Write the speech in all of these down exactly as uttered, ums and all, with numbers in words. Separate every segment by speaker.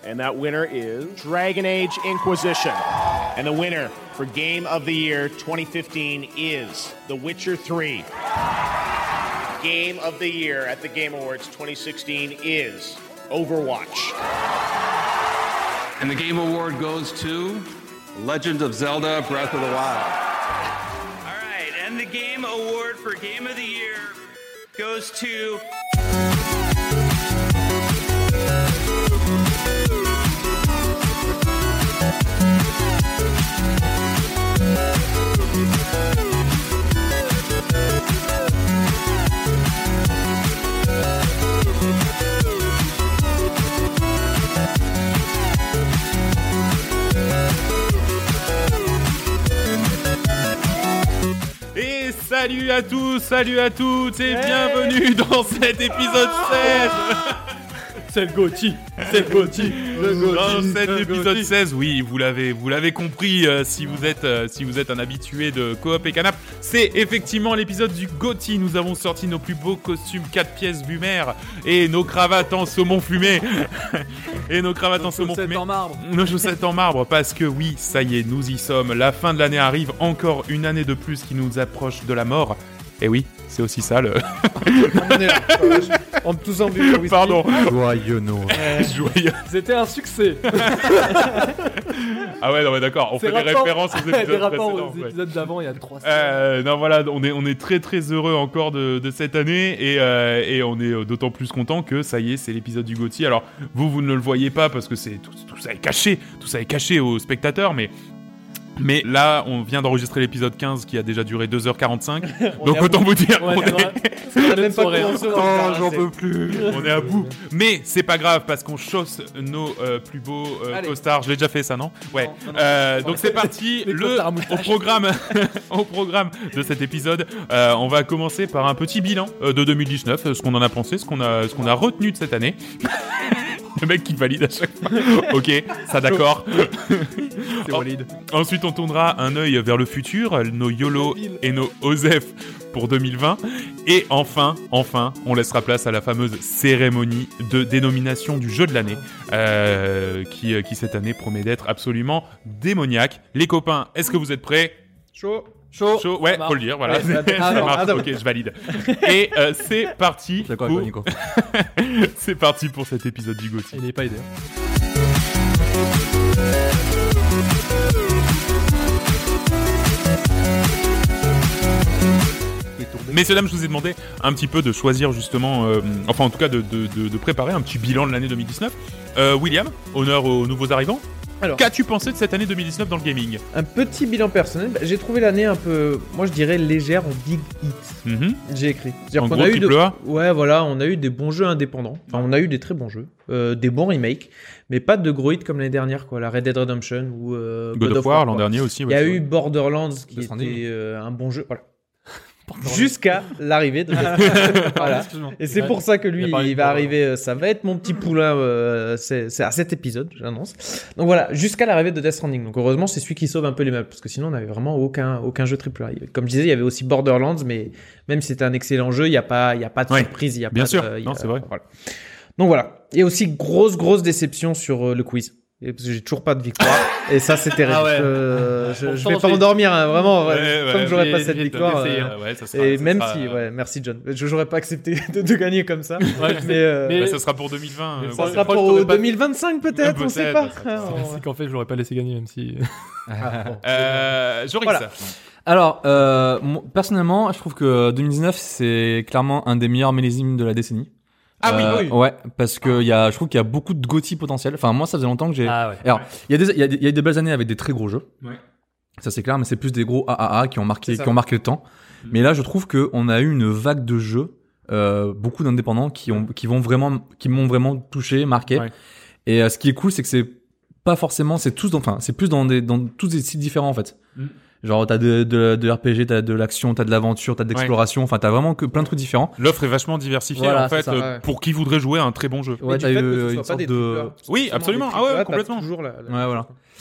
Speaker 1: And that winner is Dragon Age Inquisition. And the winner for Game of the Year twenty fifteen is The Witcher three. Game of the Year at the Game Awards twenty sixteen is Overwatch.
Speaker 2: And the Game Award goes to Legend of Zelda Breath of the Wild.
Speaker 3: All right, and the Game Award for Game of the Year goes to...
Speaker 4: Et salut à tous, salut à toutes et bienvenue dans cet épisode seize.
Speaker 5: C'est le Gotti, c'est le Gotti.
Speaker 4: Dans cet épisode seize, oui, vous l'avez, vous l'avez compris, euh, si vous êtes, euh, si vous êtes un habitué de Coop et Canap, c'est effectivement l'épisode du Gotti. Nous avons sorti nos plus beaux costumes quatre pièces Bumer et nos cravates en saumon fumé et nos cravates
Speaker 5: nos
Speaker 4: en saumon fumé.
Speaker 5: En marbre.
Speaker 4: Nos chaussettes en marbre, parce que oui, ça y est, nous y sommes. La fin de l'année arrive, encore une année de plus qui nous approche de la mort. Et oui, c'est aussi ça le.
Speaker 5: On est là. On est tous en but.
Speaker 4: Pardon.
Speaker 6: Joyeux Noël.
Speaker 4: Joyeux.
Speaker 5: C'était un succès.
Speaker 4: Ah ouais, non mais d'accord. On
Speaker 5: C'est
Speaker 4: fait des
Speaker 5: rapport...
Speaker 4: références aux épisodes
Speaker 5: des rapports
Speaker 4: précédents.
Speaker 5: aux
Speaker 4: Ouais.
Speaker 5: épisodes d'avant, il y a trois semaines.
Speaker 4: Euh, non voilà, on est on est très très heureux encore de, de cette année et euh, et on est d'autant plus content que ça y est, c'est l'épisode du Gotti. Alors vous vous ne le voyez pas parce que c'est tout, tout ça est caché, tout ça est caché aux spectateurs, mais Mais là, on vient d'enregistrer l'épisode quinze qui a déjà duré deux heures quarante-cinq. Donc autant vous dire
Speaker 5: Ouais,
Speaker 4: qu'on est...
Speaker 5: on a même pas commencé.
Speaker 6: Oh, j'en peux plus.
Speaker 4: on est à bout. Mais c'est pas grave parce qu'on chausse nos euh, plus beaux euh,
Speaker 5: Allez.
Speaker 4: costards. Je l'ai déjà fait ça, non? Ouais.
Speaker 5: Non, non, non.
Speaker 4: Euh, donc c'est parti.
Speaker 5: Les
Speaker 4: Le
Speaker 5: costards à
Speaker 4: au
Speaker 5: moustache.
Speaker 4: programme, au programme de cet épisode, euh, on va commencer par un petit bilan euh, de deux mille dix-neuf, euh, ce qu'on en a pensé, ce qu'on a, ce qu'on a retenu de cette année. Le mec qui valide à chaque fois. Ok, ça d'accord.
Speaker 5: C'est valide.
Speaker 4: Ensuite, on tournera un œil vers le futur, nos YOLO et nos OSEF pour deux mille vingt. Et enfin, enfin, on laissera place à la fameuse cérémonie de dénomination du jeu de l'année, euh, qui, qui cette année promet d'être absolument démoniaque. Les copains, est-ce que vous êtes prêts?
Speaker 5: Chaud. Chaud.
Speaker 4: Chaud, ouais,
Speaker 5: Ça marche.
Speaker 4: faut le dire, voilà.
Speaker 5: Ouais, ça-
Speaker 4: Ça
Speaker 5: ah, non,
Speaker 4: marche,
Speaker 5: ah, non.
Speaker 4: ok, je valide. Et euh, c'est parti.
Speaker 6: D'accord
Speaker 4: pour...
Speaker 6: avec toi, Nico.
Speaker 4: c'est parti pour cet épisode du Gotti.
Speaker 5: Il n'est pas aidé. hein.
Speaker 4: Messieurs, dames, je vous ai demandé un petit peu de choisir justement, euh, enfin en tout cas de, de, de, de préparer un petit bilan de l'année deux mille dix-neuf. Euh, William, honneur aux nouveaux arrivants.
Speaker 7: Alors.
Speaker 4: Qu'as-tu pensé de cette année deux mille dix-neuf dans le gaming?
Speaker 7: Un petit bilan personnel, bah, j'ai trouvé l'année un peu, moi je dirais légère en big hit.
Speaker 4: Mhm.
Speaker 7: J'ai écrit. C'est-à-dire
Speaker 4: En
Speaker 7: qu'on
Speaker 4: gros,
Speaker 7: a eu de...
Speaker 4: triple A.
Speaker 7: Ouais, voilà, on a eu des bons jeux indépendants. Enfin, on a eu des très bons jeux, euh, des bons remakes, mais pas de gros hits comme l'année dernière, quoi. La Red Dead Redemption ou euh,
Speaker 4: God, of War l'an
Speaker 7: quoi.
Speaker 4: dernier aussi.
Speaker 7: Il
Speaker 4: ouais,
Speaker 7: y a
Speaker 4: c'est
Speaker 7: eu
Speaker 4: vrai.
Speaker 7: Borderlands qui
Speaker 6: Death Stranding.
Speaker 7: était euh, un bon jeu, voilà. Jusqu'à l'arrivée de voilà. Et c'est pour ça que lui,
Speaker 5: Il a parlé
Speaker 7: il
Speaker 5: de
Speaker 7: va
Speaker 5: Borderlands.
Speaker 7: arriver. euh, Ça va être mon petit poulain. euh, c'est c'est à cet épisode, j'annonce. Donc voilà, jusqu'à l'arrivée de Death Stranding. Donc heureusement, c'est celui qui sauve un peu les meubles, parce que sinon, on n'avait vraiment aucun aucun jeu triple A. Comme je disais, il y avait aussi Borderlands, mais même si c'était un excellent jeu, il y a pas il y a pas de
Speaker 4: Ouais,
Speaker 7: surprise, il y a
Speaker 4: bien
Speaker 7: pas
Speaker 4: sûr.
Speaker 7: de, il y
Speaker 4: Non,
Speaker 7: a-
Speaker 4: c'est vrai.
Speaker 7: Voilà. Donc voilà. Et aussi grosse grosse déception sur euh, le quiz. Et parce que j'ai toujours pas de victoire. Et ça, c'est terrible.
Speaker 5: Ah ouais.
Speaker 7: Euh, je, je vais
Speaker 5: Pourtant,
Speaker 7: pas
Speaker 5: j'ai-
Speaker 7: m'endormir, hein, vraiment.
Speaker 4: Ouais,
Speaker 7: ouais,
Speaker 4: ouais,
Speaker 7: Tant que j'aurais
Speaker 4: j'ai-
Speaker 7: pas cette
Speaker 4: j'ai
Speaker 7: victoire.
Speaker 4: essayé,
Speaker 7: euh,
Speaker 4: hein. Ouais, ça sera-
Speaker 7: et
Speaker 4: ça
Speaker 7: même
Speaker 4: sera-
Speaker 7: si, ouais, merci John. Je n'aurais pas accepté de, de gagner comme ça.
Speaker 5: Ouais,
Speaker 7: mais euh,
Speaker 5: mais-
Speaker 4: Bah, ça sera pour deux mille vingt.
Speaker 5: Mais
Speaker 4: euh,
Speaker 5: ça
Speaker 7: ça
Speaker 4: voilà.
Speaker 7: sera
Speaker 5: proche,
Speaker 7: pour
Speaker 5: t'aurais pas-
Speaker 7: deux mille vingt-cinq peut-être, on sait
Speaker 4: Peut-être,
Speaker 7: pas.
Speaker 4: ça- ça-
Speaker 7: Ah,
Speaker 5: C'est qu'en fait, je l'aurais pas laissé gagner, même si.
Speaker 4: Euh, Joris.
Speaker 7: Voilà.
Speaker 6: Alors, euh, mon- personnellement, je trouve que deux mille dix-neuf, c'est clairement un des meilleurs millésimes de la décennie.
Speaker 4: Ah oui,
Speaker 6: Euh,
Speaker 4: oui.
Speaker 6: Ouais, parce que il y a, je trouve qu'il y a beaucoup de Gotti potentiel. Enfin, moi, ça faisait longtemps que j'ai.
Speaker 5: Ah ouais.
Speaker 6: Alors, il y a des, il y a des, il y a des belles années avec des très gros jeux.
Speaker 4: Ouais.
Speaker 6: Ça c'est clair, mais c'est plus des gros A A A qui ont marqué,
Speaker 7: C'est ça.
Speaker 6: qui ont marqué le temps. Mais là, je trouve que on a eu une vague de jeux, euh, beaucoup d'indépendants qui ont, qui vont vraiment, qui m'ont vraiment touché, marqué.
Speaker 4: Ouais.
Speaker 6: Et euh, ce qui est cool, c'est que c'est pas forcément, c'est tous, dans, enfin, c'est plus dans des, dans tous des sites différents en fait.
Speaker 4: Mm.
Speaker 6: Genre, t'as de, de, de R P G, t'as de l'action, t'as de l'aventure, t'as de l'exploration. Enfin, t'as vraiment que plein de trucs différents.
Speaker 4: L'offre est vachement diversifiée
Speaker 6: Voilà,
Speaker 4: en fait,
Speaker 6: c'est ça,
Speaker 4: euh,
Speaker 7: ouais.
Speaker 4: pour qui voudrait jouer à un très bon jeu.
Speaker 6: Ouais,
Speaker 7: du
Speaker 6: t'as
Speaker 7: fait
Speaker 6: eu
Speaker 7: que ce
Speaker 6: une
Speaker 7: soit pas
Speaker 6: sorte
Speaker 7: des
Speaker 6: de.
Speaker 7: triple A. Parce que
Speaker 4: Oui,
Speaker 7: justement,
Speaker 4: absolument.
Speaker 7: les
Speaker 4: Ah ouais,
Speaker 7: triple A, t'as
Speaker 4: complètement.
Speaker 7: toujours la- la-
Speaker 6: Ouais, voilà.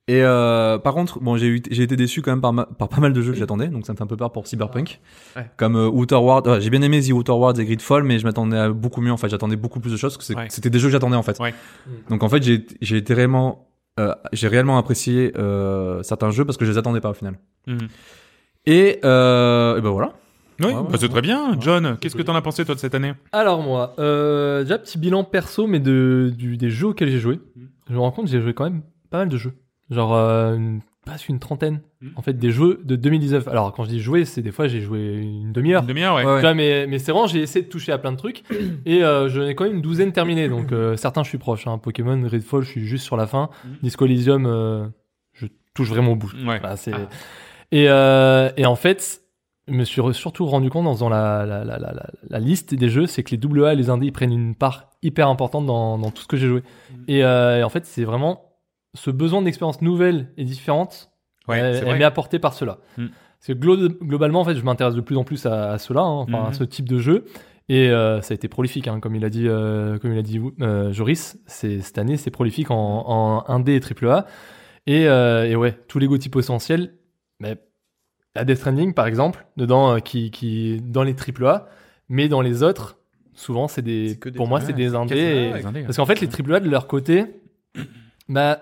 Speaker 6: Et euh, par contre, bon, j'ai eu, j'ai été déçu quand même par, ma, par pas mal de jeux que j'attendais, donc ça me fait un peu peur pour Cyberpunk.
Speaker 5: Ouais.
Speaker 6: Comme euh, Outer Worlds, ouais, j'ai bien aimé The Outer Worlds et Gridfall, mais je m'attendais à beaucoup mieux. En fait, j'attendais beaucoup plus de choses parce que c'est,
Speaker 1: Ouais.
Speaker 6: c'était des jeux que j'attendais en fait.
Speaker 1: Ouais.
Speaker 6: Donc en fait, j'ai, j'ai été réellement, euh, j'ai réellement apprécié euh, certains jeux parce que je les attendais pas au final.
Speaker 1: Mhm.
Speaker 6: Et, euh, et ben voilà.
Speaker 4: Oui,
Speaker 6: Ouais,
Speaker 4: bah,
Speaker 6: ouais,
Speaker 4: c'est très bien. John,
Speaker 5: Ouais.
Speaker 4: qu'est-ce que t'en as pensé toi de cette année?
Speaker 5: Alors moi, euh, déjà petit bilan perso, mais de, du, des jeux auxquels j'ai joué. Je me rends compte que j'ai joué quand même pas mal de jeux. Genre, euh, une, presque une trentaine.
Speaker 1: Mhm.
Speaker 5: En fait, des jeux de deux mille dix-neuf. Alors quand je dis jouer, c'est des fois j'ai joué une demi-heure.
Speaker 4: Une demi-heure, ouais.
Speaker 6: Ouais,
Speaker 5: Tu vois, mais, mais c'est vraiment, j'ai essayé de toucher à plein de trucs. Et euh, j'en ai quand même une douzaine terminés. Donc euh, certains, je suis proche. Hein. Pokémon, Redfall, je suis juste sur la fin.
Speaker 1: Mhm.
Speaker 5: Disco Elysium, euh, je touche vraiment au bout.
Speaker 4: Ouais.
Speaker 5: Voilà, c'est...
Speaker 1: Ah.
Speaker 5: Et, euh, et en fait, je me suis re- surtout rendu compte dans, dans la, la, la, la, la, la liste des jeux, c'est que les double A et les indés, ils prennent une part hyper importante dans, dans tout ce que j'ai joué. Et, euh, et en fait, c'est vraiment ce besoin d'expérience nouvelle et différente,
Speaker 4: Ouais,
Speaker 5: elle,
Speaker 4: c'est
Speaker 5: elle
Speaker 4: vrai.
Speaker 5: m'est apportée par cela.
Speaker 4: Mm.
Speaker 5: Parce que glo- globalement, en fait, je m'intéresse de plus en plus à, à cela, hein, enfin,
Speaker 4: Mhm.
Speaker 5: à ce type de jeu. Et euh, ça a été prolifique, hein, comme il a dit, euh, comme il a dit euh, Joris. C'est, cette année, c'est prolifique en, en indé et triple A. Et, euh, et ouais, tous les G O T Y potentiels, mais à Death Stranding, par exemple, dedans, euh, qui, qui, dans les triple A, mais dans les autres, souvent, c'est des,
Speaker 7: C'est que des
Speaker 5: pour moi,
Speaker 4: Ouais,
Speaker 5: c'est des indés.
Speaker 4: quasi-
Speaker 5: et-
Speaker 4: ouais, les indés,
Speaker 5: Parce qu'en fait, les triple A, de leur côté, bah,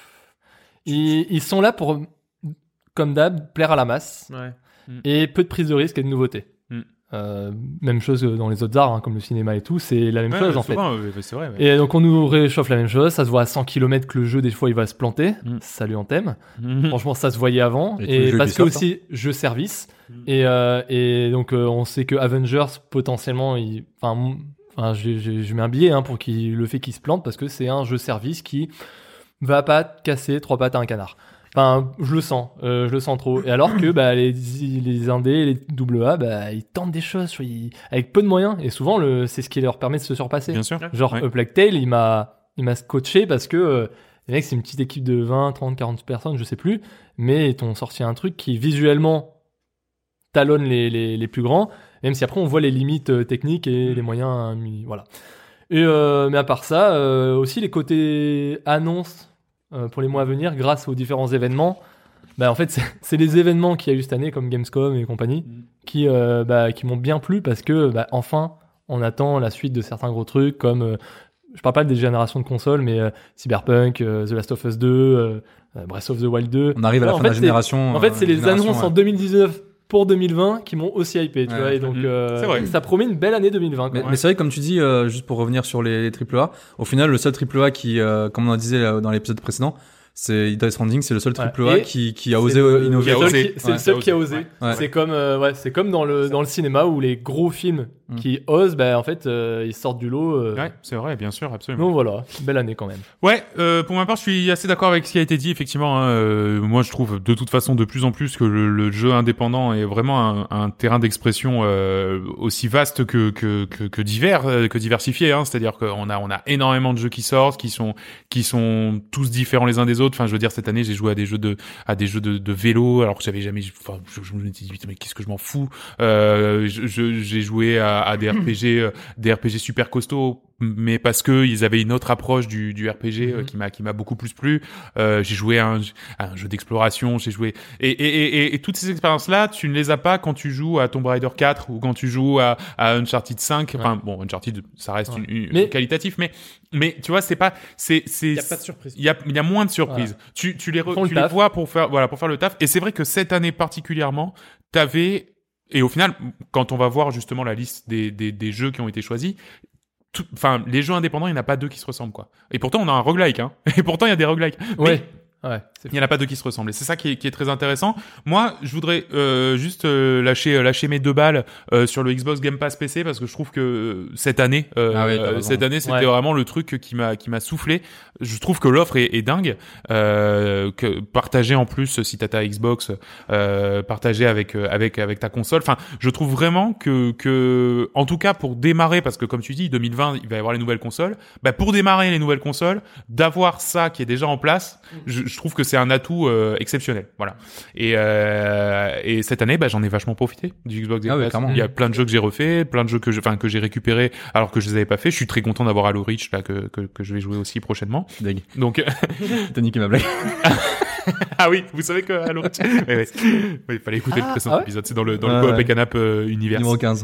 Speaker 5: ils, ils sont là pour, comme d'hab, plaire à la masse
Speaker 7: Ouais.
Speaker 5: et peu de prise de risque et de nouveautés.
Speaker 4: Mm.
Speaker 5: Euh, même chose dans les autres arts, hein, comme le cinéma et tout, c'est la même
Speaker 4: Ouais,
Speaker 5: chose en fait.
Speaker 4: souvent, euh, c'est vrai. Ouais.
Speaker 5: Et donc on nous réchauffe la même chose, ça se voit à cent kilomètres que le jeu des fois il va se planter,
Speaker 4: Mm.
Speaker 5: salut en thème.
Speaker 4: Mhm.
Speaker 5: Franchement ça se voyait avant,
Speaker 6: Et tous les
Speaker 5: et
Speaker 6: jeux
Speaker 5: parce que
Speaker 6: Ubisoft,
Speaker 5: aussi jeu service,
Speaker 1: Mm.
Speaker 5: et, euh, et donc euh, on sait que Avengers potentiellement, il... enfin, mon- enfin j'ai- j'ai- je mets un billet hein, pour qu'il... le fait qu'il se plante, parce que c'est un jeu service qui va pas casser trois pattes à un canard. Enfin, je le sens, euh, je le sens trop. Et alors que bah, les, les indés, les double A, bah, ils tentent des choses tu vois, ils- avec peu de moyens. Et souvent, le, c'est ce qui leur permet de se surpasser.
Speaker 4: Bien sûr.
Speaker 5: Genre,
Speaker 4: Ouais.
Speaker 5: A Plague Tale, il m'a, il m'a scotché parce que euh, les mecs, c'est une petite équipe de vingt, trente, quarante personnes, je sais plus. Mais ils t'ont sorti un truc qui visuellement talonne les, les, les plus grands. Même si après, on voit les limites euh, techniques et les moyens. euh, mis- voilà. Et, euh, mais à part ça, euh, aussi les côtés annonces. Euh, pour les mois à venir, grâce aux différents événements. Bah, en fait, c'est, c'est les événements qu'il y a eu cette année, comme Gamescom et compagnie,
Speaker 1: Mm.
Speaker 5: qui, euh, bah, qui m'ont bien plu parce que, bah, enfin, on attend la suite de certains gros trucs comme, euh, je parle pas des générations de consoles, mais euh, Cyberpunk, euh, The Last of Us deux, euh, euh, Breath of the Wild deux.
Speaker 6: On arrive à la
Speaker 5: Ouais,
Speaker 6: fin
Speaker 5: en
Speaker 6: de la
Speaker 5: fait, c'est-
Speaker 6: génération.
Speaker 5: En fait,
Speaker 6: euh,
Speaker 5: c'est les
Speaker 6: génération,
Speaker 5: annonces
Speaker 6: ouais.
Speaker 5: en deux mille dix-neuf pour deux mille vingt qui m'ont aussi hypé, tu
Speaker 6: Ouais.
Speaker 5: vois, et donc,
Speaker 4: Mhm.
Speaker 5: euh,
Speaker 4: C'est vrai.
Speaker 5: ça promet une belle année deux mille vingt.
Speaker 6: Mais,
Speaker 5: quoi.
Speaker 6: mais c'est vrai, comme tu dis, euh, juste pour revenir sur les, les triple A, au final, le seul triple A qui, euh, comme on en disait euh, dans l'épisode précédent, c'est Death Stranding, c'est le seul triple A
Speaker 5: Et
Speaker 6: qui, qui a
Speaker 5: C'est
Speaker 6: osé
Speaker 5: le-
Speaker 6: euh, innover.
Speaker 5: c'est le seul
Speaker 4: osé.
Speaker 5: qui- C'est
Speaker 6: Ouais,
Speaker 5: le seul
Speaker 4: qui a
Speaker 5: qui a
Speaker 4: osé.
Speaker 5: osé.
Speaker 6: Ouais.
Speaker 5: C'est comme, euh, ouais, c'est comme dans le dans le cinéma où les gros films
Speaker 6: Mm.
Speaker 5: qui osent, bah, en fait, euh, ils sortent du lot. euh.
Speaker 4: Ouais, c'est vrai, bien sûr, absolument.
Speaker 5: Donc voilà, belle année quand même.
Speaker 4: Ouais, euh, pour ma part, je suis assez d'accord avec ce qui a été dit. Effectivement, hein, euh, moi, je trouve de toute façon de plus en plus que le, le jeu indépendant est vraiment un, un terrain d'expression euh, aussi vaste que que que, que divers, euh, que diversifié. Hein, c'est-à-dire qu'on a on a énormément de jeux qui sortent, qui sont qui sont tous différents les uns des autres. Enfin, je veux dire, cette année, j'ai joué à des jeux de à des jeux de, de vélo, alors que j'avais jamais. Enfin, je, je me dis mais qu'est-ce que je m'en fous. Euh, je, je- j'ai joué à, à des R P G, euh, des R P G super costauds, mais parce que ils avaient une autre approche du, du R P G euh, qui m'a qui m'a beaucoup plus plu. Euh, j'ai joué à un, à un jeu d'exploration, j'ai joué et et, et et et toutes ces expériences là, tu ne les as pas quand tu joues à Tomb Raider quatre ou quand tu joues à, à Uncharted cinq. Enfin bon, Uncharted ça reste
Speaker 5: Ouais.
Speaker 4: une, une
Speaker 5: Mais-
Speaker 4: qualitatif, mais mais tu vois c'est pas c'est c'est
Speaker 7: Il n'y a pas de surprise.
Speaker 4: il y a, il y a moins de surprises. Tu, tu les, re-
Speaker 5: Ils font le
Speaker 4: tu les
Speaker 5: taf.
Speaker 4: vois pour faire, voilà, pour faire le taf. Et c'est vrai que cette année particulièrement, t'avais, et au final, quand on va voir justement la liste des, des, des jeux qui ont été choisis, tout- enfin, les jeux indépendants, il n'y en a pas deux qui se ressemblent, quoi. Et pourtant, on a un roguelike, hein. Et pourtant, il y a des roguelikes. Mais
Speaker 5: Ouais, ouais. c'est
Speaker 4: il n'y en a pas deux qui se ressemblent. Et c'est ça qui est, qui est très intéressant. Moi, je voudrais euh, juste euh, lâcher, euh, lâcher mes deux balles euh, sur le Xbox Game Pass P C parce que je trouve que euh, cette année, euh,
Speaker 6: Ah ouais, t'as
Speaker 4: euh,
Speaker 6: raison.
Speaker 4: cette année, c'était
Speaker 5: Ouais.
Speaker 4: vraiment le truc qui m'a, qui m'a soufflé. Je trouve que l'offre est, est dingue. Euh, que partager en plus si t'as ta Xbox, euh, partager avec, euh, avec, avec ta console. Enfin, je trouve vraiment que, que, en tout cas pour démarrer, parce que comme tu dis, deux mille vingt, il va y avoir les nouvelles consoles. Bah pour démarrer les nouvelles consoles, d'avoir ça qui est déjà en place, je, je trouve que c'est un atout euh, exceptionnel. Voilà. Et, euh, et cette année, bah, j'en ai vachement profité du Xbox Game
Speaker 6: Ah ouais,
Speaker 4: Pass.
Speaker 6: clairement.
Speaker 4: Il y a plein de jeux que j'ai refait, plein de jeux que je, enfin, que j'ai récupéré alors que je les avais pas fait. Je suis très content d'avoir Halo Reach, là, que, que, que je vais jouer aussi prochainement.
Speaker 6: Deg.
Speaker 4: Donc,
Speaker 6: T'as niqué ma blague.
Speaker 4: Ah oui, vous savez que à l'origine. Oui, oui. Oui, il fallait écouter
Speaker 5: Ah,
Speaker 4: le précédent
Speaker 5: ah ouais
Speaker 4: épisode. C'est dans le dans
Speaker 6: Ouais,
Speaker 4: le Coop
Speaker 6: ouais.
Speaker 4: et Canap euh, univers.
Speaker 6: Numéro quinze.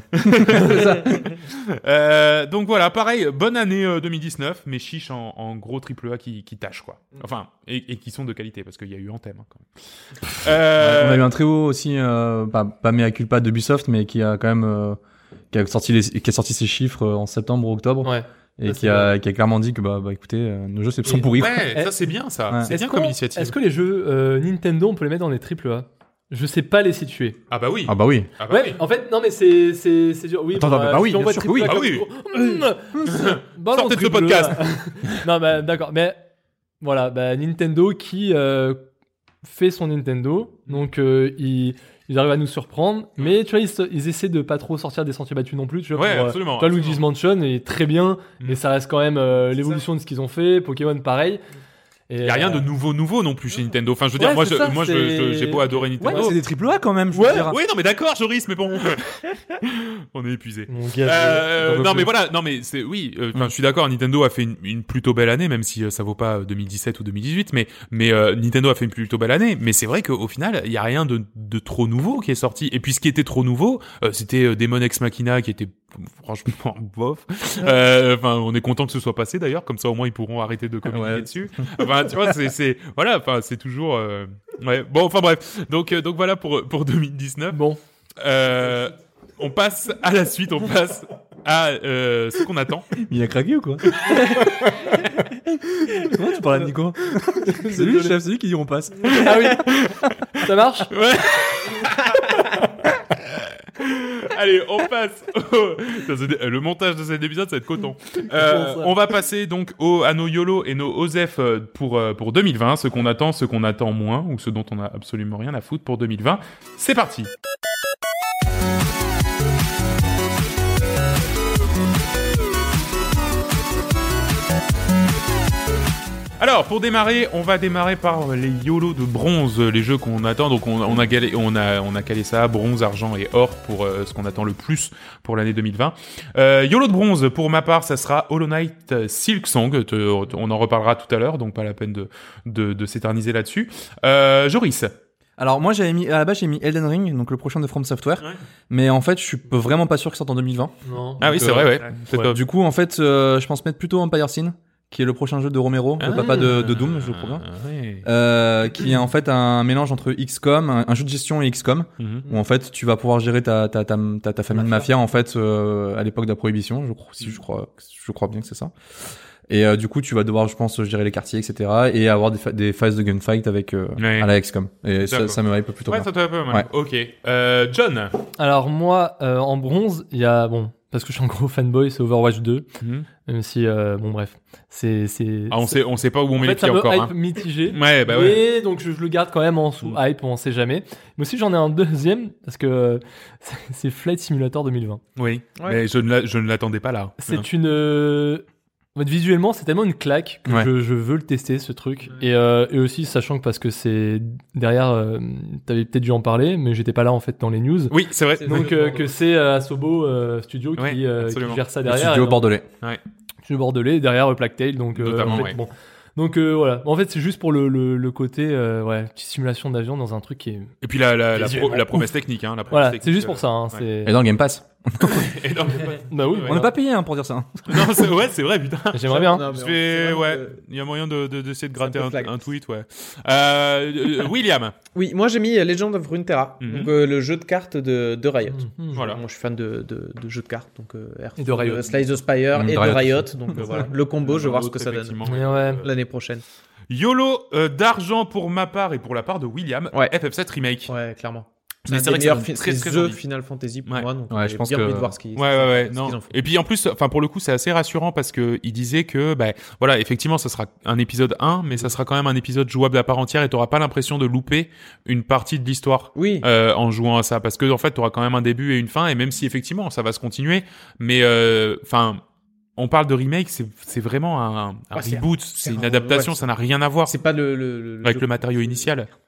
Speaker 4: Euh, donc voilà, pareil, bonne année euh, deux mille dix-neuf, mais chiche en, en gros triple A qui, qui tâche quoi. Enfin, et, et qui sont de qualité parce qu'il y a eu Anthem hein, quand même. Euh,
Speaker 6: On a eu un très haut aussi, euh, pas, pas mea culpa d'Ubisoft, mais qui a quand même euh, qui a sorti les, qui a sorti ses chiffres euh, en septembre ou octobre
Speaker 5: Ouais.
Speaker 6: et
Speaker 5: Ça,
Speaker 6: qui
Speaker 5: c'est
Speaker 6: a, qui a clairement dit que bah, bah écoutez, euh, nos jeux c'est sont pourris. quoi.
Speaker 4: Ouais, ça c'est bien ça.
Speaker 6: Ouais.
Speaker 4: C'est
Speaker 5: Est-ce
Speaker 4: bien
Speaker 5: qu'on-
Speaker 4: comme initiative.
Speaker 5: Est-ce que les jeux euh, Nintendo, on peut les mettre dans les triple A? Je sais pas les situer.
Speaker 4: Ah bah oui.
Speaker 6: Ah bah oui.
Speaker 4: Ah bah
Speaker 5: Ouais,
Speaker 4: oui.
Speaker 5: en fait, non, mais c'est c'est c'est dur. Oui,
Speaker 6: Attends,
Speaker 5: bon,
Speaker 6: attends,
Speaker 5: euh,
Speaker 6: bah oui,
Speaker 5: si on
Speaker 6: bien
Speaker 5: voit
Speaker 6: sûr que
Speaker 5: triple A
Speaker 6: oui.
Speaker 5: comme
Speaker 4: Ah oui.
Speaker 5: gros- Ballon
Speaker 4: Sortez de ce
Speaker 5: triple A.
Speaker 4: podcast.
Speaker 5: Non, bah d'accord, mais voilà, bah, Nintendo qui euh, fait son Nintendo, donc euh, ils ils arrivent à nous surprendre, mais tu vois, ils, se- ils essaient de pas trop sortir des sentiers battus non plus. Tu vois,
Speaker 4: Ouais,
Speaker 5: pour, euh,
Speaker 4: absolument.
Speaker 5: tu vois,
Speaker 4: absolument.
Speaker 5: Luigi's Mansion est très bien,
Speaker 4: Mm.
Speaker 5: mais ça reste quand même euh, l'évolution de ce qu'ils ont fait. Pokémon, pareil. Et,
Speaker 4: Il y a rien
Speaker 5: euh,
Speaker 4: de nouveau nouveau non plus chez Nintendo. Enfin, je veux
Speaker 5: Ouais,
Speaker 4: dire, moi,
Speaker 5: c'est
Speaker 4: je,
Speaker 5: ça,
Speaker 4: moi, je-
Speaker 5: c'est-
Speaker 4: je- j'ai beau adorer
Speaker 6: Ouais,
Speaker 4: Nintendo.
Speaker 6: mais c'est des triple A quand même. Je
Speaker 5: Ouais.
Speaker 6: veux dire.
Speaker 4: Oui, non, mais d'accord, Joris, mais bon, on est épuisé.
Speaker 5: Mon gars,
Speaker 4: Euh,
Speaker 5: j'en veux
Speaker 4: non
Speaker 5: plus.
Speaker 4: mais voilà, non mais c'est oui. euh, Enfin, je suis d'accord. Nintendo a fait une, une plutôt belle année, même si euh, ça vaut pas euh, deux mille dix-sept ou deux mille dixhuit. Mais mais euh, Nintendo a fait une plutôt belle année. Mais c'est vrai qu'au final, il y a rien de, de trop nouveau qui est sorti. Et puis ce qui était trop nouveau, euh, c'était euh, Demon Ex Machina qui était franchement bof. Euh, Enfin, on est content que ce soit passé d'ailleurs. Comme ça, au moins, ils pourront arrêter de communiquer
Speaker 6: Ouais.
Speaker 4: dessus. Enfin, tu vois, c'est c'est voilà. Enfin, c'est toujours euh, ouais. Bon, enfin bref. Donc euh, donc voilà pour pour deux mille dix-neuf.
Speaker 5: Bon,
Speaker 4: Euh, on passe à la suite, on passe à euh, ce qu'on attend.
Speaker 6: Il a craqué ou quoi? Comment tu parles à Nico? C'est lui le chef, c'est lui qui dit on passe.
Speaker 5: ah oui, ça marche.
Speaker 4: Ouais. Allez, on passe au... Putain, c'est- le montage de cet épisode, ça va être coton. Euh,
Speaker 5: Bon, ça.
Speaker 4: on va passer donc au, à nos YOLO et nos OSEF euh, pour, euh, pour deux mille vingt, ce qu'on attend, ce qu'on attend moins, ou ce dont on a absolument rien à foutre pour deux mille vingt. C'est parti. Alors, pour démarrer, on va démarrer par les YOLO de bronze, les jeux qu'on attend. Donc, on, on, a, galé, on, a, on a calé ça, bronze, argent et or pour euh, ce qu'on attend le plus pour l'année deux mille vingt. Euh, YOLO de bronze, pour ma part, ça sera Hollow Knight euh, Silksong. Te- On en reparlera tout à l'heure, donc pas la peine de, de, de s'éterniser là-dessus. Euh, Joris.
Speaker 6: Alors moi j'avais mis à la base j'ai mis Elden Ring, donc le prochain de From Software,
Speaker 4: Ouais.
Speaker 6: mais en fait je suis vraiment pas sûr qu'il sorte en deux mille vingt.
Speaker 5: Non.
Speaker 4: Ah oui,
Speaker 6: Donc,
Speaker 4: c'est vrai,
Speaker 6: euh,
Speaker 4: ouais. Peut-être
Speaker 6: Ouais.
Speaker 4: pas.
Speaker 6: Du coup en fait euh, je pense mettre plutôt Empire Sin, qui est le prochain jeu de Romero, le
Speaker 4: Ah,
Speaker 6: papa de, de Doom, je crois bien.
Speaker 4: ouais.
Speaker 6: Euh, qui est en fait un mélange entre X COM, un, un jeu de gestion et X COM,
Speaker 4: Mhm.
Speaker 6: où en fait tu vas pouvoir gérer ta ta ta ta, ta famille de mafia en fait euh, à l'époque de la prohibition, je crois, si je crois, je crois bien que c'est ça. Et euh, du coup tu vas devoir je pense gérer les quartiers etc et avoir des, fa- des phases de gunfight avec euh,
Speaker 4: Ouais.
Speaker 6: à la X COM. Et ça,
Speaker 4: D'accord.
Speaker 6: ça me hype plutôt
Speaker 4: Ouais,
Speaker 6: bien.
Speaker 4: ça te va pas mal.
Speaker 6: Ouais.
Speaker 4: Ok. Euh, John.
Speaker 5: Alors moi, euh, en bronze, il y a bon, parce que je suis un gros fanboy, c'est Overwatch deux,
Speaker 4: Mhm.
Speaker 5: même si euh, bon bref, c'est c'est.
Speaker 4: Ah, on sait, on sait pas où on
Speaker 5: en
Speaker 4: met
Speaker 5: fait,
Speaker 4: les pieds
Speaker 5: ça me
Speaker 4: encore.
Speaker 5: hype
Speaker 4: Hein.
Speaker 5: mitigé.
Speaker 4: Ouais, bah ouais.
Speaker 5: Mais donc je, je le garde quand même en sous hype, on sait jamais. Mais aussi j'en ai un deuxième parce que euh, c'est- c'est Flight Simulator deux mille vingt.
Speaker 4: Oui.
Speaker 7: Ouais.
Speaker 4: Mais je ne, la- je ne l'attendais pas là.
Speaker 5: C'est une euh, en fait, visuellement, c'est tellement une claque que
Speaker 6: Ouais.
Speaker 5: je, je veux le tester ce truc. Et, euh, et aussi, sachant que parce que c'est derrière, euh, t'avais peut-être dû en parler, mais j'étais pas là en fait dans les news.
Speaker 4: Oui, c'est vrai.
Speaker 5: Donc euh, que c'est euh, Asobo euh, Studio
Speaker 4: Ouais,
Speaker 5: qui, euh,
Speaker 4: absolument.
Speaker 5: qui gère ça
Speaker 6: Le
Speaker 5: derrière.
Speaker 6: studio
Speaker 5: Et donc-
Speaker 6: bordelais.
Speaker 5: Studio bordelais derrière euh, Plague Tale. Donc euh,
Speaker 4: Notamment,
Speaker 5: en fait,
Speaker 4: ouais.
Speaker 5: bon. Donc euh, voilà. En fait, c'est juste pour le, le, le côté euh, ouais, petite simulation d'avion dans un truc qui est.
Speaker 4: Et puis la, la, la,
Speaker 5: Visuellement
Speaker 4: pro- la promesse technique. Hein, la promesse
Speaker 5: Voilà,
Speaker 4: technique,
Speaker 5: c'est juste
Speaker 4: euh,
Speaker 5: pour ça. Hein,
Speaker 4: ouais.
Speaker 5: c'est...
Speaker 6: Et dans le Game Pass.
Speaker 4: Et non,
Speaker 5: Bah oui.
Speaker 4: Ouais,
Speaker 6: On
Speaker 5: voilà.
Speaker 6: n'est pas payé hein, pour dire ça.
Speaker 4: non, c'est, ouais, c'est vrai, putain.
Speaker 5: J'aimerais bien.
Speaker 7: Non, mais
Speaker 4: Je
Speaker 7: on-
Speaker 4: fais,
Speaker 7: c'est vraiment
Speaker 4: ouais,
Speaker 7: que-
Speaker 4: il y a moyen de, de, d'essayer de
Speaker 7: C'est un
Speaker 4: gratter
Speaker 7: peu
Speaker 4: un,
Speaker 7: flag.
Speaker 4: un tweet, ouais. Euh, euh, William.
Speaker 7: Oui, moi j'ai mis Legend of Runeterra,
Speaker 4: Mhm.
Speaker 7: donc euh, le jeu de cartes de, de Riot.
Speaker 5: Mhm.
Speaker 4: Voilà.
Speaker 7: Moi je suis fan de, de, de jeux de cartes, donc euh, Hearthstone,
Speaker 5: Et de Riot.
Speaker 7: euh, Slay the Spire
Speaker 6: Mhm,
Speaker 7: et
Speaker 6: de
Speaker 7: de
Speaker 6: Riot.
Speaker 7: Riot, donc euh, voilà, le combo, je vais voir ce que ça donne
Speaker 4: Effectivement.
Speaker 5: Mais ouais.
Speaker 7: l'année prochaine.
Speaker 4: YOLO euh, d'argent pour ma part et pour la part de William.
Speaker 7: Ouais.
Speaker 4: F F sept Remake.
Speaker 7: Ouais, clairement.
Speaker 4: Mais
Speaker 7: C'est
Speaker 4: c'est
Speaker 7: un
Speaker 4: vrai
Speaker 7: des
Speaker 4: que ça
Speaker 7: meilleurs
Speaker 4: donne
Speaker 7: fi-
Speaker 4: très,
Speaker 7: c'est
Speaker 4: très
Speaker 7: The
Speaker 4: envie.
Speaker 7: Final Fantasy pour
Speaker 4: Ouais.
Speaker 7: moi, donc
Speaker 6: Ouais,
Speaker 7: euh,
Speaker 6: je
Speaker 7: j'ai
Speaker 6: pense
Speaker 7: bien
Speaker 6: que-
Speaker 7: envie de voir ce qu'ils
Speaker 4: Ouais, ouais, ouais.
Speaker 7: ce
Speaker 4: Non.
Speaker 7: qu'ils en font.
Speaker 4: Et puis en plus, enfin pour le coup, c'est assez rassurant parce que il disait que, bah, voilà, effectivement, ça sera un épisode un, mais ça sera quand même un épisode jouable à part entière et t'auras pas l'impression de louper une partie de l'histoire.
Speaker 7: Oui,
Speaker 4: Euh, en jouant à ça, parce que en fait, t'auras quand même un début et une fin, et même si effectivement ça va se continuer, mais enfin, on parle de remake, c'est c'est vraiment un, un
Speaker 7: Ouais, c'est-
Speaker 4: reboot,
Speaker 7: c'est
Speaker 4: c'est une
Speaker 7: un-
Speaker 4: adaptation,
Speaker 7: ouais,
Speaker 4: ça n'a rien à voir
Speaker 7: c'est pas le, le, le
Speaker 4: avec
Speaker 7: jeu-
Speaker 4: le matériau initial.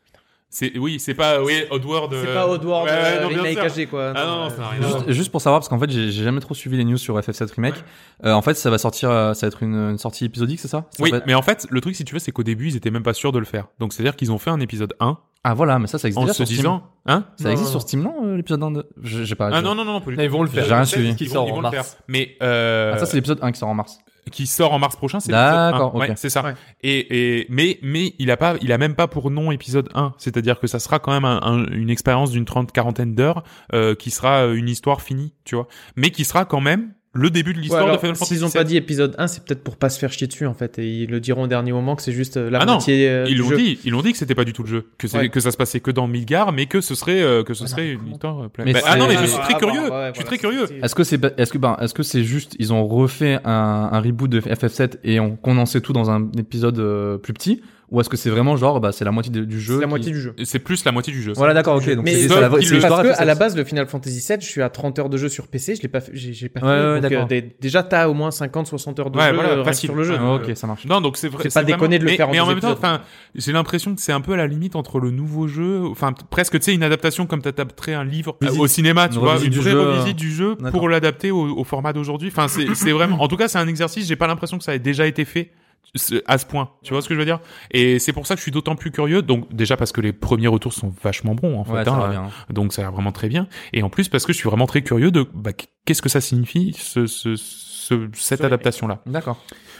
Speaker 4: C'est oui, c'est pas oui Oddworld.
Speaker 7: C'est
Speaker 4: euh,
Speaker 7: pas Oddworld
Speaker 4: ouais, ouais,
Speaker 7: euh,
Speaker 4: non, bien
Speaker 7: remake
Speaker 4: sûr.
Speaker 7: H D quoi.
Speaker 4: Ah non, non, ça n'a rien à voir.
Speaker 6: Juste, juste pour savoir, parce qu'en fait, j'ai j'ai jamais trop suivi les news sur F F sept Remake. Euh, en fait, ça va sortir, euh, ça va être une, une sortie épisodique, c'est ça, ça
Speaker 4: Oui,
Speaker 6: va être-
Speaker 4: mais en fait, le truc, si tu veux, c'est qu'au début, ils étaient même pas sûrs de le faire. Donc, c'est-à-dire qu'ils ont fait un épisode un
Speaker 6: Ah voilà, mais ça, ça existe
Speaker 4: en
Speaker 6: déjà
Speaker 4: se
Speaker 6: sur Steam.
Speaker 4: disant, hein
Speaker 6: Ça
Speaker 5: Non,
Speaker 6: existe
Speaker 5: non,
Speaker 6: sur
Speaker 5: non.
Speaker 6: Steam, non, euh, l'épisode un de... Je- J'ai pas.
Speaker 4: Ah
Speaker 6: je-
Speaker 4: non, non, non, non, pas du
Speaker 5: Là, ils vont le faire.
Speaker 6: J'ai rien
Speaker 5: Je sais
Speaker 6: suivi.
Speaker 5: Qui
Speaker 4: Ils
Speaker 5: sort
Speaker 4: vont, ils
Speaker 5: en
Speaker 4: vont le
Speaker 5: mars.
Speaker 4: faire. Mais euh,
Speaker 6: Ah, ça, c'est l'épisode un qui sort en mars.
Speaker 4: qui sort en mars prochain, c'est
Speaker 6: D'accord,
Speaker 4: l'épisode un.
Speaker 6: ok.
Speaker 4: Ouais, c'est ça.
Speaker 7: Ouais.
Speaker 4: Et, et mais mais il a pas, il a même pas pour nom épisode un. C'est-à-dire que ça sera quand même un, un- une expérience d'une trente quarantaine d'heures euh, qui sera une histoire finie, tu vois. Mais qui sera quand même le début de
Speaker 7: Ouais,
Speaker 4: l'histoire
Speaker 7: alors,
Speaker 4: de Final Fantasy
Speaker 7: s'ils ont
Speaker 4: sept.
Speaker 7: pas dit épisode un, c'est peut-être pour pas se faire chier dessus en fait, et ils le diront au dernier moment que c'est juste euh, la
Speaker 4: Ah non,
Speaker 7: moitié euh,
Speaker 4: Ils
Speaker 7: du
Speaker 4: l'ont
Speaker 7: jeu.
Speaker 4: dit, ils l'ont dit que c'était pas du tout le jeu, que c'est
Speaker 7: Ouais.
Speaker 4: que ça se passait que dans Midgar, mais que ce serait euh, que ce
Speaker 7: Ah
Speaker 4: serait
Speaker 7: non,
Speaker 4: une histoire euh, pleine.
Speaker 6: Mais
Speaker 4: Bah,
Speaker 6: c'est-
Speaker 4: ah non, mais je
Speaker 6: Ah,
Speaker 4: suis
Speaker 7: ah,
Speaker 4: très
Speaker 7: ah,
Speaker 4: curieux.
Speaker 7: ouais,
Speaker 4: je
Speaker 7: voilà,
Speaker 4: suis très
Speaker 7: c'est-
Speaker 4: curieux.
Speaker 7: c'est-
Speaker 6: Est-ce que c'est, est-ce que, ben, est-ce que c'est juste, ils ont refait un, un reboot de F F sept et ont condensé tout dans un épisode euh, plus petit, ou est-ce que c'est vraiment genre, bah, c'est la moitié de- du jeu
Speaker 7: C'est la
Speaker 6: qui-
Speaker 7: moitié du jeu.
Speaker 4: C'est plus la moitié du jeu.
Speaker 6: Voilà, d'accord, ok. Donc
Speaker 7: Mais
Speaker 6: c'est
Speaker 7: sauf
Speaker 6: c'est la,
Speaker 4: qu'il
Speaker 6: c'est
Speaker 4: le-
Speaker 6: l'histoire
Speaker 7: Parce
Speaker 6: F
Speaker 7: que
Speaker 6: F sept.
Speaker 7: à la base, le Final Fantasy sept, je suis à trente heures de jeu sur P C, je l'ai pas fait, j'ai, j'ai pas fait.
Speaker 6: Ouais, ouais,
Speaker 7: donc,
Speaker 6: d'accord.
Speaker 7: dé- déjà, t'as au moins cinquante, soixante heures de
Speaker 4: Ouais,
Speaker 7: jeu
Speaker 4: voilà,
Speaker 7: euh, rien que
Speaker 4: facile.
Speaker 7: sur le jeu.
Speaker 6: Ah,
Speaker 7: donc,
Speaker 6: ok, ça marche.
Speaker 4: Non, donc c'est vrai.
Speaker 7: C'est pas
Speaker 4: vraiment-
Speaker 7: déconné de le
Speaker 4: mais,
Speaker 7: faire en
Speaker 4: Mais en
Speaker 7: deux
Speaker 4: même temps,
Speaker 7: épisodes.
Speaker 4: enfin, j'ai l'impression que c'est un peu à la limite entre le nouveau jeu, enfin t- presque, tu sais, une adaptation comme t'adapterais un livre euh,
Speaker 6: Visite.
Speaker 4: au cinéma, tu
Speaker 6: Une
Speaker 4: vois,
Speaker 6: revisite
Speaker 4: une
Speaker 6: du
Speaker 4: vraie
Speaker 6: jeu.
Speaker 4: revisite du jeu
Speaker 6: D'accord.
Speaker 4: pour l'adapter au, au format d'aujourd'hui. Enfin, c'est c'est vraiment. En tout cas, c'est un exercice. J'ai pas l'impression que ça ait déjà été fait ce- à ce point. Tu vois ce que je veux dire? Et c'est pour ça que je suis d'autant plus curieux. Donc déjà parce que les premiers retours sont vachement bons en fait.
Speaker 6: Ouais, ça
Speaker 4: hein.
Speaker 6: va bien.
Speaker 4: Donc ça a l'air vraiment très bien. Et en plus parce que je suis vraiment très curieux de bah, qu'est-ce que ça signifie ce, ce, ce- cette
Speaker 7: Ce
Speaker 4: adaptation là.
Speaker 6: D'accord.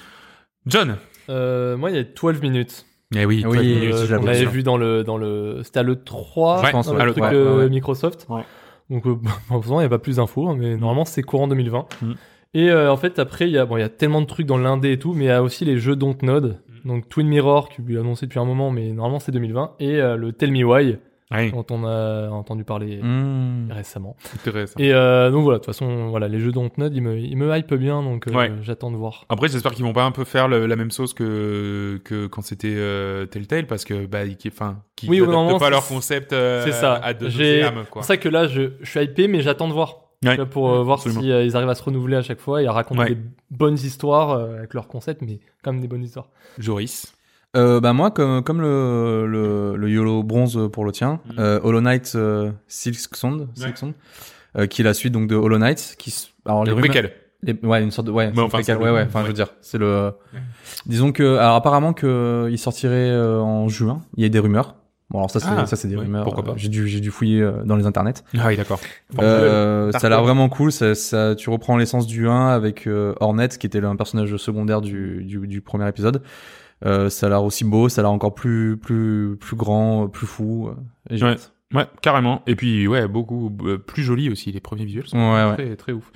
Speaker 4: John.
Speaker 5: Euh, moi, il y a douze minutes.
Speaker 4: Eh oui.
Speaker 6: Oui,
Speaker 4: toi,
Speaker 6: oui,
Speaker 4: minutes.
Speaker 5: Euh,
Speaker 6: j'avoue,
Speaker 5: on l'avait
Speaker 6: sûr.
Speaker 5: vu dans le dans le c'était à le trois
Speaker 4: Ouais,
Speaker 6: je pense,
Speaker 5: dans
Speaker 6: ouais,
Speaker 5: le
Speaker 6: le
Speaker 5: truc
Speaker 6: trois,
Speaker 5: euh,
Speaker 6: ouais, ouais.
Speaker 5: Microsoft.
Speaker 4: Ouais.
Speaker 5: Donc euh, en faisant il y a pas plus d'infos hein, mais normalement c'est courant deux mille vingt.
Speaker 4: Mm.
Speaker 5: Et euh, en fait après il y a bon il y a tellement de trucs dans l'indé et tout mais il y a aussi les jeux Dontnod. Donc Twin Mirror qui est annoncé depuis un moment mais normalement c'est deux mille vingt et euh, le Tell Me Why
Speaker 4: Ouais.
Speaker 5: dont on a entendu parler
Speaker 6: Mmh.
Speaker 5: récemment.
Speaker 4: Intéressant.
Speaker 5: Et euh, donc voilà de toute façon voilà les jeux Dontnod ils me ils me hype bien donc euh,
Speaker 4: Ouais.
Speaker 5: j'attends de voir.
Speaker 4: Après, j'espère qu'ils vont pas un peu faire le- la même chose que que quand c'était euh, Telltale, parce que bah, ils, enfin, qu'ils
Speaker 5: Oui, au
Speaker 4: adaptent
Speaker 5: moment,
Speaker 4: pas
Speaker 5: c'est-
Speaker 4: leur concept euh,
Speaker 5: c'est ça.
Speaker 4: à de
Speaker 5: J'ai-
Speaker 4: âme,
Speaker 5: C'est
Speaker 4: quoi.
Speaker 5: pour ça que là, je, je suis hypé, mais j'attends de voir.
Speaker 4: Ouais.
Speaker 5: Tu vois, pour euh, voir
Speaker 4: Absolument.
Speaker 5: si euh, ils arrivent à se renouveler à chaque fois et à raconter
Speaker 4: Ouais.
Speaker 5: des bonnes histoires euh, avec leur concept, mais quand même des bonnes histoires.
Speaker 4: Joris.
Speaker 6: Euh, bah moi, comme comme le le, le YOLO bronze pour le tien,
Speaker 4: Mhm.
Speaker 6: euh, Hollow Knight euh, Silk Sound, Silk Sound, euh, qui est la suite donc de Hollow Knight, qui s- alors les
Speaker 4: Le
Speaker 6: rumeurs-
Speaker 4: préquel.
Speaker 6: les- ouais, une sorte de ouais,
Speaker 4: Mais
Speaker 6: c'est
Speaker 4: enfin,
Speaker 6: préquel,
Speaker 4: c'est
Speaker 6: ouais
Speaker 4: le-
Speaker 6: ouais, enfin je
Speaker 4: ouais.
Speaker 6: veux dire, c'est le disons que alors apparemment que il sortirait euh, en juin, il y a des rumeurs. Bon alors ça c'est
Speaker 4: Ah,
Speaker 6: ça c'est des
Speaker 4: ouais,
Speaker 6: rumeurs,
Speaker 4: pourquoi
Speaker 6: euh,
Speaker 4: pas.
Speaker 6: j'ai dû j'ai dû fouiller euh, dans les internets.
Speaker 4: Ah oui, d'accord.
Speaker 6: Euh, ça a l'air
Speaker 7: Dark
Speaker 6: vraiment cool. Ça, ça, tu reprends l'essence du un avec euh, Hornet, qui était un personnage secondaire du, du, du premier épisode. Euh, ça a l'air aussi beau, ça a l'air encore plus, plus, plus grand, plus fou. euh, et j'ai
Speaker 4: Ouais.
Speaker 6: hâte.
Speaker 4: Ouais, carrément. Et puis, ouais, beaucoup euh, plus joli aussi. Les premiers visuels sont
Speaker 6: Ouais, ouais.
Speaker 4: très, très ouf.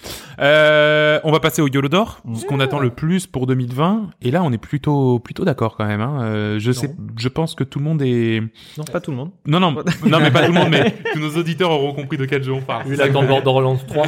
Speaker 4: Euh, on va passer au YOLO d'or, ce qu'on attend le plus pour deux mille vingt. Et là, on est plutôt, plutôt d'accord quand même. Hein. Euh, je sais, je pense que tout le monde est.
Speaker 7: Non, pas tout le monde.
Speaker 4: Non, non, non, mais pas tout le monde, mais tous nos auditeurs auront compris de quel jeu on parle.
Speaker 5: Lui, là, dans Borderlands trois.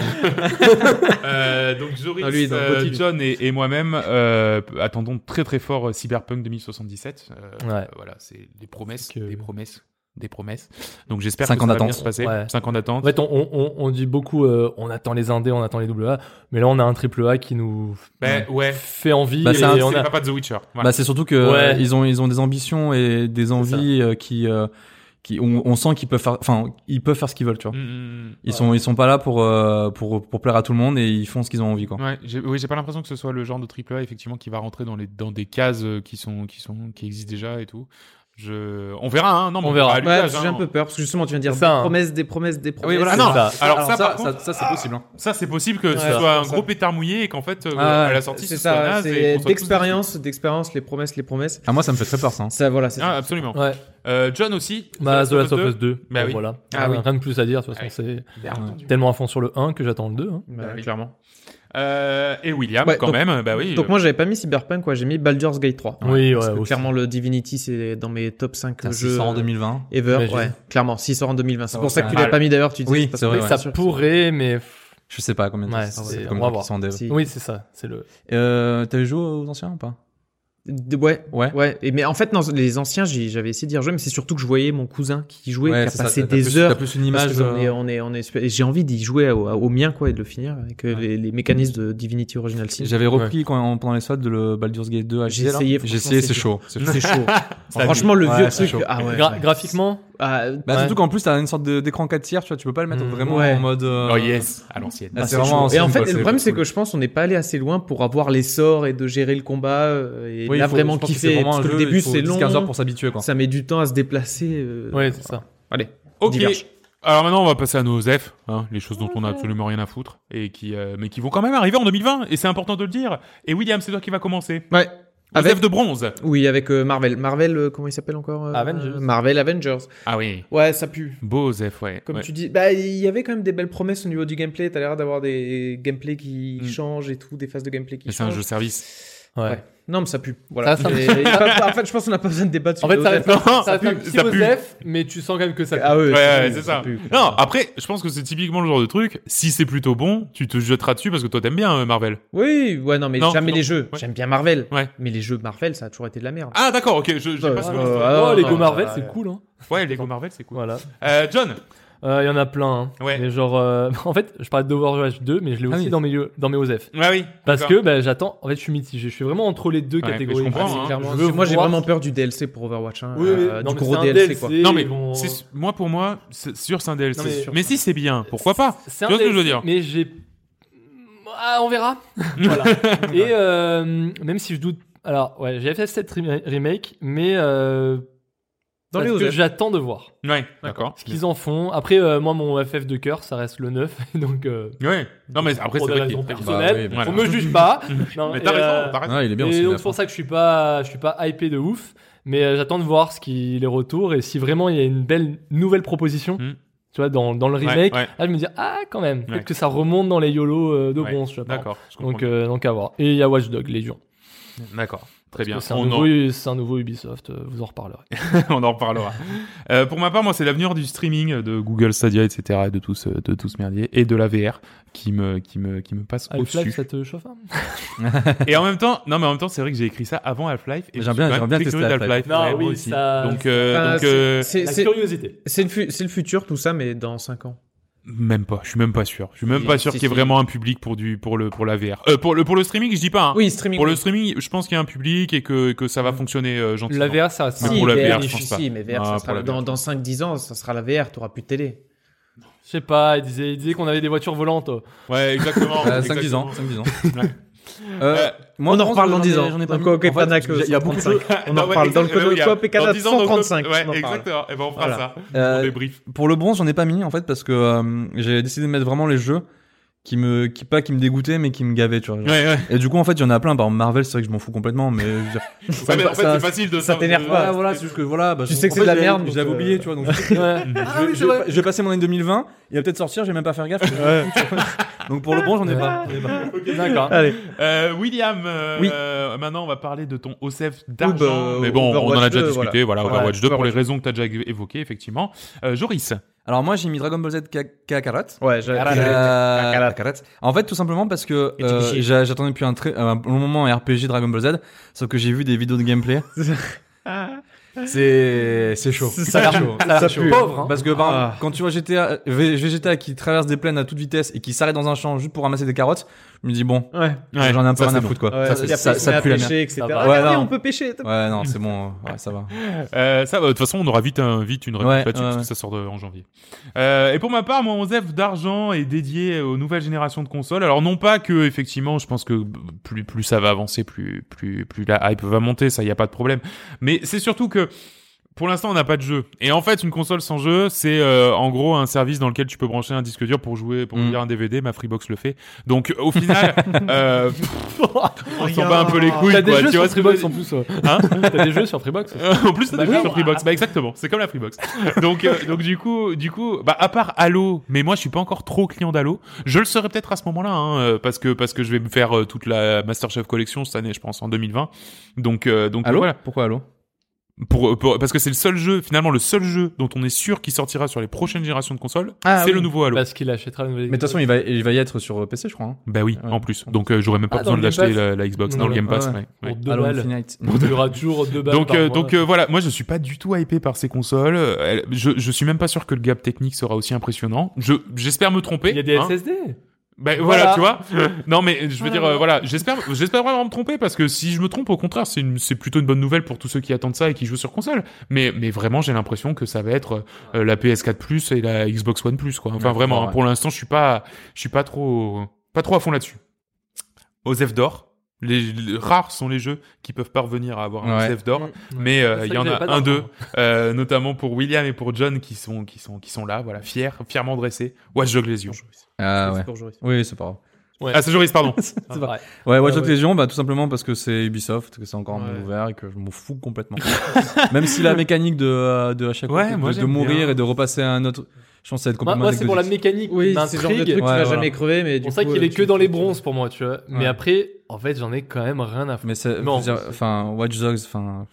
Speaker 4: Euh, donc Joris,
Speaker 7: Ah, lui, dans
Speaker 4: euh,
Speaker 7: Gauthier, lui.
Speaker 4: John et, et moi-même euh, attendons très très fort euh, Cyberpunk deux mille soixante-dix-sept. Euh,
Speaker 5: Ouais.
Speaker 4: Voilà, c'est des promesses,
Speaker 5: Que-
Speaker 4: des promesses, des promesses. Donc j'espère
Speaker 6: Cinq
Speaker 4: que
Speaker 6: ans
Speaker 4: ça va bien
Speaker 6: d'attente.
Speaker 4: se passer.
Speaker 5: Ouais.
Speaker 4: Cinq ans d'attente.
Speaker 5: En fait, on, on, on, on dit beaucoup, euh, on attend les indés, on attend les double A, mais là, on a un triple A qui nous
Speaker 4: Ben, ouais.
Speaker 5: fait envie.
Speaker 6: Bah,
Speaker 5: et
Speaker 6: c'est un-
Speaker 5: on
Speaker 4: C'est
Speaker 5: a...
Speaker 4: pas pas The Witcher. Voilà.
Speaker 6: Bah, c'est surtout que
Speaker 5: Ouais.
Speaker 6: euh, ils ont, ils ont des ambitions et des envies euh, qui, euh, qui, on, on sent qu'ils peuvent faire, enfin, ils peuvent faire ce qu'ils veulent, tu vois.
Speaker 4: Mm, mm, mm.
Speaker 6: Ils sont, ils sont pas là pour, euh, pour, pour plaire à tout le monde et ils font ce qu'ils ont envie, quoi.
Speaker 4: Ouais, j'ai, oui, j'ai pas l'impression que ce soit le genre de triple A effectivement qui va rentrer dans les dans des cases euh, qui sont qui sont qui existent déjà et tout. Je, on verra, hein. Non, mais
Speaker 5: On verra.
Speaker 4: à
Speaker 7: Ouais,
Speaker 4: l'usage,
Speaker 7: parce que j'ai
Speaker 4: hein.
Speaker 7: un peu peur, parce que justement, tu viens de dire
Speaker 5: C'est ça,
Speaker 7: des
Speaker 5: hein.
Speaker 7: promesses, des promesses, des promesses.
Speaker 4: oui, voilà.
Speaker 5: C'est
Speaker 4: Non,
Speaker 5: ça.
Speaker 4: alors,
Speaker 6: Alors
Speaker 4: ça,
Speaker 6: ça,
Speaker 4: par contre,
Speaker 6: ça, ça, c'est possible, hein.
Speaker 4: ça c'est possible que
Speaker 7: Ouais,
Speaker 4: ce
Speaker 7: c'est
Speaker 4: soit un
Speaker 7: ça.
Speaker 4: gros pétard mouillé et qu'en fait euh,
Speaker 6: Ah,
Speaker 4: à la sortie
Speaker 7: C'est
Speaker 4: ce soit
Speaker 7: ça,
Speaker 4: naze et
Speaker 7: c'est
Speaker 4: qu'on soit tous
Speaker 7: d'expérience, d'expérience, les promesses, les promesses.
Speaker 6: Ah, moi, ça me fait très peur, ça. hein.
Speaker 7: Ça, voilà, c'est
Speaker 4: déçus. Ah,
Speaker 7: ça.
Speaker 4: absolument.
Speaker 5: Ouais.
Speaker 4: Euh, John aussi.
Speaker 5: Bah, The Last of Us deux.
Speaker 4: Bah
Speaker 5: Bon,
Speaker 4: oui.
Speaker 5: Voilà.
Speaker 7: Ah
Speaker 5: rien,
Speaker 7: oui.
Speaker 5: rien de plus à dire, de toute façon, c'est tellement à fond sur le un que j'attends le deux. Hein.
Speaker 7: Bah,
Speaker 4: Bah oui.
Speaker 7: clairement.
Speaker 4: Euh, et William
Speaker 7: Ouais,
Speaker 4: quand
Speaker 7: donc-
Speaker 4: même. Bah oui.
Speaker 7: Donc
Speaker 4: euh,
Speaker 7: moi, j'avais pas mis Cyberpunk, quoi. J'ai mis Baldur's Gate trois.
Speaker 5: Oui,
Speaker 7: Parce
Speaker 5: ouais,
Speaker 7: que
Speaker 5: aussi.
Speaker 7: clairement, le Divinity, c'est dans mes top cinq
Speaker 6: Putain,
Speaker 7: jeux.
Speaker 6: s'il sort en deux mille vingt.
Speaker 7: Ever,
Speaker 5: Imagine.
Speaker 7: ouais. Clairement, s'il sort en deux mille vingt. C'est
Speaker 6: Ça
Speaker 7: pour
Speaker 6: va,
Speaker 7: ça que
Speaker 6: c'est
Speaker 7: tu
Speaker 6: un
Speaker 7: l'as pas mis d'ailleurs, tu dis.
Speaker 6: Oui,
Speaker 7: parce
Speaker 6: c'est
Speaker 7: que
Speaker 6: vrai,
Speaker 7: pas
Speaker 6: ouais.
Speaker 5: Ça
Speaker 7: sûr.
Speaker 5: pourrait, mais
Speaker 6: Je sais pas combien de
Speaker 5: Ouais,
Speaker 6: temps.
Speaker 5: c'est-
Speaker 6: Combien
Speaker 5: on va
Speaker 6: de temps
Speaker 5: voir.
Speaker 6: qu'ils sont en dev.
Speaker 7: Si.
Speaker 5: oui, c'est ça. C'est le.
Speaker 6: Euh, t'avais joué aux anciens ou pas?
Speaker 7: De- Ouais,
Speaker 6: Ouais.
Speaker 7: ouais. Et mais en fait, dans les anciens, j'ai- j'avais essayé d'y rejouer, mais c'est surtout que je voyais mon cousin qui jouait,
Speaker 6: Ouais,
Speaker 7: qui a
Speaker 6: c'est ça,
Speaker 7: passé
Speaker 6: t'as- t'as
Speaker 7: des
Speaker 6: plus-
Speaker 7: heures.
Speaker 6: T'as plus une
Speaker 7: Parce
Speaker 6: image.
Speaker 7: que on est,
Speaker 6: euh,
Speaker 7: on est, on est, et j'ai envie d'y jouer au, au mien, quoi, et de le finir avec euh, les, les mécanismes de Divinity Original Sin.
Speaker 6: J'avais repris quand, pendant les soldes de le Baldur's Gate deux H D.
Speaker 7: J'ai
Speaker 6: là.
Speaker 7: essayé,
Speaker 6: J'ai
Speaker 7: franchement,
Speaker 6: essayé,
Speaker 7: c'est
Speaker 6: c'est chaud. C'est chaud.
Speaker 7: C'est chaud. Franchement, le
Speaker 6: Ouais,
Speaker 7: vieux
Speaker 6: c'est
Speaker 7: truc.
Speaker 6: chaud.
Speaker 7: Ah ouais.
Speaker 5: Gra-
Speaker 7: ouais.
Speaker 5: graphiquement,
Speaker 7: Ah,
Speaker 6: Bah,
Speaker 5: Ouais.
Speaker 6: surtout qu'en plus, t'as une sorte de- d'écran quatre tiers, tu vois, tu peux pas le mettre
Speaker 5: Mmh.
Speaker 6: vraiment
Speaker 7: Ouais.
Speaker 6: en mode. euh,
Speaker 4: Oh yes, à l'ancienne.
Speaker 6: Ah,
Speaker 7: Ah,
Speaker 6: c'est
Speaker 7: c'est
Speaker 6: vraiment
Speaker 7: chaud. Et
Speaker 6: ancien,
Speaker 7: en fait,
Speaker 6: quoi,
Speaker 7: le
Speaker 6: c'est
Speaker 7: problème, c'est
Speaker 6: cool.
Speaker 7: que je pense qu'on n'est pas allé assez loin pour avoir les sorts et de gérer le combat euh, et
Speaker 6: Oui,
Speaker 7: là
Speaker 6: il faut-
Speaker 7: vraiment
Speaker 6: je pense que c'est
Speaker 7: kiffer.
Speaker 6: vraiment
Speaker 7: Parce
Speaker 6: un
Speaker 7: que le
Speaker 6: jeu,
Speaker 7: début
Speaker 6: il faut
Speaker 7: c'est
Speaker 6: dix
Speaker 7: long,
Speaker 6: quinze heures pour s'habituer, quoi.
Speaker 7: ça met du temps à se déplacer. euh,
Speaker 5: Ouais, c'est ça.
Speaker 7: Allez,
Speaker 4: Ok.
Speaker 7: diverge.
Speaker 4: Alors maintenant, on va passer à nos O S F, hein, les choses dont on a absolument rien à foutre et qui, euh, mais qui vont quand même arriver en deux mille vingt et c'est important de le dire. Et William, c'est toi qui va commencer.
Speaker 7: Ouais.
Speaker 4: O S
Speaker 7: Avec,
Speaker 4: F de bronze.
Speaker 7: oui, avec euh, Marvel. Marvel, euh, comment il s'appelle encore euh,
Speaker 5: Avengers.
Speaker 7: Marvel Avengers.
Speaker 4: Ah oui.
Speaker 7: Ouais, ça pue.
Speaker 4: Beau O S F, ouais.
Speaker 7: Comme
Speaker 4: ouais.
Speaker 7: tu dis, bah il y avait quand même des belles promesses au niveau du gameplay. T'as l'air d'avoir des gameplays qui
Speaker 4: Mm.
Speaker 7: changent et tout, des phases de gameplay qui
Speaker 4: Mais c'est un
Speaker 7: changent.
Speaker 4: jeu service.
Speaker 5: Ouais.
Speaker 7: Ouais. Non, mais ça pue. Voilà.
Speaker 5: Ça, ça-
Speaker 7: Et- et pas- en fait, je pense qu'on n'a pas besoin de débattre sur
Speaker 5: En fait,
Speaker 7: le
Speaker 5: ça
Speaker 7: O S
Speaker 5: reste,
Speaker 7: F.
Speaker 5: un-
Speaker 4: Non,
Speaker 5: ça reste
Speaker 4: ça
Speaker 5: un
Speaker 4: pue,
Speaker 5: petit
Speaker 4: ça pue.
Speaker 5: O S F, mais tu sens quand même que ça pue.
Speaker 7: Ah ouais,
Speaker 4: Ouais,
Speaker 7: ça
Speaker 4: ouais,
Speaker 7: pue,
Speaker 4: c'est
Speaker 7: ça
Speaker 4: ça.
Speaker 7: pue.
Speaker 4: Non, après, je pense que c'est typiquement le genre de truc. Si c'est plutôt bon, tu te jetteras dessus parce que toi t'aimes bien euh, Marvel.
Speaker 7: Oui, ouais, non, mais
Speaker 4: Non,
Speaker 7: jamais
Speaker 4: non,
Speaker 7: les jeux.
Speaker 4: ouais.
Speaker 7: J'aime bien Marvel.
Speaker 4: Ouais.
Speaker 7: Mais les jeux Marvel, ça a toujours été de la merde.
Speaker 4: Ah d'accord, ok. Je, j'ai
Speaker 7: Ouais,
Speaker 4: pas suivi
Speaker 7: ouais,
Speaker 4: l'histoire.
Speaker 7: ouais.
Speaker 5: Oh,
Speaker 7: Ah,
Speaker 5: Lego
Speaker 7: non,
Speaker 5: Marvel,
Speaker 7: ouais.
Speaker 5: c'est cool, hein.
Speaker 4: Ouais, Lego Marvel, c'est cool.
Speaker 5: Voilà.
Speaker 4: Euh, John.
Speaker 5: Il y en a plein. Hein.
Speaker 4: Ouais.
Speaker 5: Mais genre, euh, en fait, je parlais d'Overwatch deux, mais je l'ai
Speaker 6: Ah
Speaker 5: aussi
Speaker 6: oui.
Speaker 5: dans mes dans mes O S F.
Speaker 4: Ouais, oui.
Speaker 5: Parce
Speaker 4: d'accord.
Speaker 5: que bah, j'attends. En fait, je suis mitigé. Je suis vraiment entre les deux
Speaker 4: Ouais, mais
Speaker 5: catégories.
Speaker 4: je comprends,
Speaker 7: Ah, c'est
Speaker 4: hein.
Speaker 7: clairement-
Speaker 5: Je veux
Speaker 7: Moi, j'ai
Speaker 5: voir-
Speaker 7: vraiment peur du D L C pour Overwatch. Hein.
Speaker 5: Oui, oui.
Speaker 7: Euh,
Speaker 5: Non,
Speaker 7: du
Speaker 5: mais
Speaker 7: gros
Speaker 5: c'est un
Speaker 7: D L C, quoi.
Speaker 4: Non mais
Speaker 5: ils vont-
Speaker 4: c'est- moi pour moi, c'est sûr c'est un D L C.
Speaker 5: Non, mais
Speaker 4: mais,
Speaker 5: sûr.
Speaker 4: si c'est bien, pourquoi pas.
Speaker 5: C'est
Speaker 4: Tu vois
Speaker 5: un
Speaker 4: ce que je veux
Speaker 5: D L C,
Speaker 4: dire
Speaker 5: Mais j'ai. Ah, on verra. Voilà. Et euh, même si je doute. Alors, ouais, j'ai F F sept rem- remake, mais euh,
Speaker 7: Dans les
Speaker 5: parce que
Speaker 7: O S F.
Speaker 5: j'attends de voir
Speaker 4: Ouais, d'accord.
Speaker 5: ce qu'ils en font. Après, euh, moi, mon F F de cœur, ça reste le neuf, donc. Euh,
Speaker 4: Ouais. Non mais après
Speaker 5: pour
Speaker 4: c'est
Speaker 5: des
Speaker 4: vrai qu'il
Speaker 5: raisons
Speaker 4: est-
Speaker 5: personnelles,
Speaker 6: Bah oui,
Speaker 4: voilà.
Speaker 5: on me juge pas. Non,
Speaker 4: Mais t'as
Speaker 5: et,
Speaker 4: raison,
Speaker 5: euh,
Speaker 4: t'as raison.
Speaker 6: Ah, il est bien
Speaker 5: et
Speaker 6: aussi.
Speaker 5: donc
Speaker 6: neuf,
Speaker 5: c'est pour
Speaker 6: hein.
Speaker 5: ça que je suis pas, je suis pas hypé de ouf, mais euh, j'attends de voir ce qui les retours et si vraiment il y a une belle nouvelle proposition,
Speaker 4: Mm.
Speaker 5: tu vois, dans, dans le
Speaker 4: Ouais,
Speaker 5: remake,
Speaker 4: ouais.
Speaker 5: là je me dis ah quand même, peut-être
Speaker 4: Ouais.
Speaker 5: que ça remonte dans les YOLO euh, de
Speaker 4: Ouais,
Speaker 5: bronze, tu vois.
Speaker 4: D'accord. je comprends
Speaker 5: Donc euh, donc à voir. Et il y a Watch Dogs Légion.
Speaker 4: D'accord. Très bien.
Speaker 5: Parce que C'est un,
Speaker 4: On
Speaker 5: nouveau,
Speaker 4: en,
Speaker 5: c'est un nouveau Ubisoft, euh, vous en reparlerez.
Speaker 4: on en reparlera. Euh, pour ma part, moi, c'est l'avenir du streaming, de Google Stadia, et cetera, et de tout ce, de tout ce merdier, et de la V R qui me, qui me, qui me passe
Speaker 5: Half-Life,
Speaker 4: au-dessus.
Speaker 5: ça te chauffe hein
Speaker 4: Et en même temps, non, mais en même temps, c'est vrai que j'ai écrit ça avant Half-Life. Et je
Speaker 6: J'aimerais
Speaker 4: suis
Speaker 6: bien-
Speaker 4: quand
Speaker 6: j'aimerais
Speaker 4: même
Speaker 6: bien
Speaker 4: très
Speaker 6: tester
Speaker 4: curieux
Speaker 6: Half-Life.
Speaker 4: d'Half-Life.
Speaker 5: Non,
Speaker 4: Ouais,
Speaker 5: oui,
Speaker 4: moi aussi.
Speaker 5: ça-
Speaker 4: Donc, euh,
Speaker 7: Enfin,
Speaker 4: donc,
Speaker 7: c'est-
Speaker 4: euh,
Speaker 7: c'est-
Speaker 5: La
Speaker 7: c'est-
Speaker 5: curiosité.
Speaker 7: C'est le, fu- c'est le futur, tout ça, mais dans cinq ans.
Speaker 4: même pas. Je suis même pas sûr. Je suis même
Speaker 7: Si,
Speaker 4: pas sûr
Speaker 7: si,
Speaker 4: qu'il y ait
Speaker 7: si.
Speaker 4: vraiment un public pour du, pour le, pour la V R. Euh, pour le, pour le streaming, je dis pas. Hein.
Speaker 7: Oui, streaming.
Speaker 4: Pour le streaming, je pense qu'il y a un public et que, que ça va fonctionner euh, gentiment.
Speaker 5: La V R, ça reste.
Speaker 4: Mais
Speaker 7: Si,
Speaker 4: pour la V R,
Speaker 7: V R,
Speaker 4: je pense
Speaker 7: si,
Speaker 4: pas.
Speaker 7: si, mais V R,
Speaker 4: Ah,
Speaker 7: ça
Speaker 4: pour
Speaker 7: sera,
Speaker 4: la V R.
Speaker 7: dans, dans cinq dix ans, ça sera la V R, t'auras plus de télé.
Speaker 5: Je sais pas, il disait, il disait qu'on avait des voitures volantes. oh.
Speaker 4: Ouais, exactement.
Speaker 6: Euh, cinq dix
Speaker 4: exactement.
Speaker 6: ans. cinq dix ans.
Speaker 4: Ouais.
Speaker 6: Euh,
Speaker 4: Euh,
Speaker 6: moi,
Speaker 7: On en
Speaker 6: je pense
Speaker 7: reparle
Speaker 6: que
Speaker 7: dans
Speaker 6: j'en ai-
Speaker 7: dix ans.
Speaker 6: J'en ai pas
Speaker 7: Dans
Speaker 6: mis.
Speaker 7: Coop et
Speaker 6: En fait,
Speaker 7: Panac,
Speaker 6: Il y a beaucoup de jeux.
Speaker 7: On
Speaker 4: Non,
Speaker 7: en
Speaker 4: ouais,
Speaker 7: reparle dans le
Speaker 4: exactement, il y a-
Speaker 7: Coop et Panac
Speaker 4: dans dix ans, dans le
Speaker 7: cent trente-cinq.
Speaker 4: Ouais,
Speaker 7: on en parle.
Speaker 4: exactement. Et ben, on fera
Speaker 7: Voilà.
Speaker 4: ça.
Speaker 6: Euh,
Speaker 4: On débrief.
Speaker 6: Pour le bronze, j'en ai pas mis en fait parce que euh, j'ai décidé de mettre vraiment les jeux qui me, qui pas qui me dégoûtaient mais qui me gavaient, tu vois. genre.
Speaker 4: Ouais, ouais.
Speaker 6: Et du coup, en fait, il y en a plein. Par exemple, Marvel, c'est vrai que je m'en fous complètement, mais je veux dire,
Speaker 4: Ouais, mais en fait,
Speaker 6: ça-
Speaker 4: c'est facile de
Speaker 7: ça t'énerve
Speaker 4: de-
Speaker 7: pas.
Speaker 6: Ouais, voilà, c'est juste que voilà, bah,
Speaker 7: Tu
Speaker 6: je-
Speaker 7: sais que
Speaker 6: en
Speaker 7: c'est de
Speaker 6: fait,
Speaker 7: la
Speaker 6: je l'avais-
Speaker 7: merde,
Speaker 6: Je l'avais
Speaker 7: donc,
Speaker 6: oublié,
Speaker 7: euh,
Speaker 6: tu vois. Donc, je, sais que-
Speaker 5: Ouais.
Speaker 6: je, vais- je vais- je vais passer mon année deux mille vingt. Il va peut-être sortir, j'ai même pas faire gaffe. Donc pour le bronze, j'en ai pas. j'en ai pas.
Speaker 5: D'accord.
Speaker 7: Allez.
Speaker 4: Euh, William, euh,
Speaker 7: Oui.
Speaker 4: euh, maintenant on va parler de ton O S F d'argent.
Speaker 7: bah,
Speaker 4: mais bon, on en a
Speaker 7: Overwatch
Speaker 4: déjà
Speaker 7: deux,
Speaker 4: discuté. Voilà,
Speaker 7: voilà.
Speaker 4: Overwatch deux pour les
Speaker 7: Overwatch.
Speaker 4: raisons que tu as déjà évoquées, effectivement. Euh, Joris.
Speaker 6: Alors moi, j'ai mis Dragon Ball Z Ka- Kakarot.
Speaker 7: Ouais, j'ai-
Speaker 6: Euh,
Speaker 7: Kakarot.
Speaker 6: Kakarot. En fait, tout simplement parce que
Speaker 7: Et
Speaker 6: euh,
Speaker 7: Tsukishi.
Speaker 6: j'a- j'attendais depuis un, très, un long moment un R P G Dragon Ball Z, sauf que j'ai vu des vidéos de gameplay. C'est c'est chaud.
Speaker 7: Ça
Speaker 6: C'est
Speaker 7: a l'air-
Speaker 6: chaud.
Speaker 7: ça
Speaker 6: C'est
Speaker 7: pue.
Speaker 6: chaud.
Speaker 5: Pauvre, hein.
Speaker 6: Parce que par
Speaker 7: Ah.
Speaker 6: exemple, quand tu vois G T A, V- G T A qui traverse des plaines à toute vitesse et qui s'arrête dans un champ juste pour ramasser des carottes, je me dis bon,
Speaker 7: Ouais.
Speaker 4: Ouais,
Speaker 6: j'en ai un peu
Speaker 4: ça,
Speaker 6: rien
Speaker 4: c'est
Speaker 6: à
Speaker 4: bon.
Speaker 6: foutre quoi.
Speaker 7: Ouais,
Speaker 6: ça,
Speaker 7: puis
Speaker 6: ça,
Speaker 7: après,
Speaker 6: ça,
Speaker 7: il se met
Speaker 6: ça
Speaker 7: à
Speaker 6: pue la merde.
Speaker 7: pêcher, et cetera.
Speaker 5: Ça va.
Speaker 6: Ouais,
Speaker 7: Regardez,
Speaker 6: non.
Speaker 7: on peut pêcher.
Speaker 6: Ouais non, c'est bon, ouais, ça va.
Speaker 4: Euh, ça, va, de toute façon, on aura vite, un, vite une réponse
Speaker 6: Ouais,
Speaker 4: là-dessus
Speaker 6: ouais,
Speaker 4: parce
Speaker 6: ouais.
Speaker 4: que ça sort de- en janvier. Euh, et pour ma part, mon O S F d'argent est dédié aux nouvelles générations de consoles. Alors non pas que, effectivement, je pense que plus plus ça va avancer, plus plus plus la hype va monter, ça y a pas de problème. Mais c'est surtout que pour l'instant, on n'a pas de jeu. Et en fait, une console sans jeu, c'est euh, en gros un service dans lequel tu peux brancher un disque dur pour jouer, pour
Speaker 6: Mm.
Speaker 4: lire un D V D. Ma Freebox le fait. Donc, au final, euh, on s'en bat un peu les couilles.
Speaker 5: T'as des
Speaker 4: quoi,
Speaker 5: jeux
Speaker 4: tu
Speaker 5: sur
Speaker 4: vois ce que je veux
Speaker 5: Freebox en
Speaker 4: dire
Speaker 5: plus. euh.
Speaker 4: Hein
Speaker 5: T'as des jeux sur Freebox.
Speaker 4: Euh, en plus, t'as
Speaker 5: Bah
Speaker 4: des jeux
Speaker 5: oui.
Speaker 4: sur Freebox. Bah exactement, c'est comme la Freebox. Donc, euh, donc du coup, du coup, bah à part Halo, mais moi je suis pas encore trop client d'Halo. Je le serai peut-être à ce moment-là, hein, euh, parce que parce que je vais me faire euh, toute la MasterChef Collection cette année, je pense en deux mille vingt. Donc euh, donc
Speaker 6: Allô
Speaker 4: voilà.
Speaker 6: Pourquoi allô
Speaker 4: Pour, pour parce que c'est le seul jeu, finalement le seul jeu dont on est sûr qu'il sortira sur les prochaines générations de consoles,
Speaker 7: Ah,
Speaker 4: c'est
Speaker 7: oui.
Speaker 4: le nouveau Halo.
Speaker 5: Parce qu'il achètera une nouvelle.
Speaker 6: Mais de toute façon, il va, il va y être sur P C, je crois. Hein.
Speaker 4: Bah oui,
Speaker 6: Ouais.
Speaker 4: en plus. Donc euh, j'aurais même pas
Speaker 5: Ah, dans
Speaker 4: besoin de
Speaker 5: le Game
Speaker 4: l'acheter
Speaker 5: Pass
Speaker 4: la, la Xbox
Speaker 5: Non,
Speaker 4: dans le Game
Speaker 6: ouais,
Speaker 4: Pass.
Speaker 6: ouais.
Speaker 4: ouais, ouais.
Speaker 5: Pour deux
Speaker 6: Halo
Speaker 5: balles.
Speaker 6: Infinite.
Speaker 5: Il y aura toujours deux balles.
Speaker 4: Donc,
Speaker 5: par
Speaker 4: euh,
Speaker 5: mois.
Speaker 4: donc euh, voilà, moi je suis pas du tout hypé par ces consoles. Euh, Je, je suis même pas sûr que le gap technique sera aussi impressionnant. Je, j'espère me tromper.
Speaker 5: Il y a des
Speaker 4: hein.
Speaker 5: S S D.
Speaker 4: Ben voilà,
Speaker 5: Voilà.
Speaker 4: tu vois. Non mais je veux dire, euh, voilà, j'espère, j'espère vraiment me tromper parce que si je me trompe, au contraire, c'est une, c'est plutôt une bonne nouvelle pour tous ceux qui attendent ça et qui jouent sur console. Mais, mais vraiment, j'ai l'impression que ça va être euh, la P S quatre Plus et la Xbox One Plus, quoi. Enfin
Speaker 6: Ouais,
Speaker 4: vraiment,
Speaker 6: ouais.
Speaker 4: hein, pour l'instant, je suis pas, je suis pas trop, pas trop à fond là-dessus. Osef d'or. Les, les- rares sont les jeux qui peuvent parvenir à avoir un
Speaker 6: Ouais.
Speaker 4: Osef d'or,
Speaker 5: Ouais.
Speaker 4: mais euh,
Speaker 5: Ça,
Speaker 4: il y
Speaker 5: ils
Speaker 4: en
Speaker 5: avaient
Speaker 4: a
Speaker 5: pas
Speaker 4: un,
Speaker 5: d'argent.
Speaker 4: deux, euh, notamment pour William et pour John qui sont, qui sont, qui sont là, voilà, fiers, fièrement dressés. Watch Dogs Légion.
Speaker 6: Ah
Speaker 7: C'est
Speaker 6: ouais.
Speaker 7: pour Joris.
Speaker 6: Oui, c'est pas grave.
Speaker 5: Ouais.
Speaker 4: Ah, c'est Joris, pardon.
Speaker 5: Ah, ouais.
Speaker 6: Ouais, Watch Dogs
Speaker 7: ouais.
Speaker 6: Légion, bah tout simplement parce que c'est Ubisoft, que c'est encore un
Speaker 7: Ouais.
Speaker 6: monde ouvert et que je m'en fous complètement. Même si la mécanique de, euh, de à chaque
Speaker 4: Ouais,
Speaker 6: fois
Speaker 4: moi,
Speaker 6: de, de
Speaker 4: j'aime
Speaker 6: mourir
Speaker 4: bien.
Speaker 6: et de repasser à un autre, je pense que ça va être
Speaker 5: Moi,
Speaker 6: complètement
Speaker 5: moi, c'est pour la
Speaker 6: anecdotique.
Speaker 5: mécanique
Speaker 7: Oui, c'est le genre de truc
Speaker 5: d'intrigue.
Speaker 7: que tu vas
Speaker 6: Ouais,
Speaker 7: jamais
Speaker 6: voilà.
Speaker 7: crever, mais
Speaker 5: C'est
Speaker 7: du
Speaker 5: pour ça
Speaker 7: coup,
Speaker 5: qu'il
Speaker 7: euh,
Speaker 5: est
Speaker 7: tu-
Speaker 5: que dans les
Speaker 7: tu-
Speaker 5: bronzes pour moi, tu vois. Mais
Speaker 6: Ouais.
Speaker 5: après, en fait, j'en ai quand même rien à foutre.
Speaker 6: Mais c'est,
Speaker 5: Non.
Speaker 6: faut dire, enfin, Watch Dogs, enfin,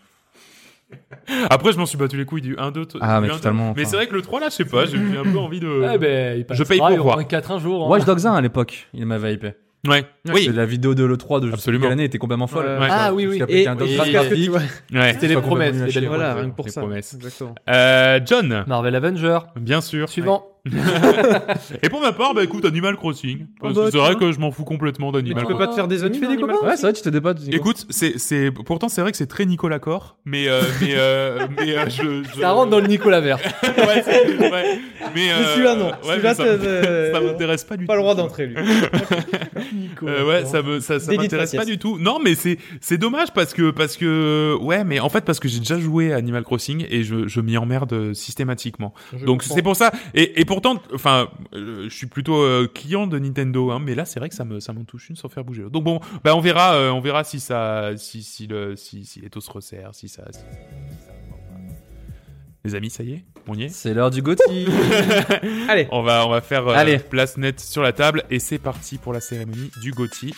Speaker 4: Après, je m'en suis battu les couilles du un deux.
Speaker 6: Ah,
Speaker 4: du
Speaker 6: mais
Speaker 4: un, deux.
Speaker 6: totalement,
Speaker 4: Mais
Speaker 6: enfin.
Speaker 4: c'est vrai que le trois, là, je sais pas, j'ai eu un peu envie de...
Speaker 5: Ouais, ben, il
Speaker 4: Je paye
Speaker 5: passera,
Speaker 4: pour
Speaker 5: il y aura
Speaker 4: voir.
Speaker 5: un quatre un jour. hein.
Speaker 6: Watch Dogs un à l'époque, il m'avait hypé.
Speaker 4: Ouais. Oui.
Speaker 6: C'est la vidéo de l'E trois de je sais
Speaker 4: Absolument.
Speaker 6: plus quelle année était complètement folle.
Speaker 7: Ouais.
Speaker 4: Ouais.
Speaker 5: Ah oui, oui.
Speaker 6: Parce
Speaker 7: Et,
Speaker 6: qu'après, il y a un
Speaker 7: et
Speaker 6: autre
Speaker 5: et-
Speaker 6: graphique.
Speaker 7: parce que tu vois-
Speaker 4: Ouais.
Speaker 5: C'était les
Speaker 6: Pas
Speaker 5: promesses,
Speaker 6: complètement
Speaker 5: les belles
Speaker 6: lâché.
Speaker 7: Voilà,
Speaker 5: promesses.
Speaker 7: rien que pour
Speaker 4: Les
Speaker 7: ça.
Speaker 4: promesses.
Speaker 7: Exactement.
Speaker 4: Euh, John,
Speaker 5: Marvel Avenger.
Speaker 4: bien sûr.
Speaker 5: Suivant.
Speaker 4: Et pour ma part, bah écoute, Animal Crossing. Parce
Speaker 7: bah,
Speaker 4: que c'est vrai
Speaker 7: tiens.
Speaker 4: que je m'en fous complètement
Speaker 7: Mais
Speaker 4: d'Animal
Speaker 7: tu peux
Speaker 4: Crossing.
Speaker 7: pas te faire des
Speaker 5: Tu
Speaker 7: amis
Speaker 5: fais
Speaker 7: dans
Speaker 5: des
Speaker 7: Animal
Speaker 5: copains
Speaker 6: Ouais, c'est vrai, tu te débattes. Nico.
Speaker 4: Écoute, c'est, c'est, pourtant c'est vrai que c'est très Nicolas Cor, mais euh, mais euh, mais euh, je, je...
Speaker 5: Ça rentre dans le Nicolas Vert.
Speaker 4: ouais, c'est- ouais. Mais, euh,
Speaker 7: Mais celui-là, non.
Speaker 4: ouais,
Speaker 7: Celui-là,
Speaker 4: mais ça,
Speaker 7: t'es-
Speaker 4: ça m'intéresse pas du
Speaker 7: Pas
Speaker 4: tout.
Speaker 7: le droit d'entrer, lui.
Speaker 4: Euh, ouais, ça me ça, ça
Speaker 7: Délit de
Speaker 4: m'intéresse pas
Speaker 7: faciès.
Speaker 4: du tout. Non, mais c'est c'est dommage parce que parce que ouais, mais en fait parce que j'ai déjà joué à Animal Crossing et je je m'y emmerde systématiquement. Donc c'est pour ça et et pourtant enfin euh, je suis plutôt euh, client de Nintendo hein, mais là c'est vrai que ça me ça m'en touche une sans faire bouger l'autre. Donc bon, bah on verra euh, on verra si ça si si le si si les taux se resserrent, si ça si, si ça les amis, ça y est, on y est.
Speaker 6: C'est l'heure du Gotti.
Speaker 7: Allez.
Speaker 4: On va on va faire euh,
Speaker 6: Allez.
Speaker 4: place nette sur la table et c'est parti pour la cérémonie du Gotti.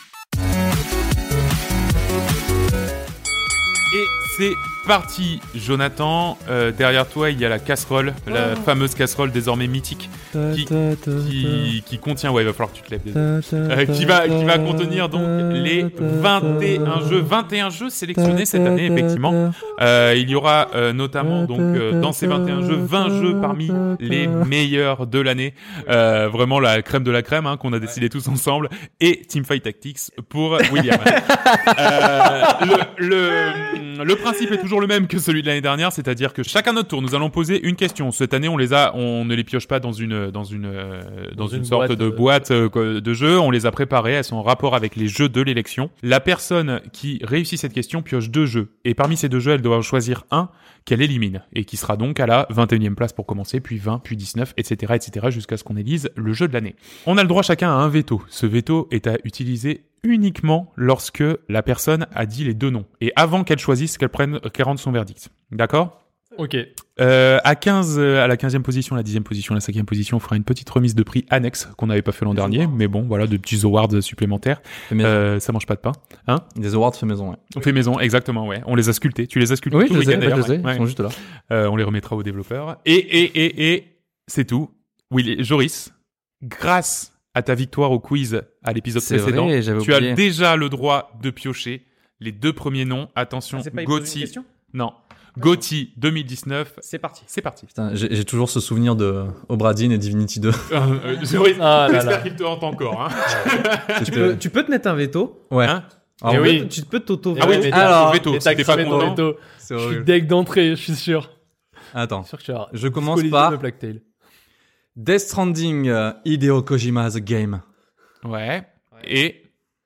Speaker 4: Et c'est parti, Jonathan. Euh, derrière toi, il y a la casserole, la fameuse casserole désormais mythique, qui, qui, qui contient. Ouais, il va falloir que tu te lèves. désolé. Euh, qui va, qui va contenir donc les vingt et un jeux, vingt et un jeux sélectionnés cette année, effectivement. Euh, il y aura euh, notamment donc euh, dans ces vingt et un jeux, vingt jeux parmi les meilleurs de l'année. Euh, vraiment la crème de la crème hein, qu'on a décidé tous ensemble. Et Teamfight Tactics pour William. euh, le, le, le principe est toujours le même que celui de l'année dernière, c'est-à-dire que chacun notre tour, nous allons poser une question. Cette année, on les a, on ne les pioche pas dans une dans une euh, dans,
Speaker 5: Dans
Speaker 4: une,
Speaker 5: une
Speaker 4: sorte
Speaker 5: boîte,
Speaker 4: de
Speaker 5: euh,
Speaker 4: boîte euh, de jeux. On les a préparées, elles sont en rapport avec les jeux de l'élection. La personne qui réussit cette question pioche deux jeux, et parmi ces deux jeux, elle doit en choisir un qu'elle élimine et qui sera donc à la vingt et unième place pour commencer, puis vingt, puis dix-neuf, et cetera, et cetera, jusqu'à ce qu'on élise le jeu de l'année. On a le droit chacun à un veto. Ce veto est à utiliser uniquement lorsque la personne a dit les deux noms et avant qu'elle choisisse, qu'elle prenne, qu'elle rende son verdict. D'accord ?
Speaker 5: Ok.
Speaker 4: Euh, à quinze, euh, à la quinzième position, la dixième position, la cinquième position, on fera une petite remise de prix annexe qu'on n'avait pas fait l'an dernier, mais bon, voilà, de petits awards supplémentaires.
Speaker 6: Fait maison.
Speaker 4: Euh, ça mange pas de pain, hein ?
Speaker 6: Des awards fait maison, ouais.
Speaker 4: On fait maison, exactement, ouais. On les a sculptés. Tu les as sculptés
Speaker 6: Oui,
Speaker 4: tout
Speaker 6: je
Speaker 4: le
Speaker 6: les ai,
Speaker 4: week-end,
Speaker 6: en fait, je
Speaker 4: d'ailleurs,
Speaker 6: les ai,
Speaker 4: ouais.
Speaker 6: ils sont juste là.
Speaker 4: Euh, on les remettra aux développeurs. Et et et et c'est tout. Oui, Joris, grâce à ta victoire au quiz à l'épisode
Speaker 6: C'est
Speaker 4: précédent,
Speaker 6: vrai, j'avais
Speaker 4: tu
Speaker 6: oublié.
Speaker 4: as déjà le droit de piocher les deux premiers noms. Attention,
Speaker 7: Ah, c'est pas, il pose une
Speaker 4: Gotti.
Speaker 7: question
Speaker 4: Non, Gotti deux mille dix-neuf.
Speaker 7: C'est parti.
Speaker 4: C'est parti.
Speaker 6: Putain, j'ai, j'ai toujours ce souvenir de Obradine et Divinity deux.
Speaker 4: Euh, Joris,
Speaker 5: Ah là
Speaker 4: j'espère
Speaker 5: là.
Speaker 4: qu'il te hante encore. Hein.
Speaker 7: Tu peux, tu peux te mettre un veto.
Speaker 6: Ouais.
Speaker 4: Hein
Speaker 6: Ah,
Speaker 5: Eh
Speaker 6: ouais.
Speaker 5: oui.
Speaker 7: Tu peux t'auto.
Speaker 4: Ah oui,
Speaker 5: mais
Speaker 4: mais
Speaker 5: t'as-
Speaker 6: alors,
Speaker 4: veto.
Speaker 5: Et t'as
Speaker 4: Si t'es pas
Speaker 5: cramé ton
Speaker 4: content.
Speaker 5: veto.
Speaker 6: C'est
Speaker 5: Je suis
Speaker 6: horrible.
Speaker 5: deck d'entrée, je suis sûr.
Speaker 6: Attends,
Speaker 5: Je suis sûr que tu as.
Speaker 6: je commence
Speaker 5: Collision
Speaker 6: par
Speaker 5: de Plague Tale.
Speaker 6: Death Stranding, euh, Hideo Kojima The Game,
Speaker 4: Ouais. Et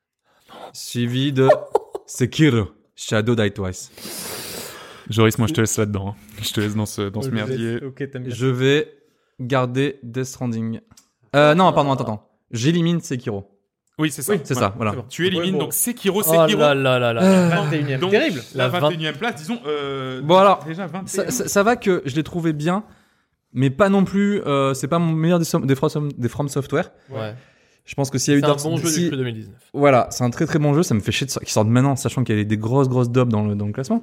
Speaker 6: suivi de Sekiro, Shadow Die Twice.
Speaker 4: Joris, moi je te laisse là-dedans. hein. Je te laisse dans ce dans ce
Speaker 7: Ouais, je
Speaker 4: merdier.
Speaker 7: laisse. Ok, t'aimes bien.
Speaker 6: Je vais garder Death Stranding. Euh, non, pardon, attends, attends. J'élimine Sekiro.
Speaker 4: Oui, c'est ça.
Speaker 6: Oui, c'est
Speaker 4: Voilà.
Speaker 6: ça, voilà.
Speaker 7: C'est bon.
Speaker 4: Tu élimines
Speaker 7: Ouais, bon.
Speaker 4: donc Sekiro,
Speaker 5: Oh
Speaker 4: Sekiro.
Speaker 5: là là là là.
Speaker 7: vingt et unième.
Speaker 4: Donc,
Speaker 7: Terrible.
Speaker 4: La
Speaker 5: La
Speaker 4: vingt et unième place, disons. Euh,
Speaker 6: Bon, alors,
Speaker 4: déjà vingt et un.
Speaker 6: Ça, ça, ça va que je l'ai trouvé bien, mais pas non plus. Euh, c'est pas mon meilleur des, som- des, From, des From Software.
Speaker 5: Ouais.
Speaker 6: Je pense que s'il y a eu
Speaker 5: C'est un
Speaker 6: Dark-
Speaker 5: bon jeu
Speaker 6: si-
Speaker 5: du deux mille dix-neuf.
Speaker 6: Voilà, c'est un très très bon jeu. Ça me fait chier de so- qu'il sorte maintenant, sachant qu'il y a des grosses grosses daubes dans le dans le classement.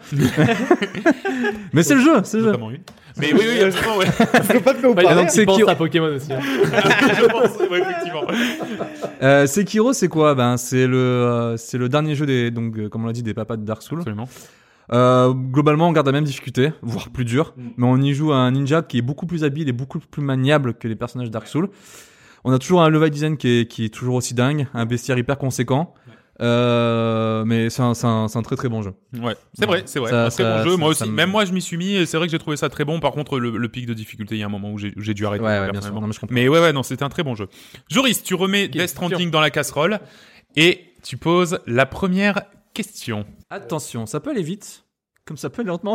Speaker 6: Mais c'est le jeu, c'est le jeu.
Speaker 4: Notamment une. Mais oui, oui, absolument, ouais.
Speaker 7: Je peux pas te le
Speaker 5: Ouais,
Speaker 7: parler.
Speaker 6: donc,
Speaker 5: donc,
Speaker 6: c'est
Speaker 5: c'est pense
Speaker 6: qui-
Speaker 5: à Pokémon aussi. hein.
Speaker 4: Je pense, ouais, effectivement.
Speaker 6: Euh, Sekiro, c'est quoi? Ben, c'est le euh, c'est le dernier jeu des donc euh, comme on l'a dit des papas de Dark Souls.
Speaker 4: Absolument.
Speaker 6: Euh, globalement, on garde la même difficulté, voire plus dur, mais on y joue à un ninja qui est beaucoup plus habile et beaucoup plus maniable que les personnages Dark Souls. On a toujours un level design qui est, qui est toujours aussi dingue, un bestiaire hyper conséquent. Euh, mais c'est un, c'est, un, c'est un très très bon jeu.
Speaker 4: Ouais, c'est vrai, c'est vrai.
Speaker 6: Ça-
Speaker 4: un très
Speaker 6: ça-
Speaker 4: bon jeu.
Speaker 6: ça-
Speaker 4: Moi
Speaker 6: ça
Speaker 4: aussi.
Speaker 6: me-
Speaker 4: Même moi, je m'y suis mis et c'est vrai que j'ai trouvé ça très bon. Par contre, le, le pic de difficulté, il y a un moment où j'ai, où j'ai dû arrêter.
Speaker 6: Ouais, ouais, bien sûr.
Speaker 4: personnellement.
Speaker 6: Non, mais je comprends.
Speaker 4: Mais ouais, ouais, non, c'était un très bon jeu. Joris, tu remets Death Stranding dans la casserole et tu poses la première question.
Speaker 6: Attention, ça peut aller vite, comme ça peut aller lentement.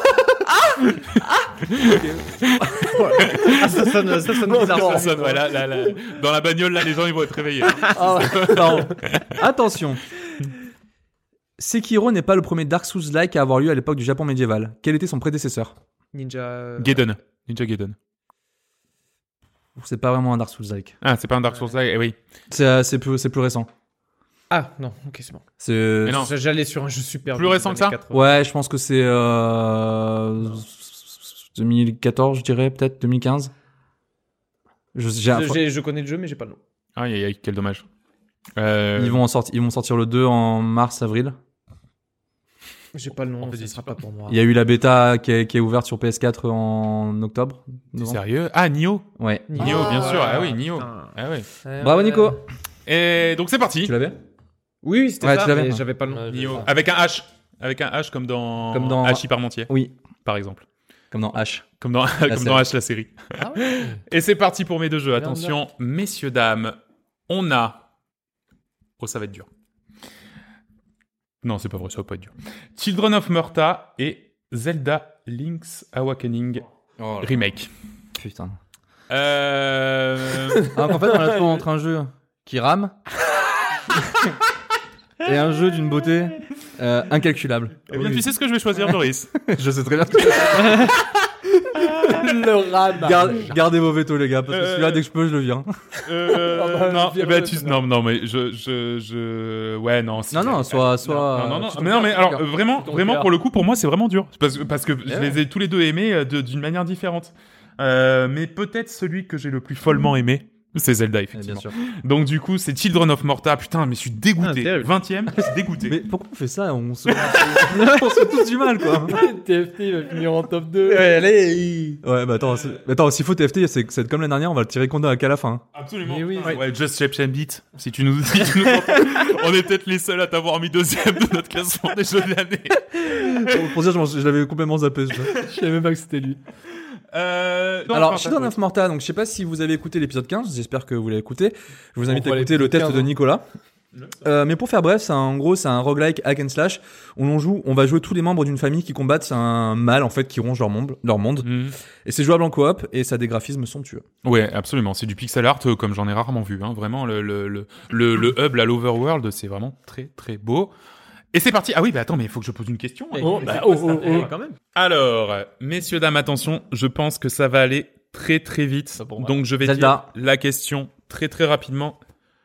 Speaker 7: Ah, ça sonne, ça sonne bizarre.
Speaker 4: Ça,
Speaker 7: ça.
Speaker 4: ça, ouais, là, là, là. Dans la bagnole, là, les gens, ils vont être réveillés.
Speaker 6: Pardon. Attention. Sekiro n'est pas le premier Dark Souls-like à avoir lieu à l'époque du Japon médiéval. Quel était son prédécesseur?
Speaker 7: Ninja. euh,
Speaker 4: Gaiden. Ninja Gaiden.
Speaker 6: C'est pas vraiment un Dark Souls-like.
Speaker 4: Ah, c'est pas un Dark Souls, eh oui.
Speaker 6: C'est, euh, c'est, plus, c'est plus récent.
Speaker 7: Ah non, ok, c'est bon.
Speaker 6: C'est...
Speaker 4: Mais non.
Speaker 7: J'allais sur un jeu super.
Speaker 4: Plus récent que ça
Speaker 6: Ouais, je pense que c'est euh... deux mille quatorze, je dirais, peut-être deux mille quinze. Je, j'ai un-
Speaker 7: Je, j'ai- je connais le jeu, mais j'ai pas le nom.
Speaker 4: Aïe, aïe, aïe, quel dommage. Euh...
Speaker 6: Ils vont en sortir, ils vont sortir le deux en mars, avril.
Speaker 7: J'ai pas le nom,
Speaker 4: En fait,
Speaker 7: ce
Speaker 4: ils
Speaker 7: sera
Speaker 4: sont
Speaker 7: pas pour moi.
Speaker 6: Il y a eu la bêta qui est, qui est ouverte sur P S quatre en octobre.
Speaker 4: T'es
Speaker 6: novembre.
Speaker 4: sérieux? Ah, Nioh.
Speaker 6: Ouais.
Speaker 4: Nioh,
Speaker 7: Ah,
Speaker 4: bien sûr. Ah oui,
Speaker 7: putain.
Speaker 4: Nioh. Ah ouais.
Speaker 6: Bravo Nico.
Speaker 4: Et donc c'est parti.
Speaker 6: Tu l'avais?
Speaker 7: Oui, oui, c'était
Speaker 6: Ouais,
Speaker 7: ça,
Speaker 6: tu l'avais.
Speaker 7: mais j'avais pas le nom.
Speaker 5: Ouais,
Speaker 4: Nioh.
Speaker 5: j'ai-
Speaker 4: Avec un H. Avec un H comme dans,
Speaker 6: Comme dans-
Speaker 4: H Parmentier,
Speaker 6: Oui.
Speaker 4: par exemple.
Speaker 6: Comme dans H.
Speaker 4: Comme dans, comme
Speaker 6: série.
Speaker 4: dans H la série.
Speaker 5: Ah ouais.
Speaker 4: Et c'est parti pour mes deux jeux.
Speaker 5: Merde.
Speaker 4: Attention, messieurs, dames. On a... Oh, ça va être dur. Non, c'est pas vrai, ça va pas être dur. Children of Morta et Zelda Link's Awakening Remake.
Speaker 6: Putain.
Speaker 4: Euh...
Speaker 6: Alors qu'en fait, on a trouvé entre un jeu qui rame et un jeu d'une beauté euh, incalculable.
Speaker 4: Eh bien, tu sais ce que je vais choisir, Doris.
Speaker 6: Je sais très bien.
Speaker 5: Le ram.
Speaker 6: Garde- gardez vos vétos, les gars, parce que
Speaker 4: Euh,
Speaker 6: celui-là, dès que je peux, je le viens.
Speaker 4: Euh,
Speaker 5: Ah bah,
Speaker 4: non,
Speaker 5: bien
Speaker 4: eh ben,
Speaker 5: joué,
Speaker 4: tu...
Speaker 5: non.
Speaker 4: non, non, mais je, je, je, ouais, non. si-
Speaker 6: Non, non, soit- soit-
Speaker 4: Non, non, non,
Speaker 6: tu
Speaker 4: mais non, mais
Speaker 6: ton
Speaker 4: alors
Speaker 6: cœur.
Speaker 4: euh, vraiment,
Speaker 5: Ton
Speaker 4: vraiment
Speaker 5: cœur.
Speaker 4: pour le coup, pour moi, c'est vraiment dur, parce que parce que je
Speaker 6: ouais.
Speaker 4: les ai tous les deux aimés euh, de- d'une manière différente. Euh, mais peut-être celui que j'ai le plus follement aimé, c'est Zelda,
Speaker 6: Eh,
Speaker 4: effectivement.
Speaker 6: Bien sûr.
Speaker 4: Donc du coup, c'est Children of Morta. Putain, mais je suis dégoûté.
Speaker 7: Ah, terrible.
Speaker 4: vingtième, je suis dégoûté.
Speaker 6: Mais pourquoi on fait ça? On se, on se fait tous du mal, quoi.
Speaker 5: T F T il va finir en top deux.
Speaker 7: Ouais, allez.
Speaker 6: Ouais, bah attends, c'est- attends, s'il faut T F T, c'est c'est comme l'année dernière, on va le tirer compte qu'à la fin.
Speaker 4: Absolument.
Speaker 5: Mais oui.
Speaker 4: Putain, ouais, Just Shape and Beat. Si tu nous, si tu nous entends, on est peut-être les seuls à t'avoir mis deuxième de notre classement des jeux de l'année.
Speaker 6: Pour, pour dire, je, m'en- je l'avais complètement zappé. ce jeu.
Speaker 5: Je savais même pas que c'était lui.
Speaker 4: Euh, non,
Speaker 6: Alors,
Speaker 4: enfin,
Speaker 6: Children
Speaker 4: ouais.
Speaker 6: of Morta, donc je sais pas si vous avez écouté l'épisode quinze, j'espère que vous l'avez écouté. Je vous invite
Speaker 5: On
Speaker 6: à
Speaker 5: voit
Speaker 6: écouter le
Speaker 5: l'épisode
Speaker 6: test
Speaker 5: quinze,
Speaker 6: de
Speaker 5: hein.
Speaker 6: Nicolas. Euh, mais pour faire bref, c'est un- en gros, c'est un roguelike hack and slash où l'on joue, on va jouer tous les membres d'une famille qui combattent un mal en fait qui ronge leur monde, leur monde.
Speaker 4: Mhm.
Speaker 6: Et c'est jouable en coop et ça a des graphismes somptueux.
Speaker 4: Ouais, absolument. C'est du pixel art euh, comme j'en ai rarement vu. Hein. Vraiment, le, le, le, le, le hub, là, l'overworld, c'est vraiment très très beau. Et c'est parti. Ah oui, bah attends, mais il faut que je pose une question. hein.
Speaker 5: Oh,
Speaker 7: Mais
Speaker 5: bah,
Speaker 7: c'est quoi,
Speaker 5: oh,
Speaker 7: ça
Speaker 5: oh,
Speaker 7: Eh,
Speaker 5: oh.
Speaker 7: quand même.
Speaker 4: Alors, messieurs, dames, attention, je pense que ça va aller très très vite.
Speaker 5: Pas pour moi.
Speaker 4: Donc je vais
Speaker 6: Zelda.
Speaker 4: dire la question très très rapidement.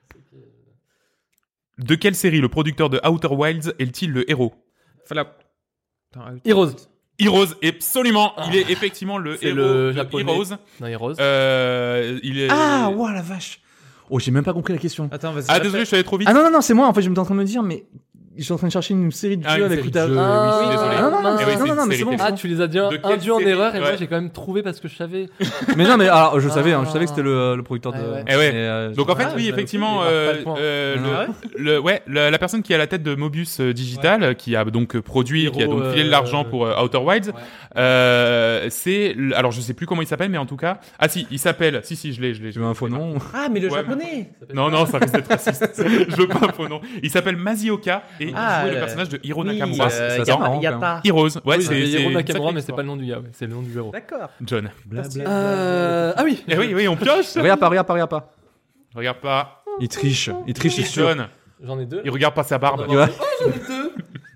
Speaker 4: De quelle série le producteur de Outer Wilds est-il le héros?
Speaker 7: Fallout. Attends, ah,
Speaker 5: Heroes.
Speaker 4: Heroes, absolument. Il est effectivement le
Speaker 5: C'est
Speaker 4: héros
Speaker 5: le
Speaker 4: de
Speaker 5: japonais.
Speaker 4: Heroes.
Speaker 5: Non, Heroes.
Speaker 4: Euh, il est...
Speaker 6: Ah, ouah la vache. Oh, j'ai même pas compris la question.
Speaker 7: Attends, vas-y.
Speaker 4: Ah,
Speaker 7: répète.
Speaker 4: désolé, je suis allé trop vite.
Speaker 6: Ah non non non, c'est moi. En fait, je me suis en train de me dire, mais je suis en train de chercher une série de
Speaker 4: Ah,
Speaker 6: jeux
Speaker 4: une
Speaker 6: avec
Speaker 4: série
Speaker 6: tout à-
Speaker 4: de jeux,
Speaker 5: Ah,
Speaker 4: oui, je suis désolé.
Speaker 6: Ah, non, non, non,
Speaker 4: Eh oui, c'est
Speaker 6: non,
Speaker 4: une
Speaker 6: non, mais
Speaker 4: série
Speaker 6: c'est bon.
Speaker 4: qui est-
Speaker 5: Ah, tu les as dit un,
Speaker 4: De quelle
Speaker 5: induits en
Speaker 4: série
Speaker 5: erreur et moi
Speaker 4: Ouais.
Speaker 5: j'ai quand même trouvé parce que je savais.
Speaker 6: Mais non, mais alors je savais, hein, je
Speaker 5: Ah.
Speaker 6: savais que c'était le, le producteur de.
Speaker 5: Ouais, ouais.
Speaker 4: Eh ouais.
Speaker 6: Et, euh,
Speaker 4: Donc en fait,
Speaker 5: Ah,
Speaker 4: oui,
Speaker 5: je
Speaker 4: effectivement,
Speaker 5: l'avais fait, il
Speaker 4: euh,
Speaker 5: marque pas le point.
Speaker 4: euh,
Speaker 6: Ah
Speaker 4: le, le- ouais, la, la personne qui est à la tête de Mobius euh, Digital, euh, qui a donc produit, qui a
Speaker 5: Hero,
Speaker 4: donc filé de
Speaker 5: euh,
Speaker 4: l'argent pour euh, Outer Wilds,
Speaker 5: Ouais.
Speaker 4: euh, c'est, l- alors je sais plus comment il s'appelle, mais en tout cas, ah si, il s'appelle, si si, je l'ai, je l'ai. je
Speaker 6: J'ai eu
Speaker 4: l'ai.
Speaker 6: un faux nom.
Speaker 7: Ah, mais le
Speaker 4: Ouais,
Speaker 7: japonais.
Speaker 4: Non non, ça risque d'être raciste. Je veux pas un faux nom. Il s'appelle Mazioka et
Speaker 7: Ah,
Speaker 4: il jouait le
Speaker 7: euh,
Speaker 4: personnage de Hiro
Speaker 7: Oui,
Speaker 4: Nakamura.
Speaker 7: euh,
Speaker 6: ça
Speaker 7: Yata-
Speaker 6: sent marrant,
Speaker 7: Yata.
Speaker 4: Heroes, ouais,
Speaker 5: Oui,
Speaker 4: c'est
Speaker 5: c'est
Speaker 4: c'est
Speaker 5: Hiro
Speaker 4: une
Speaker 5: Nakamura,
Speaker 4: sacrée
Speaker 5: mais c'est
Speaker 4: histoire.
Speaker 5: pas le nom du gars, ouais, c'est le nom du héros.
Speaker 7: D'accord.
Speaker 4: John.
Speaker 5: Euh... Ah oui.
Speaker 4: Eh oui, oui, on pioche.
Speaker 6: Regarde pas, regarde pas, regarde pas.
Speaker 4: Regarde pas.
Speaker 6: Il triche, il triche, c'est sûr.
Speaker 4: John.
Speaker 5: J'en ai deux.
Speaker 4: Il regarde pas sa barbe.
Speaker 6: Ouais.
Speaker 5: Oh, j'en ai deux.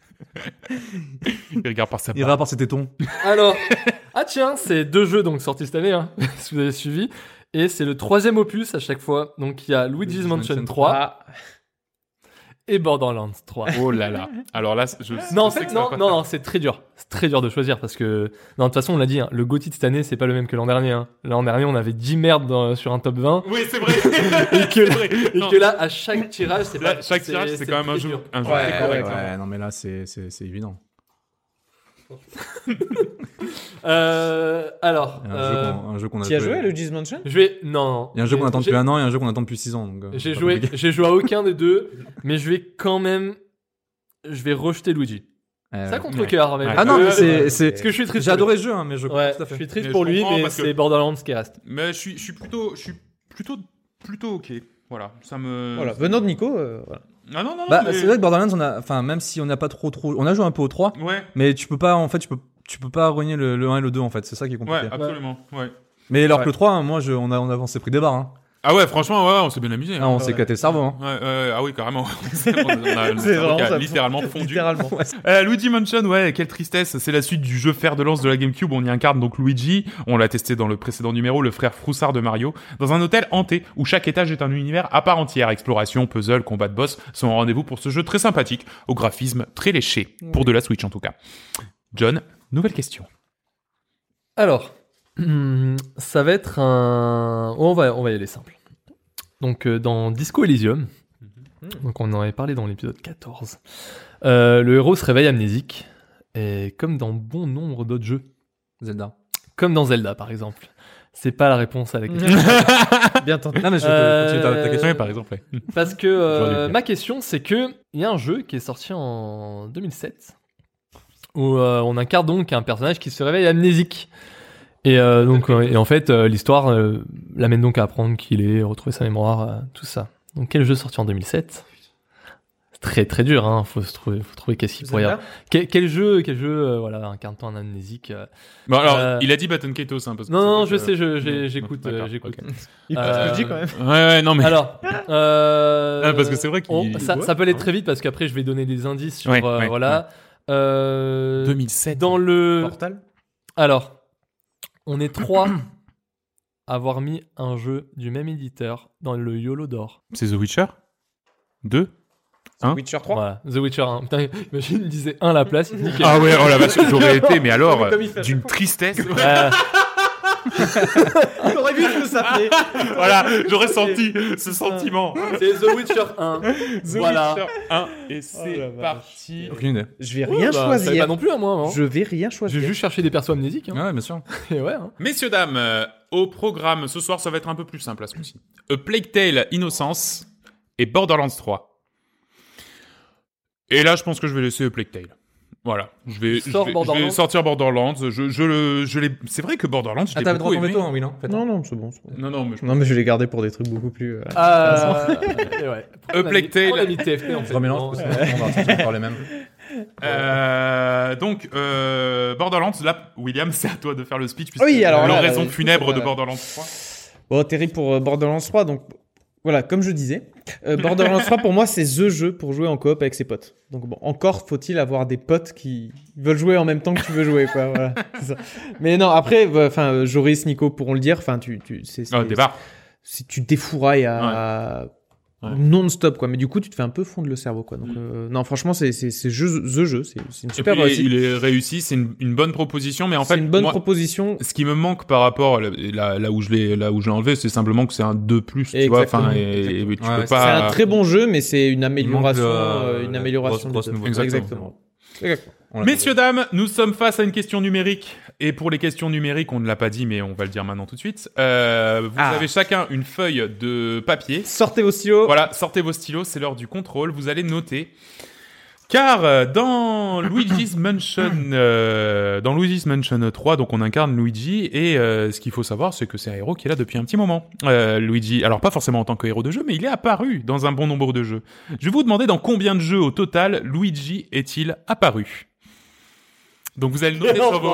Speaker 4: Il regarde pas sa
Speaker 6: Il
Speaker 4: barbe.
Speaker 6: regarde par ses tétons.
Speaker 5: Alors, ah tiens, c'est deux jeux donc sortis cette année, hein, si vous avez suivi. Et c'est le troisième opus à chaque fois. Donc il y a Luigi's Mansion trois
Speaker 7: Ah,
Speaker 5: et Borderlands trois.
Speaker 4: Oh là là. Alors là, je.
Speaker 5: Non, en
Speaker 4: je sais
Speaker 5: fait,
Speaker 4: que ça va
Speaker 5: non,
Speaker 4: pas
Speaker 5: non,
Speaker 4: faire.
Speaker 5: non, c'est très dur. C'est très dur de choisir parce que, non, de toute façon, on l'a dit, hein, le G O T Y de cette année, c'est pas le même que l'an dernier. Hein. L'an dernier, on avait dix merdes dans- sur un top vingt.
Speaker 4: Oui, c'est vrai.
Speaker 5: Et que,
Speaker 4: C'est vrai.
Speaker 5: et
Speaker 4: Non.
Speaker 5: que là, à chaque tirage, c'est
Speaker 4: Là,
Speaker 5: pas.
Speaker 4: chaque tirage, c'est quand même un
Speaker 5: très
Speaker 4: jeu,
Speaker 5: dur.
Speaker 4: un jeu
Speaker 7: Ouais,
Speaker 4: très correct.
Speaker 7: ouais,
Speaker 6: Ouais, non, mais là, c'est, c'est, c'est évident.
Speaker 5: Euh, alors,
Speaker 6: Il y a un,
Speaker 5: euh,
Speaker 6: jeu qu'on, un jeu qu'on a
Speaker 7: Tu as joué à Luigi's Mansion?
Speaker 5: je vais. Non, non.
Speaker 6: Il y a un jeu qu'on
Speaker 5: J'ai-
Speaker 6: attend
Speaker 5: j'ai-
Speaker 6: depuis un an et un jeu qu'on attend depuis six ans. Donc, euh,
Speaker 5: J'ai
Speaker 6: pas
Speaker 5: joué,
Speaker 6: compliqué.
Speaker 5: j'ai joué à aucun des deux, mais je vais quand même. Je vais rejeter Luigi.
Speaker 6: Euh,
Speaker 5: Ça contre
Speaker 4: ouais.
Speaker 5: cœur. avec-
Speaker 6: Ah non, mais
Speaker 5: Euh,
Speaker 6: c'est, c'est...
Speaker 5: Parce que je suis triste.
Speaker 6: J'ai adoré ce jeu, hein, mais je
Speaker 5: Ouais,
Speaker 6: tout à
Speaker 5: je
Speaker 6: fait.
Speaker 5: suis triste
Speaker 4: Mais
Speaker 5: pour
Speaker 4: je
Speaker 5: lui,
Speaker 4: comprends,
Speaker 5: mais
Speaker 4: parce que-
Speaker 5: c'est Borderlands qui reste.
Speaker 4: Mais je suis, je suis plutôt, je suis plutôt, plutôt ok. Voilà, ça me.
Speaker 7: Voilà, venant de Nico, euh, voilà.
Speaker 4: Ah non non non.
Speaker 6: Bah,
Speaker 4: mais-
Speaker 6: c'est vrai que Borderlands, on a, enfin, même si on n'a pas trop, trop, on a joué un peu au trois,
Speaker 4: Ouais.
Speaker 6: mais tu peux pas, en fait, tu peux, tu peux pas renier le, le un et le deux, en fait. C'est ça qui est compliqué.
Speaker 4: Ouais, absolument. Ouais.
Speaker 6: Mais alors
Speaker 7: Ouais.
Speaker 6: que le trois, hein, moi, je, on a, on a avancé pris des barres, hein.
Speaker 4: Ah ouais, franchement, ouais, on s'est bien amusé.
Speaker 6: Ah,
Speaker 4: hein.
Speaker 6: on s'est éclaté le cerveau, hein.
Speaker 4: Ouais, ouais, ah oui, carrément. on a, on a le
Speaker 7: C'est
Speaker 4: cerveau
Speaker 7: vraiment
Speaker 4: qui a
Speaker 7: ça.
Speaker 4: littéralement fondu.
Speaker 7: Littéralement.
Speaker 4: Euh, Luigi Mansion, ouais, quelle tristesse. C'est la suite du jeu fer de lance de la GameCube. On y incarne donc Luigi. On l'a testé dans le précédent numéro, le frère froussard de Mario, dans un hôtel hanté où chaque étage est un univers à part entière. Exploration, puzzle, combat de boss sont au rendez-vous pour ce jeu très sympathique, au graphisme très léché, pour de la Switch en tout cas. John, nouvelle question.
Speaker 5: Alors, ça va être un. Oh, on va, on va y aller simple. Donc, euh, dans Disco Elysium, donc on en avait parlé dans l'épisode quatorze, euh, le héros se réveille amnésique, et comme dans bon nombre d'autres jeux,
Speaker 6: Zelda.
Speaker 5: comme dans Zelda par exemple. C'est pas la réponse à la question.
Speaker 7: Bien tenté.
Speaker 6: Non, mais je vais
Speaker 5: Euh,
Speaker 6: continuer ta, ta question.
Speaker 4: Ouais, par exemple. ouais.
Speaker 5: Parce que euh,
Speaker 4: J'aurais dû le dire.
Speaker 5: ma question, c'est que il y a un jeu qui est sorti en deux mille sept où euh, on incarne donc un personnage qui se réveille amnésique. Et euh, donc, euh, et en fait, euh, l'histoire euh, l'amène donc à apprendre qui il est, retrouver sa mémoire, euh, tout ça. Donc, quel jeu sorti en deux mille sept? C'est très très dur, hein. Faut se trouver, faut trouver qu'est-ce qu'il pourrait y avoir. Quel, quel jeu, quel jeu, euh, voilà, incarne-t-on un amnésique euh,
Speaker 4: Bon, alors,
Speaker 5: Euh,
Speaker 4: il a dit Baton Kaitos, hein, parce que
Speaker 5: Non,
Speaker 4: c'est
Speaker 5: non,
Speaker 4: vrai
Speaker 5: je
Speaker 4: que-
Speaker 5: sais, je- j'ai-
Speaker 4: Non,
Speaker 5: j'écoute,
Speaker 4: d'accord,
Speaker 5: euh, j'écoute.
Speaker 4: ok.
Speaker 7: Il faut
Speaker 5: Euh,
Speaker 7: que je dis quand même.
Speaker 4: Ouais, ouais, non, mais.
Speaker 5: Alors, euh,
Speaker 4: Ah, parce que c'est vrai qu'il-
Speaker 5: on- ça,
Speaker 4: Ouais.
Speaker 5: ça peut aller très vite parce qu'après je vais donner des indices sur
Speaker 4: Ouais,
Speaker 5: euh,
Speaker 4: ouais,
Speaker 5: voilà. Euh,
Speaker 4: deux mille sept.
Speaker 5: Dans le.
Speaker 7: Portal.
Speaker 5: Alors, on est trois à avoir mis un jeu du même éditeur dans le YOLO d'or.
Speaker 4: C'est The Witcher deux. Hein
Speaker 7: Witcher trois.
Speaker 5: Voilà, The Witcher un. Putain, imagine, il disait un à la place. Nickel.
Speaker 4: Ah ouais, oh la vache, j'aurais été, mais alors,
Speaker 7: Mais comme il fait à
Speaker 4: d'une
Speaker 7: chaque fois.
Speaker 4: tristesse.
Speaker 5: Euh,
Speaker 7: T'aurais vu ce que ça fait.
Speaker 4: Voilà, j'aurais senti ce sentiment.
Speaker 5: c'est The Witcher un.
Speaker 4: The
Speaker 5: Voilà.
Speaker 4: Witcher un, et
Speaker 7: Oh
Speaker 4: c'est
Speaker 7: la vache.
Speaker 4: parti.
Speaker 6: Aucune idée.
Speaker 7: Je vais
Speaker 5: Ouais,
Speaker 7: rien
Speaker 5: bah, ça va
Speaker 7: choisir.
Speaker 5: pas non plus à moi. Hein.
Speaker 7: Je vais rien
Speaker 5: J'ai
Speaker 7: choisir.
Speaker 5: juste cherché des persos amnésiques. Hein.
Speaker 6: Ouais, bien sûr.
Speaker 5: Et ouais. Hein.
Speaker 4: Messieurs, dames, euh, au programme ce soir, ça va être un peu plus simple à ce coup-ci. A Plague Tale Innocence et Borderlands trois. Et là, je pense que je vais laisser A Plague Tale. Voilà, je vais, je
Speaker 5: Sors
Speaker 4: vais, je
Speaker 5: Borderlands.
Speaker 4: vais sortir Borderlands. Je, je le, je l'ai. C'est vrai que Borderlands, je
Speaker 6: Ah,
Speaker 4: l'ai
Speaker 6: t'avais
Speaker 4: beaucoup
Speaker 6: droit à ton
Speaker 4: aimé.
Speaker 6: veto, hein, oui, non? Faites-le.
Speaker 7: Non, non, c'est bon. c'est bon.
Speaker 4: Non, non, mais je...
Speaker 7: Non, mais je l'ai gardé pour des trucs beaucoup plus. euh,
Speaker 5: Euh, et ouais.
Speaker 4: A Plague Tale.
Speaker 5: On a mis T F T en fait.
Speaker 6: Je remélange parce que sinon, on va sortir encore les mêmes.
Speaker 4: Euh, donc, euh, Borderlands, là, William, c'est à toi de faire le speech. puisque
Speaker 7: Oui, alors là,
Speaker 4: l'oraison
Speaker 7: là,
Speaker 4: funèbre
Speaker 7: voilà.
Speaker 4: de Borderlands trois.
Speaker 7: Bon, terrible pour euh, Borderlands trois. Donc, voilà, comme je disais, euh, Borderlands trois, pour moi, c'est the jeu pour jouer en coop avec ses potes. Donc, bon, encore faut-il avoir des potes qui veulent jouer en même temps que tu veux jouer, quoi. Voilà, c'est ça. Mais non, après, enfin, euh, Joris, Nico pourront le dire. Enfin, tu, tu, c'est, c'est,
Speaker 4: Ah, débarre.
Speaker 7: c'est- tu défourailles à,
Speaker 4: Ouais.
Speaker 7: non-stop, quoi. Mais du coup, tu te fais un peu fondre le cerveau, quoi. Donc,
Speaker 4: Mm.
Speaker 7: euh, non, franchement, c'est, c'est, c'est jeu, the jeu. C'est, c'est une
Speaker 4: Et
Speaker 7: super
Speaker 4: puis,
Speaker 7: réussite.
Speaker 4: il est réussi, c'est une, une bonne proposition, mais en
Speaker 7: c'est
Speaker 4: fait,
Speaker 7: une bonne
Speaker 4: moi,
Speaker 7: proposition.
Speaker 4: ce qui me manque par rapport là, là, là où je l'ai là où je l'ai enlevé, c'est simplement que c'est un deux plus, tu vois.
Speaker 7: Exactement,
Speaker 4: Enfin, et, et tu
Speaker 6: Ouais,
Speaker 4: peux
Speaker 6: c'est
Speaker 7: C'est
Speaker 4: pas.
Speaker 7: un très bon jeu, mais c'est une amélioration,
Speaker 6: Il manque le-
Speaker 7: euh, une
Speaker 6: la
Speaker 7: amélioration.
Speaker 6: grosse-
Speaker 7: des
Speaker 6: grosse
Speaker 7: deux.
Speaker 6: nouveauté.
Speaker 7: Exactement. Exactement.
Speaker 6: On l'a
Speaker 4: Messieurs, dames, nous sommes face à une question numérique. Et pour les questions numériques, on ne l'a pas dit, mais on va le dire maintenant tout de suite. Euh, vous
Speaker 7: Ah.
Speaker 4: avez chacun une feuille de papier.
Speaker 7: Sortez vos stylos.
Speaker 4: Voilà, sortez vos stylos, c'est l'heure du contrôle. Vous allez noter. Car euh, dans Luigi's Mansion, euh, dans Luigi's Mansion trois, donc on incarne Luigi et euh, ce qu'il faut savoir, c'est que c'est un héros qui est là depuis un petit moment. Euh, Luigi, alors pas forcément en tant que héros de jeu, mais il est apparu dans un bon nombre de jeux. Je vais vous demander dans combien de jeux au total Luigi est-il apparu. Donc vous allez le noter
Speaker 5: Non,
Speaker 4: sur vos,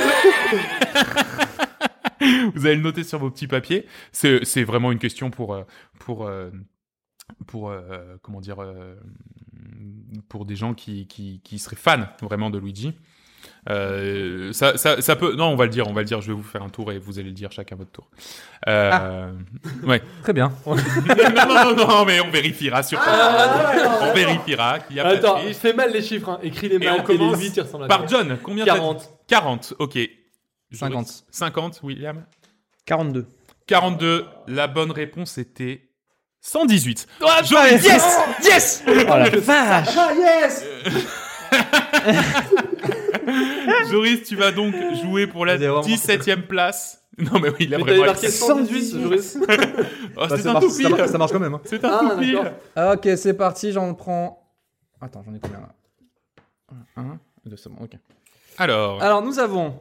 Speaker 4: vous allez le noter sur vos petits papiers. C'est c'est vraiment une question pour euh, pour euh, pour euh, comment dire euh, pour des gens qui, qui qui seraient fans vraiment de Luigi. Euh, ça, ça, ça peut. Non, on va le dire, on va le dire. Je vais vous faire un tour et vous allez le dire chacun votre tour. Euh, Ouais.
Speaker 6: Très bien.
Speaker 4: non, non, non, non, mais on vérifiera sur. on vérifiera qu'il y a
Speaker 5: Attends,
Speaker 4: pas de
Speaker 5: il
Speaker 4: triche.
Speaker 5: fait mal les chiffres. Hein. Écris les
Speaker 4: Et on
Speaker 5: maths et les
Speaker 4: commence
Speaker 5: huit, ils ressemblent à
Speaker 4: Par
Speaker 5: ça.
Speaker 4: John, combien t'as dit
Speaker 5: quarante.
Speaker 4: quarante, ok.
Speaker 6: cinquante.
Speaker 4: cinquante, William.
Speaker 7: quarante-deux.
Speaker 4: quarante-deux. La bonne réponse était cent dix-huit.
Speaker 7: Joris, yes, yes. Oh la vache.
Speaker 5: Ah yes.
Speaker 4: Joris, tu vas donc jouer pour la
Speaker 6: Vas-y, vraiment,
Speaker 4: dix-septième place. Non, mais oui, il a
Speaker 5: Mais
Speaker 4: vraiment.
Speaker 5: t'avais marqué cent dix-huit, Joris.
Speaker 4: Oh,
Speaker 6: Bah,
Speaker 4: c'est
Speaker 6: ça,
Speaker 4: un
Speaker 6: marche,
Speaker 4: toupie.
Speaker 6: ça, marche, ça marche quand même. Hein.
Speaker 4: C'est un
Speaker 5: Ah,
Speaker 4: toupie.
Speaker 5: d'accord.
Speaker 6: Ah, ok, c'est parti, j'en prends. Attends, j'en ai combien là? Un, deux, c'est bon, ok.
Speaker 4: Alors.
Speaker 6: Alors, nous avons.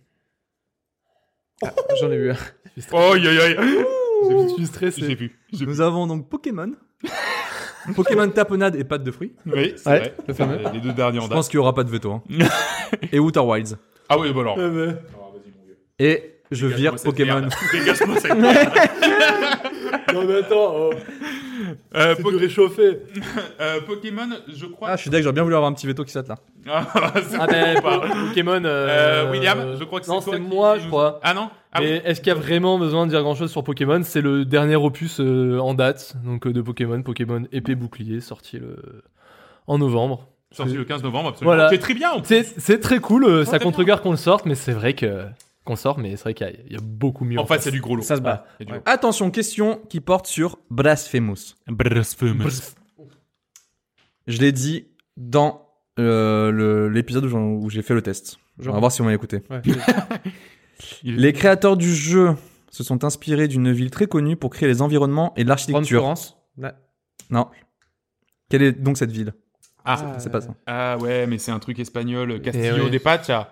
Speaker 7: Ah, j'en ai vu un.
Speaker 4: Oh, aïe, aïe, aïe.
Speaker 5: Je suis stressé.
Speaker 4: J'ai vu. J'ai vu.
Speaker 6: Nous avons donc Pokémon. Pokémon tapenade et pâte de fruits.
Speaker 4: Oui, c'est
Speaker 7: Ouais,
Speaker 4: vrai.
Speaker 7: le fameux.
Speaker 4: Les deux derniers en
Speaker 6: Je
Speaker 4: date.
Speaker 6: pense qu'il n'y aura pas de veto. Hein. Et Outer Wilds.
Speaker 4: Ah oui, bon alors.
Speaker 5: Ouais, ouais.
Speaker 6: Et je vire
Speaker 4: Dégage-moi cette
Speaker 6: Pokémon.
Speaker 4: merde. Dégage-moi cette merde.
Speaker 5: Non, mais attends. Oh.
Speaker 4: Euh,
Speaker 5: C'est
Speaker 4: Po-
Speaker 5: du réchauffé.
Speaker 4: euh, Pokémon, je crois.
Speaker 6: Ah, je suis d'accord, j'aurais bien voulu avoir un petit veto qui saute là.
Speaker 4: Ah, c'est
Speaker 5: Ah, ben,
Speaker 4: pas.
Speaker 5: Pokémon.
Speaker 4: Euh,
Speaker 5: Euh,
Speaker 4: William, je crois que c'est
Speaker 5: Non,
Speaker 4: toi
Speaker 5: c'est
Speaker 4: qui-
Speaker 5: moi, je crois.
Speaker 4: Ah non Ah
Speaker 5: Mais
Speaker 4: oui.
Speaker 5: est-ce qu'il y a vraiment besoin de dire grand chose sur Pokémon? C'est le dernier opus euh, en date donc euh, de Pokémon, Pokémon épée bouclier, sorti le... en novembre.
Speaker 4: Sorti le quinze novembre, absolument.
Speaker 5: Voilà.
Speaker 4: C'est très bien. en plus.
Speaker 5: C'est, c'est très cool, euh, ça
Speaker 4: très
Speaker 5: contre-cœur qu'on le sorte, mais c'est vrai que qu'on sort, mais c'est vrai qu'il y a, il y a beaucoup mieux.
Speaker 4: En fait, c'est du gros lot.
Speaker 7: Ça se bat.
Speaker 4: Il y a du lot.
Speaker 6: Attention, question qui porte sur Blasphemous.
Speaker 4: Blasphemous.
Speaker 6: Je l'ai dit dans euh, le- l'épisode où, j'en- où j'ai fait le test. On va voir si on m'a écouté.
Speaker 7: Ouais.
Speaker 4: Il-
Speaker 6: Les créateurs du jeu se sont inspirés d'une ville très connue pour créer les environnements et
Speaker 7: Rome,
Speaker 6: l'architecture.
Speaker 7: Florence. Là.
Speaker 6: Non. Quelle est donc cette ville?
Speaker 4: Ah,
Speaker 7: Ah,
Speaker 6: C'est pas ça.
Speaker 4: ah ouais, mais c'est un truc espagnol. Castillo
Speaker 5: Eh ouais.
Speaker 4: de Pacha.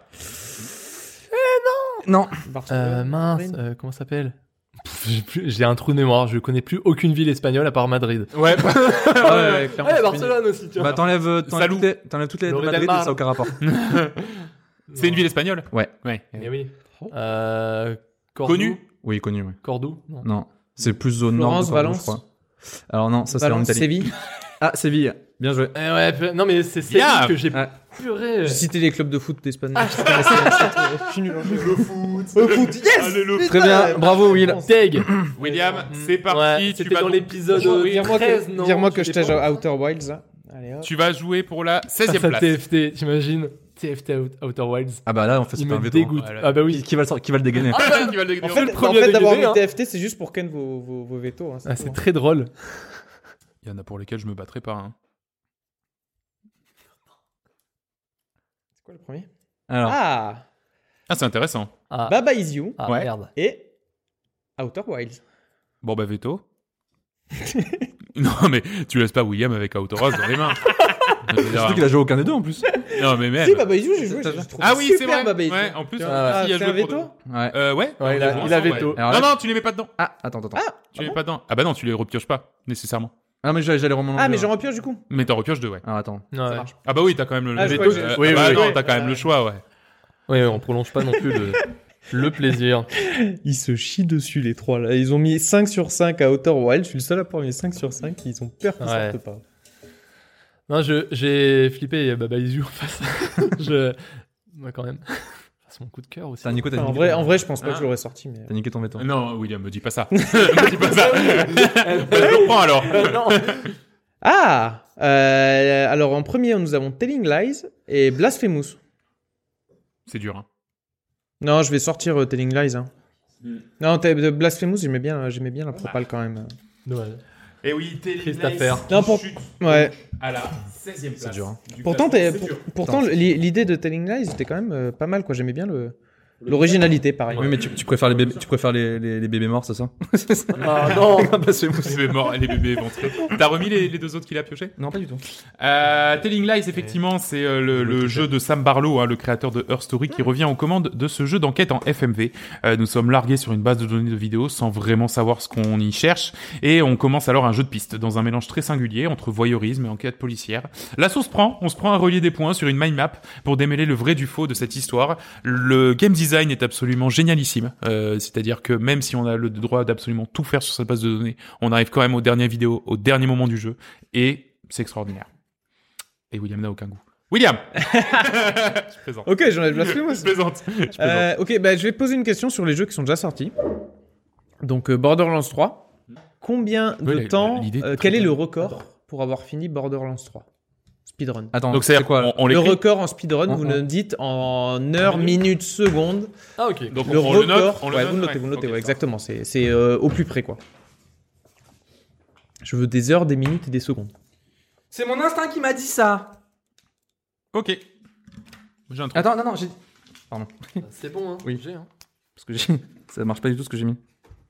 Speaker 6: Non.
Speaker 7: Barcelone.
Speaker 5: Euh, mince, euh, comment ça s'appelle? Pff, j'ai, plus- j'ai un trou de mémoire, je connais plus aucune ville espagnole à part Madrid.
Speaker 4: Ouais.
Speaker 7: Ah ouais, clairement,
Speaker 5: Ouais,
Speaker 7: c'est
Speaker 5: Barcelone aussi, tu vois.
Speaker 6: Bah t'enlèves, euh, t'enlèves
Speaker 4: Salou.
Speaker 6: toutes les, t'enlèves toutes les de
Speaker 5: Loré del
Speaker 6: Madrid et
Speaker 5: Mar.
Speaker 6: ça n'a aucun rapport.
Speaker 4: C'est une ville espagnole.
Speaker 6: Ouais.
Speaker 4: Ouais.
Speaker 5: Eh oui. Euh, Cordoue.
Speaker 4: Connu.
Speaker 6: Oui, connu, ouais.
Speaker 5: Cordoue non.
Speaker 6: Non. C'est plus au
Speaker 7: Florence,
Speaker 6: nord de Cordoue,
Speaker 7: Valence.
Speaker 6: je crois. Alors non, ça c'est en
Speaker 7: Valence,
Speaker 6: Italie.
Speaker 7: Séville.
Speaker 6: Ah, Séville. Bien joué.
Speaker 5: Eh ouais, peu- non mais c'est Séville
Speaker 4: Bien.
Speaker 5: que j'ai
Speaker 6: Ah.
Speaker 5: puré.
Speaker 7: J'ai cité les clubs de foot d'Espagne.
Speaker 5: Ah,
Speaker 7: Je suis nul en jeu. Le foot. Le foot. Yes.
Speaker 4: Allez, le-
Speaker 6: Très bien, bravo Will.
Speaker 5: Teg.
Speaker 4: William, c'est parti.
Speaker 5: Ouais,
Speaker 4: tu
Speaker 5: c'était
Speaker 4: vas
Speaker 5: dans
Speaker 4: donc-
Speaker 5: l'épisode
Speaker 7: Bon, Dire-moi
Speaker 5: treize,
Speaker 7: que,
Speaker 5: non
Speaker 7: dire-moi que
Speaker 5: je
Speaker 7: j'étais
Speaker 5: sais pas.
Speaker 7: genre Outer Wilds. Là. Allez, hop.
Speaker 4: Tu vas jouer pour la
Speaker 5: Ah,
Speaker 4: seizième
Speaker 5: ça,
Speaker 4: place.
Speaker 5: T F T, t'imagines T F T Out- Outer Wilds.
Speaker 6: Ah bah là, en fait,
Speaker 5: Il
Speaker 6: c'est pas un
Speaker 5: me
Speaker 6: veto.
Speaker 5: dégoûte.
Speaker 4: Voilà.
Speaker 5: Ah bah
Speaker 6: Qui,
Speaker 5: oui.
Speaker 6: qui va le, sor- qui va le dégainer?
Speaker 4: Qui va le
Speaker 7: En
Speaker 4: dégainer.
Speaker 7: fait,
Speaker 5: le
Speaker 7: en
Speaker 5: premier
Speaker 7: fait
Speaker 5: à
Speaker 7: d'avoir
Speaker 5: dégainer,
Speaker 7: mis
Speaker 5: hein.
Speaker 7: T F T, c'est juste pour ken vos, vos, vos vetos. Hein,
Speaker 5: Ah,
Speaker 7: tout,
Speaker 5: c'est
Speaker 7: hein.
Speaker 5: très drôle.
Speaker 4: Il y en a pour lesquels je me battrai pas. Hein.
Speaker 7: C'est quoi le premier?
Speaker 6: Alors,
Speaker 7: Ah,
Speaker 4: Ah, c'est intéressant.
Speaker 5: Ah,
Speaker 7: Baba Is You
Speaker 5: ah
Speaker 4: Ouais.
Speaker 5: merde.
Speaker 7: et Outer Wilds.
Speaker 4: Bon, bah, veto. Non, mais tu laisses pas William avec Outer Wilds dans les mains. Je veux dire,
Speaker 6: surtout qu'il a joué aucun des deux en plus.
Speaker 4: Non, mais même.
Speaker 7: Si, Baba Is You, j'ai joué. j'ai trouvé
Speaker 4: Ah oui, c'est
Speaker 7: super
Speaker 4: vrai.
Speaker 7: Baba Is You.
Speaker 4: Ouais, en plus,
Speaker 7: Tu
Speaker 4: on
Speaker 7: vois,
Speaker 4: a
Speaker 7: c'est
Speaker 4: joué
Speaker 7: un
Speaker 4: pour
Speaker 7: veto
Speaker 4: deux.
Speaker 6: Ouais.
Speaker 4: Euh, ouais.
Speaker 5: Ouais, il a,
Speaker 4: On
Speaker 5: il a
Speaker 4: joue ensemble,
Speaker 5: veto.
Speaker 4: ouais.
Speaker 6: Alors
Speaker 4: Non,
Speaker 6: là-
Speaker 4: non, tu les mets pas dedans.
Speaker 6: Ah, attends, attends.
Speaker 7: Ah,
Speaker 4: Tu les mets pas dedans. Ah bah non, tu les repioches pas, nécessairement.
Speaker 6: Ah, mais j'allais j'allais remonter.
Speaker 7: Ah, mais j'en repioche du coup.
Speaker 4: Mais t'en repioches deux, ouais.
Speaker 6: Ah, attends.
Speaker 5: Ouais.
Speaker 7: Ça marche.
Speaker 4: Ah bah oui, t'as quand même le
Speaker 7: Ah, je
Speaker 4: veto.
Speaker 7: crois que j'ai-
Speaker 4: Euh,
Speaker 5: Oui,
Speaker 4: ah bah
Speaker 5: oui,
Speaker 4: non,
Speaker 7: oui.
Speaker 4: t'as quand même le choix, ouais.
Speaker 5: Ouais, on prolonge pas non plus le, le plaisir.
Speaker 7: Ils se chient dessus, les trois là. Ils ont mis cinq sur cinq à Outer Wilds. Je suis le seul à avoir mis cinq sur cinq. Ils ont peur qu'ils
Speaker 5: Ouais.
Speaker 7: sortent pas.
Speaker 5: Non, je, j'ai flippé, il y a Baba Is You en face. je... Ouais, quand même. C'est mon coup de cœur aussi.
Speaker 6: T'as Nico, t'as
Speaker 7: Enfin, en,
Speaker 6: niqué
Speaker 7: vrai,
Speaker 6: ton-
Speaker 7: en vrai, je pense pas
Speaker 4: Ah.
Speaker 7: que je l'aurais sorti. Mais...
Speaker 6: T'as niqué ton veto.
Speaker 4: Non, William, me dis pas ça. me dis pas ça. Je le reprends alors.
Speaker 5: non.
Speaker 7: Ah euh, Alors en premier, nous avons Telling Lies et Blasphemous.
Speaker 4: C'est dur, hein.
Speaker 7: Non, je vais sortir euh, Telling Lies. Hein. Non, t- de Blasphemous, j'aimais bien, j'aimais bien la propale quand même.
Speaker 5: Dommage.
Speaker 4: Et oui,
Speaker 5: Triste affaire.
Speaker 7: Non, pour- Ouais.
Speaker 4: à la seizième place.
Speaker 6: C'est dur, hein.
Speaker 4: du
Speaker 7: Pourtant,
Speaker 4: classement.
Speaker 7: t'es-
Speaker 4: C'est
Speaker 7: pour-
Speaker 4: dur.
Speaker 7: pourtant l'i- l'idée de Telling Lies était quand même euh, pas mal. Quoi. J'aimais bien le l'originalité, pareil.
Speaker 6: Oui, mais tu, tu préfères les bébés, tu préfères les, les, les bébés morts, c'est ça?
Speaker 5: Ah non.
Speaker 6: Blasphemous.
Speaker 4: Les bébés morts, les bébés éventrés. T'as remis les, les deux autres qu'il a pioché
Speaker 6: Non, pas du tout.
Speaker 4: euh, Telling Lies, effectivement, c'est euh, le, le jeu de Sam Barlow, hein, le créateur de Her Story, qui revient aux commandes de ce jeu d'enquête en F M V. Euh, nous sommes largués sur une base de données de vidéos sans vraiment savoir ce qu'on y cherche, et on commence alors un jeu de piste dans un mélange très singulier entre voyeurisme et enquête policière. La sauce prend, on se prend à relier des points sur une mind map pour démêler le vrai du faux de cette histoire. Le game design est absolument génialissime, euh, c'est-à-dire que même si on a le droit d'absolument tout faire sur cette base de données, on arrive quand même aux dernières vidéos, au dernier moment du jeu, et c'est extraordinaire. Et William n'a aucun goût. William Je plaisante.
Speaker 7: Ok, j'en ai Blasphemous.
Speaker 4: Je plaisante. Je plaisante.
Speaker 7: Euh, ok, bah, je vais poser une question sur les jeux qui sont déjà sortis. Donc euh, Borderlands trois. Combien de
Speaker 4: Ouais, la-
Speaker 7: temps
Speaker 4: l'idée est
Speaker 7: euh,
Speaker 4: très
Speaker 7: Quel est
Speaker 4: bien.
Speaker 7: le record pour avoir fini Borderlands trois Speedrun.
Speaker 6: Attends,
Speaker 4: Donc
Speaker 6: c'est
Speaker 4: c'est
Speaker 6: quoi?
Speaker 4: on, on
Speaker 7: Le
Speaker 4: l'écrit.
Speaker 7: record en speedrun,
Speaker 6: En-
Speaker 7: vous
Speaker 6: en-
Speaker 7: le dites en heures, minutes, secondes.
Speaker 5: Ah ok.
Speaker 4: Donc
Speaker 7: Le
Speaker 4: on, on
Speaker 7: record,
Speaker 4: le note. On le
Speaker 7: ouais,
Speaker 4: note,
Speaker 7: vous le notez,
Speaker 4: ouais.
Speaker 7: vous le notez,
Speaker 4: Ok,
Speaker 7: ouais,
Speaker 4: ça.
Speaker 7: exactement. C'est c'est, euh, au plus près, quoi. Je veux des heures, des minutes et des secondes.
Speaker 6: C'est mon instinct qui m'a dit ça.
Speaker 4: Ok. J'ai un truc.
Speaker 6: Attends, non, non, j'ai. Pardon.
Speaker 5: C'est bon, hein.
Speaker 6: Oui.
Speaker 5: J'ai, hein.
Speaker 6: Parce que j'ai... ça marche pas du tout ce que j'ai mis.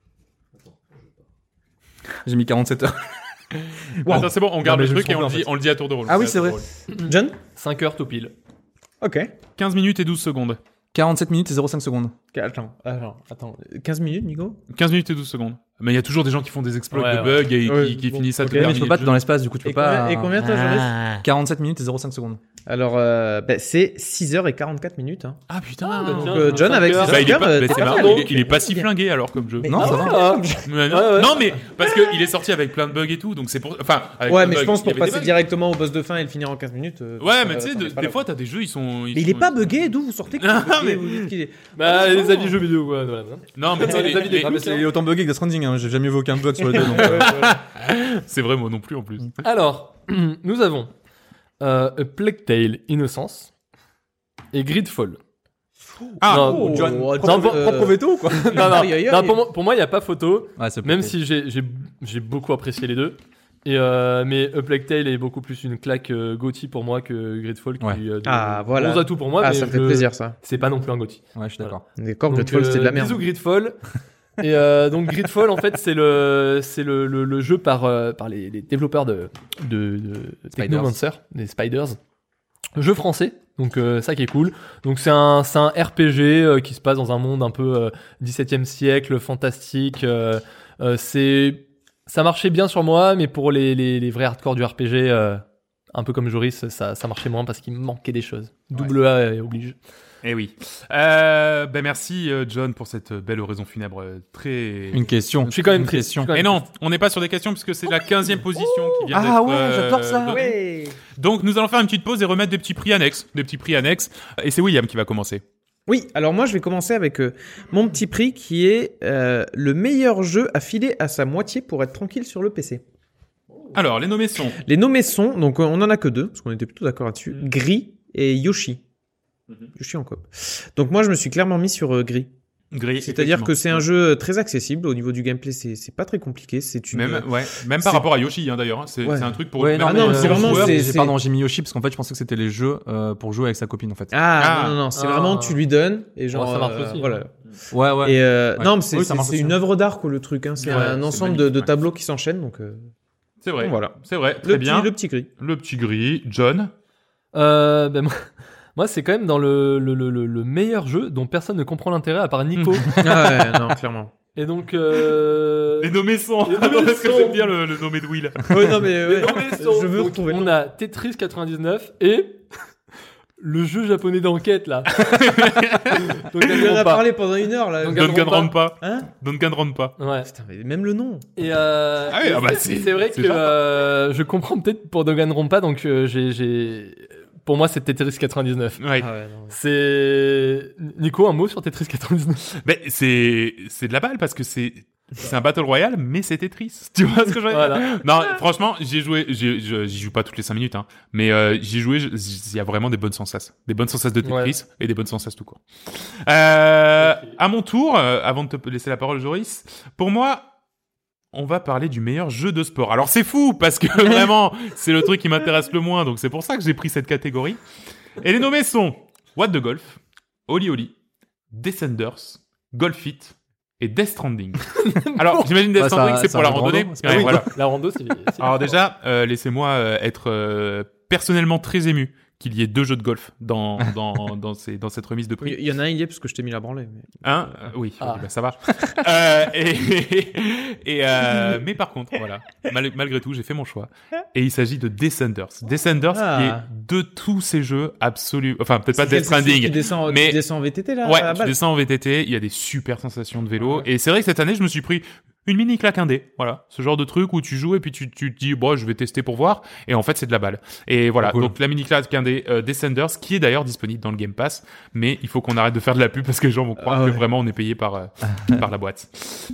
Speaker 6: J'ai mis quarante-sept heures.
Speaker 4: Wow. Attends, c'est bon, on garde
Speaker 6: mais
Speaker 4: le
Speaker 6: je
Speaker 4: truc
Speaker 6: me
Speaker 4: et on le,
Speaker 6: trompe,
Speaker 4: dit,
Speaker 6: en fait.
Speaker 4: on le dit à tour de rôle.
Speaker 6: Ah oui,
Speaker 4: à
Speaker 6: c'est
Speaker 4: tour de
Speaker 6: vrai.
Speaker 4: rôle.
Speaker 7: John
Speaker 5: cinq heures tout pile.
Speaker 7: Ok.
Speaker 4: quinze minutes et douze secondes.
Speaker 6: quarante-sept minutes et zéro virgule cinq secondes.
Speaker 7: Attends, attends, attends. quinze minutes, Nico
Speaker 4: quinze minutes et douze secondes. Mais il y a toujours des gens qui font des exploits
Speaker 5: Ouais,
Speaker 4: de
Speaker 5: ouais.
Speaker 4: bugs et
Speaker 7: Ouais,
Speaker 4: qui, qui
Speaker 7: bon,
Speaker 4: finissent à
Speaker 7: ok.
Speaker 4: te
Speaker 7: Mais
Speaker 6: Mais
Speaker 4: terminer
Speaker 6: tu peux
Speaker 4: le
Speaker 6: pas être
Speaker 4: jeu.
Speaker 6: dans l'espace, du coup tu peux
Speaker 7: et,
Speaker 6: pas.
Speaker 7: combien, et combien toi, Joris
Speaker 6: quarante-sept minutes et zéro virgule cinq secondes.
Speaker 7: Alors, euh, bah, c'est six heures quarante-quatre minutes. Hein.
Speaker 4: Ah putain.
Speaker 5: Ah, bah,
Speaker 7: Donc,
Speaker 5: tiens,
Speaker 7: euh, John,
Speaker 5: cinq
Speaker 7: avec
Speaker 5: heures.
Speaker 7: six
Speaker 4: Bah, il est
Speaker 7: heures,
Speaker 4: pas,
Speaker 7: euh,
Speaker 4: bah,
Speaker 7: t'es
Speaker 4: c'est
Speaker 7: pas
Speaker 4: marrant,
Speaker 7: mal,
Speaker 4: il,
Speaker 7: donc.
Speaker 4: est, il est pas si flingué alors comme jeu.
Speaker 7: Mais
Speaker 6: Non,
Speaker 7: ah,
Speaker 6: ça va.
Speaker 5: Ah,
Speaker 4: Mais non,
Speaker 5: Ouais, ouais.
Speaker 4: non, mais parce qu'il est sorti avec plein de bugs et tout, donc c'est pour. Enfin, avec
Speaker 7: Ouais,
Speaker 4: plein de
Speaker 7: mais je
Speaker 4: bugs,
Speaker 7: pense
Speaker 4: il y
Speaker 7: pour
Speaker 4: avait des
Speaker 7: passer
Speaker 4: bugs.
Speaker 7: directement au boss de fin et le finir en quinze minutes. euh,
Speaker 4: Ouais,
Speaker 7: ça,
Speaker 4: mais tu sais,
Speaker 7: t'en
Speaker 4: de-
Speaker 7: es pas
Speaker 4: des
Speaker 7: là.
Speaker 4: fois, t'as des jeux, ils sont.
Speaker 7: Mais il est pas buggé, d'où vous sortez qu'il est
Speaker 4: Non,
Speaker 7: buggé,
Speaker 4: mais-
Speaker 7: vous dites qu'il est-
Speaker 5: Bah, les avis jeux vidéo, quoi. Voilà.
Speaker 4: Non, mais tu sais, les-
Speaker 5: Les avis
Speaker 4: les-
Speaker 5: des
Speaker 6: Ah, mais c'est il est autant buggé que Death Stranding, hein. J'ai jamais vu aucun bug sur les deux. Donc, euh,
Speaker 4: c'est vrai, moi non plus en plus.
Speaker 5: Alors, nous avons euh, A Plague Tale Innocence et Gridfall.
Speaker 4: Ah,
Speaker 5: Non,
Speaker 7: Oh,
Speaker 6: John,
Speaker 7: John,
Speaker 6: propre,
Speaker 7: euh,
Speaker 6: propre veto ou quoi?
Speaker 5: Non, non,
Speaker 7: Aïe, aïe, aïe.
Speaker 5: non, pour moi, pour moi, il n'y a pas photo,
Speaker 6: Ouais, c'est
Speaker 5: même
Speaker 6: propre.
Speaker 5: si j'ai, j'ai, j'ai beaucoup apprécié les deux. Et euh, mais A Plague Tale est beaucoup plus une claque euh, GOTY pour moi que Gridfall qui
Speaker 6: Ouais.
Speaker 5: a de
Speaker 7: Ah, voilà.
Speaker 5: bons atouts pour moi,
Speaker 7: Ah,
Speaker 5: mais
Speaker 7: ça me fait
Speaker 5: je-
Speaker 7: plaisir, ça.
Speaker 5: c'est pas non plus un GOTY.
Speaker 6: Ouais, je suis d'accord.
Speaker 7: D'accord,
Speaker 5: Donc,
Speaker 7: Gridfall, c'était de la
Speaker 5: euh,
Speaker 7: merde.
Speaker 5: Bisous Gridfall. Et euh, donc Gridfall, en fait, c'est le c'est le, le, le jeu par euh, par les, les développeurs de de, de Technomancer, des Spiders. Jeu français, donc euh, ça qui est cool. Donc c'est un c'est un R P G euh, qui se passe dans un monde un peu euh, dix-septième siècle, fantastique. Euh, euh, c'est ça marchait bien sur moi, mais pour les les, les vrais hardcore du R P G, euh, un peu comme Joris, ça ça marchait moins parce qu'il me manquait des choses. Double A euh, oblige.
Speaker 4: Eh oui. Euh, ben merci euh, John pour cette belle oraison funèbre euh, très.
Speaker 6: Une question.
Speaker 5: Je suis quand même
Speaker 6: Une
Speaker 5: triste.
Speaker 6: question.
Speaker 5: Je suis quand
Speaker 4: Et
Speaker 5: même
Speaker 4: non, on n'est pas sur des questions puisque c'est la quinzième position qui vient
Speaker 6: Ah
Speaker 4: d'être.
Speaker 6: ouais, j'adore ça.
Speaker 4: donnée.
Speaker 7: Ouais.
Speaker 4: Donc nous allons faire une petite pause et remettre des petits prix annexes, des petits prix annexes. Et c'est William qui va commencer.
Speaker 7: Oui, alors moi je vais commencer avec euh, mon petit prix qui est euh, le meilleur jeu à filer à sa moitié pour être tranquille sur le P C.
Speaker 4: Alors les nommés sont.
Speaker 7: Les nommés sont, donc euh, on en a que deux, parce qu'on était plutôt d'accord là-dessus, Gris et Yoshi. Yoshi en coop. Donc moi je me suis clairement mis sur euh, Gris.
Speaker 4: Gris.
Speaker 7: C'est-à-dire que c'est un jeu très accessible, au niveau du gameplay c'est c'est pas très compliqué, c'est une...
Speaker 4: Même, ouais, même
Speaker 7: c'est-
Speaker 4: par rapport à Yoshi hein, d'ailleurs. hein. C'est
Speaker 7: Ouais.
Speaker 4: c'est un truc pour.
Speaker 6: Ouais, non,
Speaker 4: même
Speaker 7: Ah non,
Speaker 6: mais
Speaker 7: mais c'est
Speaker 6: euh,
Speaker 7: vraiment-
Speaker 6: joueur,
Speaker 7: c'est-
Speaker 6: j'ai-
Speaker 7: c'est-
Speaker 6: Pardon, j'ai mis Yoshi parce qu'en fait, je pensais que c'était les jeux euh, pour jouer avec sa copine en fait.
Speaker 7: Ah,
Speaker 4: Ah.
Speaker 7: non, non, non, c'est
Speaker 5: Ah.
Speaker 7: vraiment tu lui donnes et genre...
Speaker 5: Ouais, ça marche
Speaker 7: euh,
Speaker 5: aussi,
Speaker 7: Voilà.
Speaker 5: hein.
Speaker 6: Ouais, ouais.
Speaker 7: Et euh,
Speaker 6: Ouais.
Speaker 7: non, mais c'est
Speaker 6: Oui, ça
Speaker 7: c'est-
Speaker 6: marche
Speaker 7: c'est
Speaker 6: aussi,
Speaker 7: une
Speaker 6: hein.
Speaker 7: œuvre d'art quoi le truc, hein. c'est
Speaker 4: Ouais,
Speaker 7: un
Speaker 4: c'est
Speaker 7: ensemble de,
Speaker 4: magnifique,
Speaker 7: de
Speaker 4: ouais.
Speaker 7: tableaux qui s'enchaînent, donc euh,
Speaker 4: C'est vrai.
Speaker 7: voilà.
Speaker 4: C'est vrai. Très
Speaker 7: Le
Speaker 4: bien.
Speaker 7: petit, le petit gris.
Speaker 4: Le petit gris. John.
Speaker 5: Euh, ben, moi, moi, c'est quand même dans le, le, le, le- le meilleur jeu dont personne ne comprend l'intérêt à part Nico.
Speaker 7: Ah ouais, non, clairement.
Speaker 5: Et donc, euh...
Speaker 4: Les nommés sont.
Speaker 5: Les nommés
Speaker 4: Parce que
Speaker 5: sont-
Speaker 4: j'aime bien le, le nommé de Will.
Speaker 7: Ouais, non, mais ouais.
Speaker 5: les nommés sont-
Speaker 7: je veux
Speaker 5: donc,
Speaker 7: retrouver le
Speaker 5: on
Speaker 7: nom.
Speaker 5: a Tetris quatre-vingt-dix-neuf et le jeu japonais d'enquête là. donc,
Speaker 7: Il en a parlé pendant une heure là.
Speaker 5: Donc,
Speaker 4: Duncan
Speaker 5: pas.
Speaker 4: pas.
Speaker 7: Hein
Speaker 4: Duncan rentre pas.
Speaker 5: Ouais.
Speaker 7: Putain, mais même le nom.
Speaker 5: Et euh,
Speaker 4: Ah oui, ah bah,
Speaker 5: c'est-
Speaker 4: c'est-
Speaker 5: c'est vrai
Speaker 4: c'est
Speaker 5: que
Speaker 4: sympa.
Speaker 5: euh, je comprends peut-être pour Danganronpa, donc euh, j'ai, j'ai, pour moi c'est Tetris quatre-vingt-dix-neuf.
Speaker 4: Ouais.
Speaker 7: Ah ouais, non.
Speaker 5: C'est Nico, un mot sur Tetris quatre-vingt-dix-neuf.
Speaker 4: Ben, c'est, c'est de la balle parce que c'est, c'est un Battle Royale, mais c'est Tetris. Tu vois ce que je veux dire?
Speaker 5: Voilà.
Speaker 4: Non, franchement, j'ai joué, j'ai, je- j'y joue pas toutes les cinq minutes, hein, mais euh, j'y joué, je- il y a vraiment des bonnes sensations. Des bonnes sensations de Tetris et des bonnes sensations tout court. Euh, à mon tour, euh, avant de te laisser la parole, Joris, pour moi, on va parler du meilleur jeu de sport. Alors c'est fou, parce que vraiment, c'est le truc qui m'intéresse le moins, donc c'est pour ça que j'ai pris cette catégorie. Et les nommés sont What the Golf, Oli Oli, Descenders, Golf It et Death Stranding. Alors, j'imagine Death
Speaker 6: Bah, ça-
Speaker 4: Stranding, c'est
Speaker 6: ça
Speaker 4: pour la
Speaker 6: rend
Speaker 4: randonnée.
Speaker 6: rando, c'est
Speaker 4: Ouais,
Speaker 6: pas-
Speaker 4: voilà.
Speaker 5: La rando, c'est. c'est
Speaker 4: Alors déjà, euh, laissez-moi euh, être euh, personnellement très ému qu'il y ait deux jeux de golf dans dans dans, ces, dans cette remise de prix.
Speaker 7: Il y en a un, il y est parce que je t'ai mis la branlée. Mais...
Speaker 4: Hein Euh, Oui,
Speaker 5: Ah.
Speaker 4: ok, bah, ça va. euh, et et euh, mais par contre, voilà, mal- malgré tout, j'ai fait mon choix. Et il s'agit de Descenders. Descenders,
Speaker 7: Ah.
Speaker 4: qui est de tous ces jeux absolus. Enfin, peut-être pas
Speaker 7: C'est
Speaker 4: Death
Speaker 7: quel- c'est celui
Speaker 4: Stranding.
Speaker 7: qui descend,
Speaker 4: mais-
Speaker 7: tu descends en V T T là.
Speaker 4: Ouais,
Speaker 7: à la
Speaker 4: tu
Speaker 7: base.
Speaker 4: descends en V T T, il y a des super sensations de vélo. Et c'est vrai que cette année, je me suis pris une mini claque indé. Voilà. Ce genre de truc où tu joues et puis tu, tu te dis, bon, je vais tester pour voir. Et en fait, c'est de la balle. Et voilà.
Speaker 6: Cool.
Speaker 4: Donc, la mini claque indé, euh, Descenders, qui est d'ailleurs disponible dans le Game Pass. Mais il faut qu'on arrête de faire de la pub parce que les gens vont croire
Speaker 7: Ah ouais.
Speaker 4: que vraiment on est payé par, euh, par la boîte.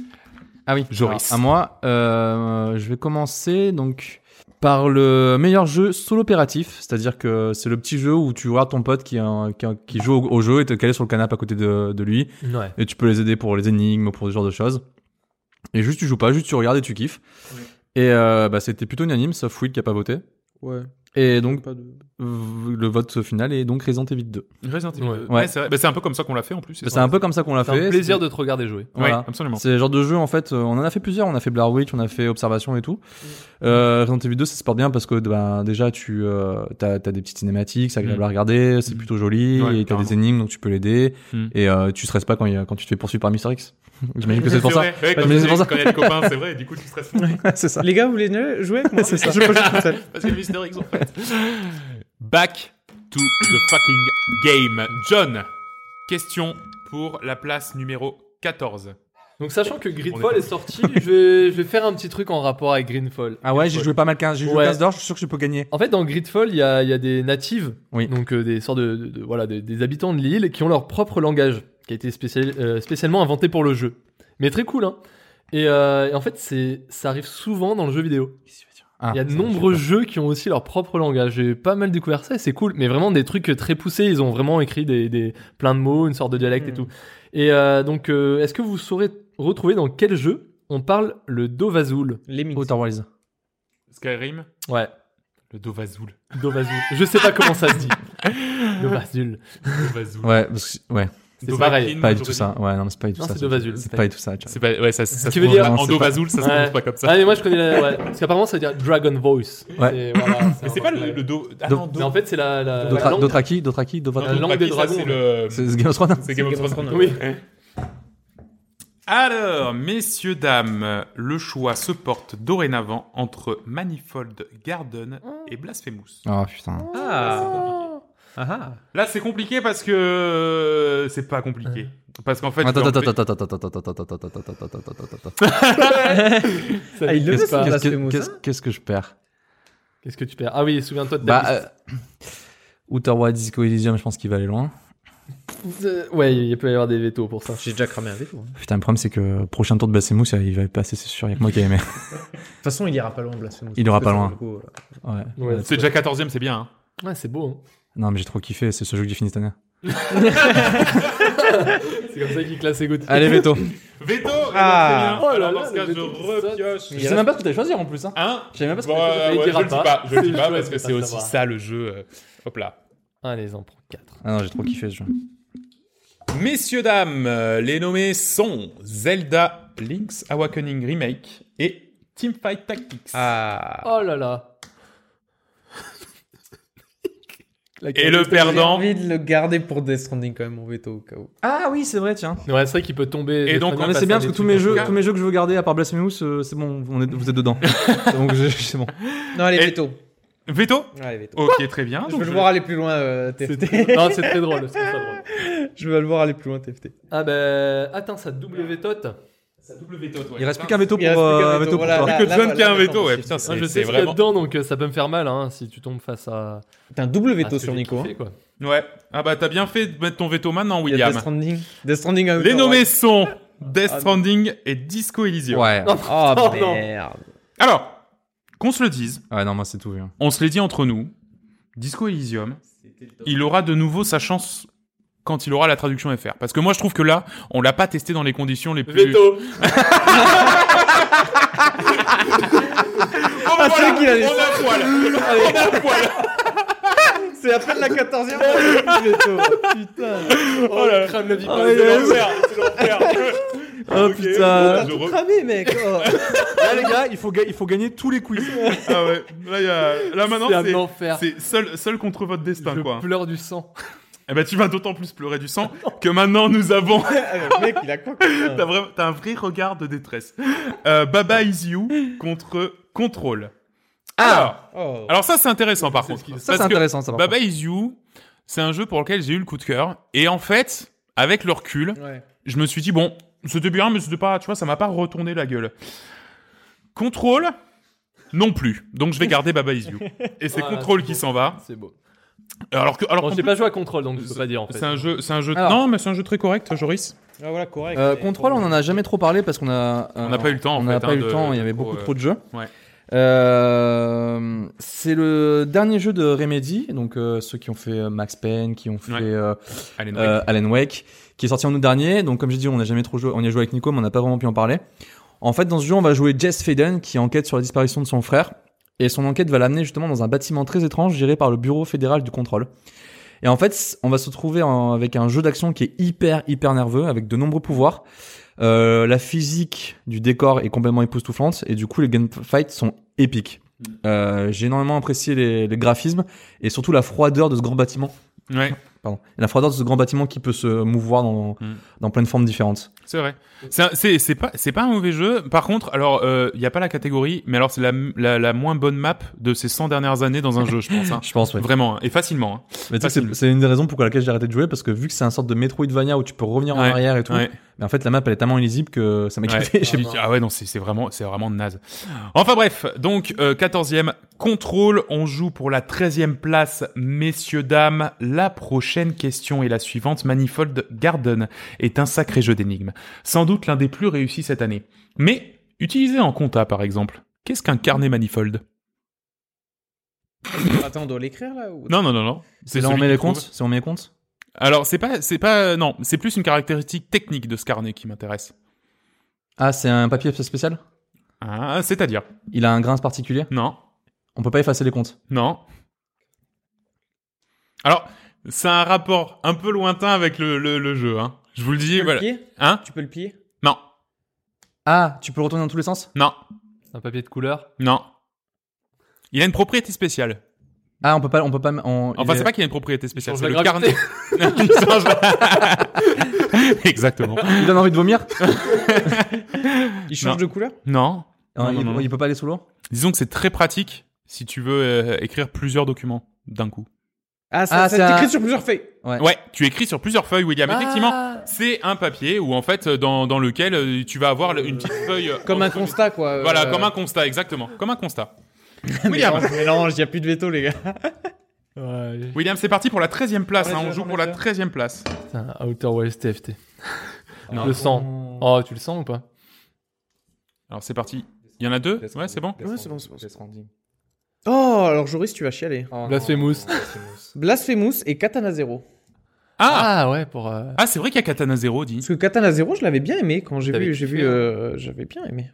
Speaker 6: Ah oui,
Speaker 4: Joris.
Speaker 6: Alors, à moi, euh, je vais commencer donc par le meilleur jeu solo opératif, c'est-à-dire que c'est le petit jeu où tu regardes ton pote qui, est un- qui, est- qui joue au, au jeu et te calé sur le canapé à côté de, de lui
Speaker 5: Ouais.
Speaker 6: et tu peux les aider pour les énigmes, pour ce genre de choses. Et juste tu joues pas, juste tu regardes et tu kiffes. Et euh, bah, c'était plutôt unanime, sauf Will qui a pas voté.
Speaker 7: Ouais.
Speaker 6: Et donc,
Speaker 7: Pas de-
Speaker 6: v- le vote final est donc Resident Evil deux.
Speaker 4: Resident Evil.
Speaker 5: Ouais.
Speaker 4: Ouais,
Speaker 6: Ouais.
Speaker 4: c'est vrai. Bah, c'est un peu comme ça qu'on l'a fait en plus.
Speaker 6: C'est un peu comme ça qu'on l'a
Speaker 5: C'est
Speaker 6: fait.
Speaker 5: un plaisir
Speaker 6: C'est-
Speaker 5: de te regarder jouer.
Speaker 6: Voilà.
Speaker 4: Ouais, absolument.
Speaker 6: C'est le genre de jeu, en fait, euh, on en a fait plusieurs. On a fait Blair Witch, on a fait Observation et tout. Euh, Resident Evil deux, ça se porte bien parce que ben, déjà, tu euh, t'as, t'as des petites cinématiques, c'est agréable
Speaker 4: Mm.
Speaker 6: à regarder, c'est
Speaker 4: Mm.
Speaker 6: plutôt joli,
Speaker 4: Ouais,
Speaker 6: et t'as
Speaker 4: carrément.
Speaker 6: des énigmes, donc tu peux l'aider.
Speaker 4: Mm.
Speaker 6: Et euh, tu stresses pas quand, il y a, quand tu te fais poursuivre par Mister X. J'imagine que c'est pour ça.
Speaker 4: vrai. Ouais, quand
Speaker 6: Mais
Speaker 4: tu
Speaker 6: c'est pour ça.
Speaker 4: connais le copain, c'est vrai. Et du coup, tu stresses pas.
Speaker 6: c'est ça.
Speaker 7: Les gars, vous voulez jouer avec moi?
Speaker 6: C'est ça.
Speaker 7: Je peux jouer tout seul.
Speaker 4: Parce que Mister X en fait. Back to the fucking game. John, question pour la place numéro quatorze.
Speaker 5: Donc sachant que Gridfall
Speaker 4: On est
Speaker 5: est sorti, je vais, je vais faire un petit truc en rapport avec Greenfall.
Speaker 6: Ah ouais, j'ai joué pas mal quinze, j'ai joué
Speaker 5: Ouais.
Speaker 6: quinze d'or, je suis sûr que je peux gagner.
Speaker 5: En fait, dans Gridfall, il y a, il y a des natives,
Speaker 6: Oui.
Speaker 5: donc euh, des sortes de, de- de- voilà, des, des habitants de l'île qui ont leur propre langage, qui a été spécial- euh, spécialement inventé pour le jeu. Mais très cool, hein. Et, euh, et en fait, c'est, ça arrive souvent dans le jeu vidéo.
Speaker 6: Ah,
Speaker 5: Il y a de
Speaker 6: ça,
Speaker 5: nombreux
Speaker 6: je sais
Speaker 5: jeux qui ont aussi leur propre langage. J'ai pas mal découvert ça et c'est cool. Mais vraiment des trucs très poussés. Ils ont vraiment écrit des, des plein de mots, une sorte de dialecte et
Speaker 7: Mm.
Speaker 5: tout. Et euh, donc, euh, est-ce que vous saurez retrouver dans quel jeu on parle le Dovazul?
Speaker 7: Les
Speaker 6: pas.
Speaker 7: mix.
Speaker 6: Outer Wilds.
Speaker 4: Skyrim,
Speaker 5: Ouais,
Speaker 4: le Dovazul.
Speaker 5: Dovazul. Je sais pas comment ça se dit. Dovazul.
Speaker 4: Dovazul.
Speaker 6: Ouais, parce que, ouais,
Speaker 5: C'est
Speaker 4: Dovahkiin,
Speaker 5: pareil.
Speaker 6: pas du
Speaker 4: j'aurais
Speaker 6: tout ça. Ouais, non, mais c'est pas du tout
Speaker 5: Non,
Speaker 6: ça.
Speaker 5: c'est
Speaker 6: tu vois.
Speaker 5: Dovazul.
Speaker 6: C'est pas du tout ça, tu vois.
Speaker 4: C'est pas, ouais, ça, ça
Speaker 5: Ce
Speaker 4: se
Speaker 5: qui veut
Speaker 4: prononce
Speaker 5: dire-
Speaker 4: en
Speaker 6: Non, c'est
Speaker 4: Dovazul, ça se
Speaker 5: Ouais.
Speaker 4: prononce pas comme ça.
Speaker 5: Ah mais moi je connais la... ouais. Parce qu'apparemment ça veut dire Dragon Voice.
Speaker 6: Ouais.
Speaker 5: Et voilà,
Speaker 4: Mais c'est
Speaker 5: un-
Speaker 4: pas le, le do. Ah
Speaker 6: Do-
Speaker 4: non, do.
Speaker 5: Mais en fait c'est la, la, la
Speaker 6: D'autres
Speaker 5: langue-
Speaker 6: Dothraki, Dothraki,
Speaker 4: Non,
Speaker 6: Dothraki.
Speaker 5: la langue des
Speaker 4: ça,
Speaker 5: dragons,
Speaker 4: C'est le.
Speaker 6: C'est Game of Thrones.
Speaker 4: C'est Game of
Speaker 7: Game of
Speaker 4: Thrones.
Speaker 7: Thrones.
Speaker 5: Oui.
Speaker 4: Alors, messieurs, dames, le choix se porte dorénavant entre Manifold Garden et Blasphemous.
Speaker 6: Oh putain.
Speaker 7: Ah. Ah ah.
Speaker 4: Là, c'est compliqué parce que c'est pas compliqué. Parce qu'en fait,
Speaker 6: Attends,
Speaker 4: je vais
Speaker 6: attends,
Speaker 4: en-
Speaker 6: attends, attends, attends, attends, attends, attends, attends, attends, attends, attends, attends.
Speaker 5: Ça
Speaker 7: Ah, il le
Speaker 5: n'existe
Speaker 7: fait,
Speaker 5: pas.
Speaker 7: ça.
Speaker 6: Qu'est-ce que-
Speaker 7: Blasphemous,
Speaker 6: qu'est-ce-
Speaker 7: hein
Speaker 6: Qu'est-ce que je perds?
Speaker 5: Qu'est-ce que tu perds? Ah oui, souviens-toi de ta
Speaker 6: Bah,
Speaker 5: liste.
Speaker 6: euh, Outer Wilds, Disco Elysium, je pense qu'il va aller loin.
Speaker 5: Euh, ouais, il peut y avoir des vétos pour ça.
Speaker 7: J'ai déjà cramé un veto. hein.
Speaker 6: Putain, le problème, c'est que prochain tour de Blasphemous, il va passer, c'est sûr, il y a que moi qui a aimé.
Speaker 7: De toute façon, il ira pas loin, Blasphemous.
Speaker 6: Il ira
Speaker 7: Parce que
Speaker 6: pas
Speaker 7: sur
Speaker 6: loin.
Speaker 7: le coup, euh,
Speaker 6: Ouais.
Speaker 5: Ouais,
Speaker 4: C'est déjà quatorzième, c'est bien. Hein.
Speaker 5: Ouais, c'est beau. Hein.
Speaker 6: Non, mais j'ai trop kiffé, c'est ce jeu que j'ai fini cette année.
Speaker 5: C'est comme ça qu'il classe ses goûts.
Speaker 6: Allez, veto.
Speaker 4: Veto
Speaker 7: Ah.
Speaker 4: eh ben, très bien.
Speaker 5: Oh là
Speaker 4: Alors,
Speaker 5: là,
Speaker 4: dans ce cas,
Speaker 5: le
Speaker 4: je
Speaker 5: veto,
Speaker 4: repioche.
Speaker 6: Je sais même pas ce que t'allais choisir en plus, hein.
Speaker 4: Hein
Speaker 6: Je savais même pas ce que
Speaker 4: Bon,
Speaker 6: t'allais choisir.
Speaker 4: ouais,
Speaker 5: Il
Speaker 4: ouais,
Speaker 5: dira
Speaker 4: je le dis
Speaker 5: pas.
Speaker 4: pas, je le
Speaker 5: C'est
Speaker 4: dis
Speaker 5: le
Speaker 4: pas
Speaker 5: choix,
Speaker 4: parce
Speaker 5: c'est
Speaker 4: que
Speaker 5: pas
Speaker 4: c'est aussi
Speaker 5: savoir.
Speaker 4: ça le jeu. euh, Hop là.
Speaker 5: Allez, en prends quatre.
Speaker 6: Ah non, j'ai trop kiffé ce jeu.
Speaker 4: Messieurs, dames, euh, les nommés sont Zelda Link's Awakening Remake et Teamfight Tactics.
Speaker 7: Ah.
Speaker 5: Oh là là. La
Speaker 4: Et le
Speaker 5: qualité-
Speaker 7: J'ai
Speaker 4: perdant.
Speaker 7: envie de le garder pour Death Stranding quand même, mon veto au cas où.
Speaker 6: Ah oui, c'est vrai, tiens.
Speaker 5: Ouais, c'est vrai qu'il peut tomber.
Speaker 4: Et
Speaker 5: des
Speaker 4: donc,
Speaker 5: fois,
Speaker 6: Non, mais
Speaker 5: il
Speaker 6: c'est bien
Speaker 5: passe
Speaker 6: parce
Speaker 5: à
Speaker 6: que
Speaker 5: des
Speaker 6: tous mes
Speaker 5: trucs
Speaker 6: jeux,
Speaker 5: en tout
Speaker 6: tous mes jeux que je veux garder à part Blasphemous, euh, c'est bon, on est- vous êtes dedans. Donc je- c'est bon.
Speaker 7: Non, allez,
Speaker 4: Et-
Speaker 7: veto.
Speaker 4: Veto
Speaker 7: Allez, veto.
Speaker 4: Ok, très bien.
Speaker 7: Je
Speaker 4: Donc,
Speaker 7: veux le voir aller plus loin, euh,
Speaker 5: cas.
Speaker 7: T F T.
Speaker 5: C'est- Non, c'est très drôle. C'est très drôle.
Speaker 7: Je veux le voir aller plus loin, T F T.
Speaker 5: Ah ben, attends, ça double vétote.
Speaker 4: Ça double veto, toi.
Speaker 6: Il reste plus qu'un veto
Speaker 7: Il
Speaker 6: pour,
Speaker 7: reste plus qu'un
Speaker 6: euh,
Speaker 7: veto,
Speaker 6: veto pour
Speaker 7: voilà,
Speaker 6: toi.
Speaker 7: là.
Speaker 4: Plus que John qui a un
Speaker 7: voilà,
Speaker 4: veto,
Speaker 7: maintenant,
Speaker 4: ouais,
Speaker 7: c'est-
Speaker 4: putain,
Speaker 7: c'est-
Speaker 4: ça,
Speaker 5: Ah, je
Speaker 4: c'est
Speaker 5: sais ce qu'il y a
Speaker 4: vraiment.
Speaker 5: dedans, donc euh, ça peut me faire mal hein, si tu tombes face à.
Speaker 7: T'as un double
Speaker 5: à
Speaker 7: veto
Speaker 5: ce que
Speaker 7: sur
Speaker 5: j'ai
Speaker 7: Nico.
Speaker 5: kiffé, quoi.
Speaker 4: Ouais. Ah bah, t'as bien fait de mettre ton veto maintenant,
Speaker 7: Il y a
Speaker 4: William.
Speaker 7: Death Stranding. Death Stranding à
Speaker 4: Les nommés
Speaker 7: ouais.
Speaker 4: sont Death
Speaker 7: Ah,
Speaker 4: Stranding et Disco Elysium.
Speaker 6: Ouais.
Speaker 7: Oh
Speaker 5: Oh, non.
Speaker 7: merde.
Speaker 4: Alors, qu'on se le dise,
Speaker 6: Ouais, non, moi c'est tout vu. hein.
Speaker 4: on se l'est dit entre nous, Disco Elysium, il aura de nouveau sa chance quand il aura la traduction F R. Parce que moi, je trouve que là, on l'a pas testé dans les conditions les plus...
Speaker 5: Veto.
Speaker 4: Oh, bah,
Speaker 7: Ah, c'est
Speaker 4: voilà,
Speaker 7: qu'il allait-
Speaker 4: on a poil. On a poil.
Speaker 7: C'est à peine la quatorzième fois. Veto. Putain.
Speaker 4: Oh là là.
Speaker 5: Crame la vie.
Speaker 6: Oh,
Speaker 5: par les
Speaker 6: il est
Speaker 5: ailes.
Speaker 6: où
Speaker 4: L'enfer, c'est l'enfer.
Speaker 6: Oh
Speaker 4: Ok,
Speaker 6: putain.
Speaker 7: T'as
Speaker 4: je
Speaker 7: tout
Speaker 4: re-
Speaker 7: cramé, mec. Oh.
Speaker 6: Là, les gars, il faut, ga- il faut gagner tous les quiz.
Speaker 4: Ah ouais, là, il y a... là maintenant,
Speaker 5: C'est un
Speaker 4: c'est...
Speaker 5: enfer.
Speaker 4: C'est seul, seul contre votre destin,
Speaker 5: Je
Speaker 4: quoi.
Speaker 5: pleure du sang.
Speaker 4: Eh ben, tu vas d'autant plus pleurer du sang que maintenant, nous avons...
Speaker 7: Le mec, il a quoi comme ça
Speaker 4: T'as, vraiment, t'as un vrai regard de détresse. Euh, Baba Is You contre Control. Alors,
Speaker 7: Oh.
Speaker 4: alors ça, c'est intéressant, par
Speaker 5: C'est
Speaker 4: contre.
Speaker 5: ce qui-
Speaker 6: Ça,
Speaker 4: Parce
Speaker 6: c'est
Speaker 4: que
Speaker 6: intéressant, ça. par
Speaker 4: Baba Is You, c'est un jeu pour lequel j'ai eu le coup de cœur. Et en fait, avec le recul,
Speaker 7: Ouais.
Speaker 4: je me suis dit, bon, c'était bien, mais c'était pas, tu vois, ça m'a pas retourné la gueule. Control, non plus. Donc, je vais garder Baba Is You. Et c'est
Speaker 5: Voilà,
Speaker 4: Control
Speaker 5: c'est
Speaker 4: qui
Speaker 5: beau.
Speaker 4: s'en va.
Speaker 5: C'est beau.
Speaker 4: Alors que, alors
Speaker 5: Bon,
Speaker 4: qu'en
Speaker 5: j'ai
Speaker 4: plus,
Speaker 5: pas joué à Control, donc je peux pas dire en fait.
Speaker 4: c'est un jeu, c'est un jeu.
Speaker 6: Alors.
Speaker 4: Non, mais c'est un jeu très correct, Joris.
Speaker 7: Ah, voilà, correct.
Speaker 6: Euh,
Speaker 7: Mais-
Speaker 6: Control, on en a jamais trop parlé parce qu'on a.
Speaker 4: On n'a pas eu le temps, en
Speaker 6: On n'a
Speaker 4: fait,
Speaker 6: pas
Speaker 4: hein,
Speaker 6: eu le
Speaker 4: de-
Speaker 6: temps. Il y avait
Speaker 4: de-
Speaker 6: beaucoup
Speaker 4: euh,
Speaker 6: trop de jeux.
Speaker 4: ouais.
Speaker 6: Euh, c'est le dernier jeu de Remedy, donc euh, ceux qui ont fait euh, Max Payne, qui ont fait
Speaker 4: Ouais.
Speaker 6: euh,
Speaker 4: Allez, Noël.
Speaker 6: euh, Alan Wake, qui est sorti en août dernier. Donc comme j'ai dit, on n'a jamais trop joué. On y a joué avec Nico, mais on n'a pas vraiment pu en parler. En fait, dans ce jeu, on va jouer Jess Faden, qui enquête sur la disparition de son frère. Et son enquête va l'amener justement dans un bâtiment très étrange géré par le Bureau fédéral du contrôle. Et en fait, on va se retrouver en- avec un jeu d'action qui est hyper, hyper nerveux, avec de nombreux pouvoirs. Euh, la physique du décor est complètement époustouflante, et du coup, les gunfights sont épiques. Euh, j'ai énormément apprécié les, les graphismes, et surtout la froideur de ce grand bâtiment.
Speaker 4: Ouais,
Speaker 6: Pardon. La froideur de ce grand bâtiment qui peut se mouvoir dans,
Speaker 4: Mm.
Speaker 6: dans plein de formes différentes.
Speaker 4: c'est vrai. C'est un- c'est c'est pas c'est pas un mauvais jeu. Par contre, alors il y a pas la catégorie, mais alors c'est la, la la moins bonne map de ces cent dernières années dans un jeu, je pense. Hein.
Speaker 6: Je pense, ouais.
Speaker 4: Vraiment, hein, et facilement. Hein.
Speaker 6: Mais tu sais, c'est, c'est une des raisons pour laquelle j'ai arrêté de jouer, parce que vu que c'est un sorte de Metroidvania où tu peux revenir en
Speaker 4: Ouais,
Speaker 6: arrière et tout,
Speaker 4: ouais.
Speaker 6: mais en fait la map elle est tellement illisible que ça m'a
Speaker 4: Ouais.
Speaker 6: quitté. J'ai-
Speaker 4: Ah ouais, non, c'est c'est vraiment, c'est vraiment naze. Enfin bref, donc euh, quatorzième, Contrôle. On joue pour la treizième place, messieurs, dames. La prochaine question est la suivante. Manifold Garden est un sacré jeu d'énigmes. Sans doute l'un des plus réussis cette année. Mais, utilisé en compta par exemple, qu'est-ce qu'un carnet Manifold?
Speaker 7: Attends, on doit l'écrire là ou...
Speaker 4: Non, non, non, non.
Speaker 6: C'est là on
Speaker 4: celui
Speaker 6: met
Speaker 4: qui
Speaker 6: les
Speaker 4: trouve.
Speaker 6: comptes, c'est on met les comptes.
Speaker 4: Alors, c'est pas, c'est pas, non, c'est plus une caractéristique technique de ce carnet qui m'intéresse.
Speaker 6: Ah, c'est un papier spécial.
Speaker 4: Ah, c'est-à-dire?
Speaker 6: Il a un grain particulier.
Speaker 4: Non.
Speaker 6: On peut pas effacer les comptes.
Speaker 4: Non. Alors, c'est un rapport un peu lointain avec le, le, le jeu, hein. Je vous le dis,
Speaker 7: Tu peux
Speaker 4: voilà.
Speaker 7: le plier
Speaker 4: Hein?
Speaker 7: Tu peux le plier
Speaker 4: Non.
Speaker 6: Ah, tu peux le retourner dans tous les sens.
Speaker 4: Non.
Speaker 5: Un papier de couleur.
Speaker 4: Non. Il a une propriété spéciale.
Speaker 6: Ah, on peut pas, on peut pas. On,
Speaker 4: Enfin,
Speaker 6: il
Speaker 4: c'est
Speaker 6: est-
Speaker 4: pas qu'il a une propriété spéciale,
Speaker 5: change
Speaker 4: c'est le
Speaker 5: la
Speaker 4: carnet.
Speaker 5: gravité.
Speaker 4: Il change la- Exactement.
Speaker 6: Il donne envie de vomir.
Speaker 7: Il change
Speaker 4: Non.
Speaker 7: de couleur
Speaker 4: Non.
Speaker 6: Non,
Speaker 4: Non,
Speaker 6: il,
Speaker 4: non, non.
Speaker 6: il peut pas aller sous l'eau.
Speaker 4: Disons que c'est très pratique si tu veux euh, écrire plusieurs documents d'un coup.
Speaker 7: Ah, ça,
Speaker 6: Ah,
Speaker 7: ça
Speaker 6: c'est
Speaker 7: t'écrit
Speaker 6: un-
Speaker 7: sur plusieurs feuilles.
Speaker 6: Ouais.
Speaker 4: Ouais, tu écris sur plusieurs feuilles, William. Effectivement,
Speaker 5: Ah.
Speaker 4: c'est un papier où en fait, dans, dans lequel euh, tu vas avoir une petite feuille. euh,
Speaker 7: Comme un
Speaker 4: entre-
Speaker 7: constat, quoi.
Speaker 4: Voilà,
Speaker 7: Euh,
Speaker 4: comme un constat, exactement. Comme un constat. William,
Speaker 7: Mélange, mélange, il y a plus de veto, les gars.
Speaker 5: Ouais.
Speaker 4: William, c'est parti pour la treizième place.
Speaker 7: Ouais,
Speaker 4: hein,
Speaker 7: je
Speaker 4: on
Speaker 7: vais
Speaker 4: joue
Speaker 7: prendre
Speaker 4: pour
Speaker 7: les
Speaker 4: la
Speaker 7: deux.
Speaker 4: treizième place.
Speaker 5: Putain, Outer Wilds T F T.
Speaker 4: Non.
Speaker 5: Je le sens. Oh, tu le sens ou pas?
Speaker 4: Alors c'est parti. Il y en a deux. Ouais, c'est bon.
Speaker 7: Ouais, c'est bon, c'est bon. Oh, alors Joris, tu vas chialer.
Speaker 5: Blasphemous.
Speaker 7: Blasphemous et Katana Zero.
Speaker 4: Ah,
Speaker 5: Ah ouais, pour. euh,
Speaker 4: ah, c'est vrai qu'il y a Katana Zero, dit.
Speaker 7: Parce que Katana Zero, je l'avais bien aimé quand j'ai
Speaker 5: T'avais
Speaker 7: vu. J'ai
Speaker 5: kiffé,
Speaker 7: vu.
Speaker 5: hein.
Speaker 7: euh, J'avais bien aimé.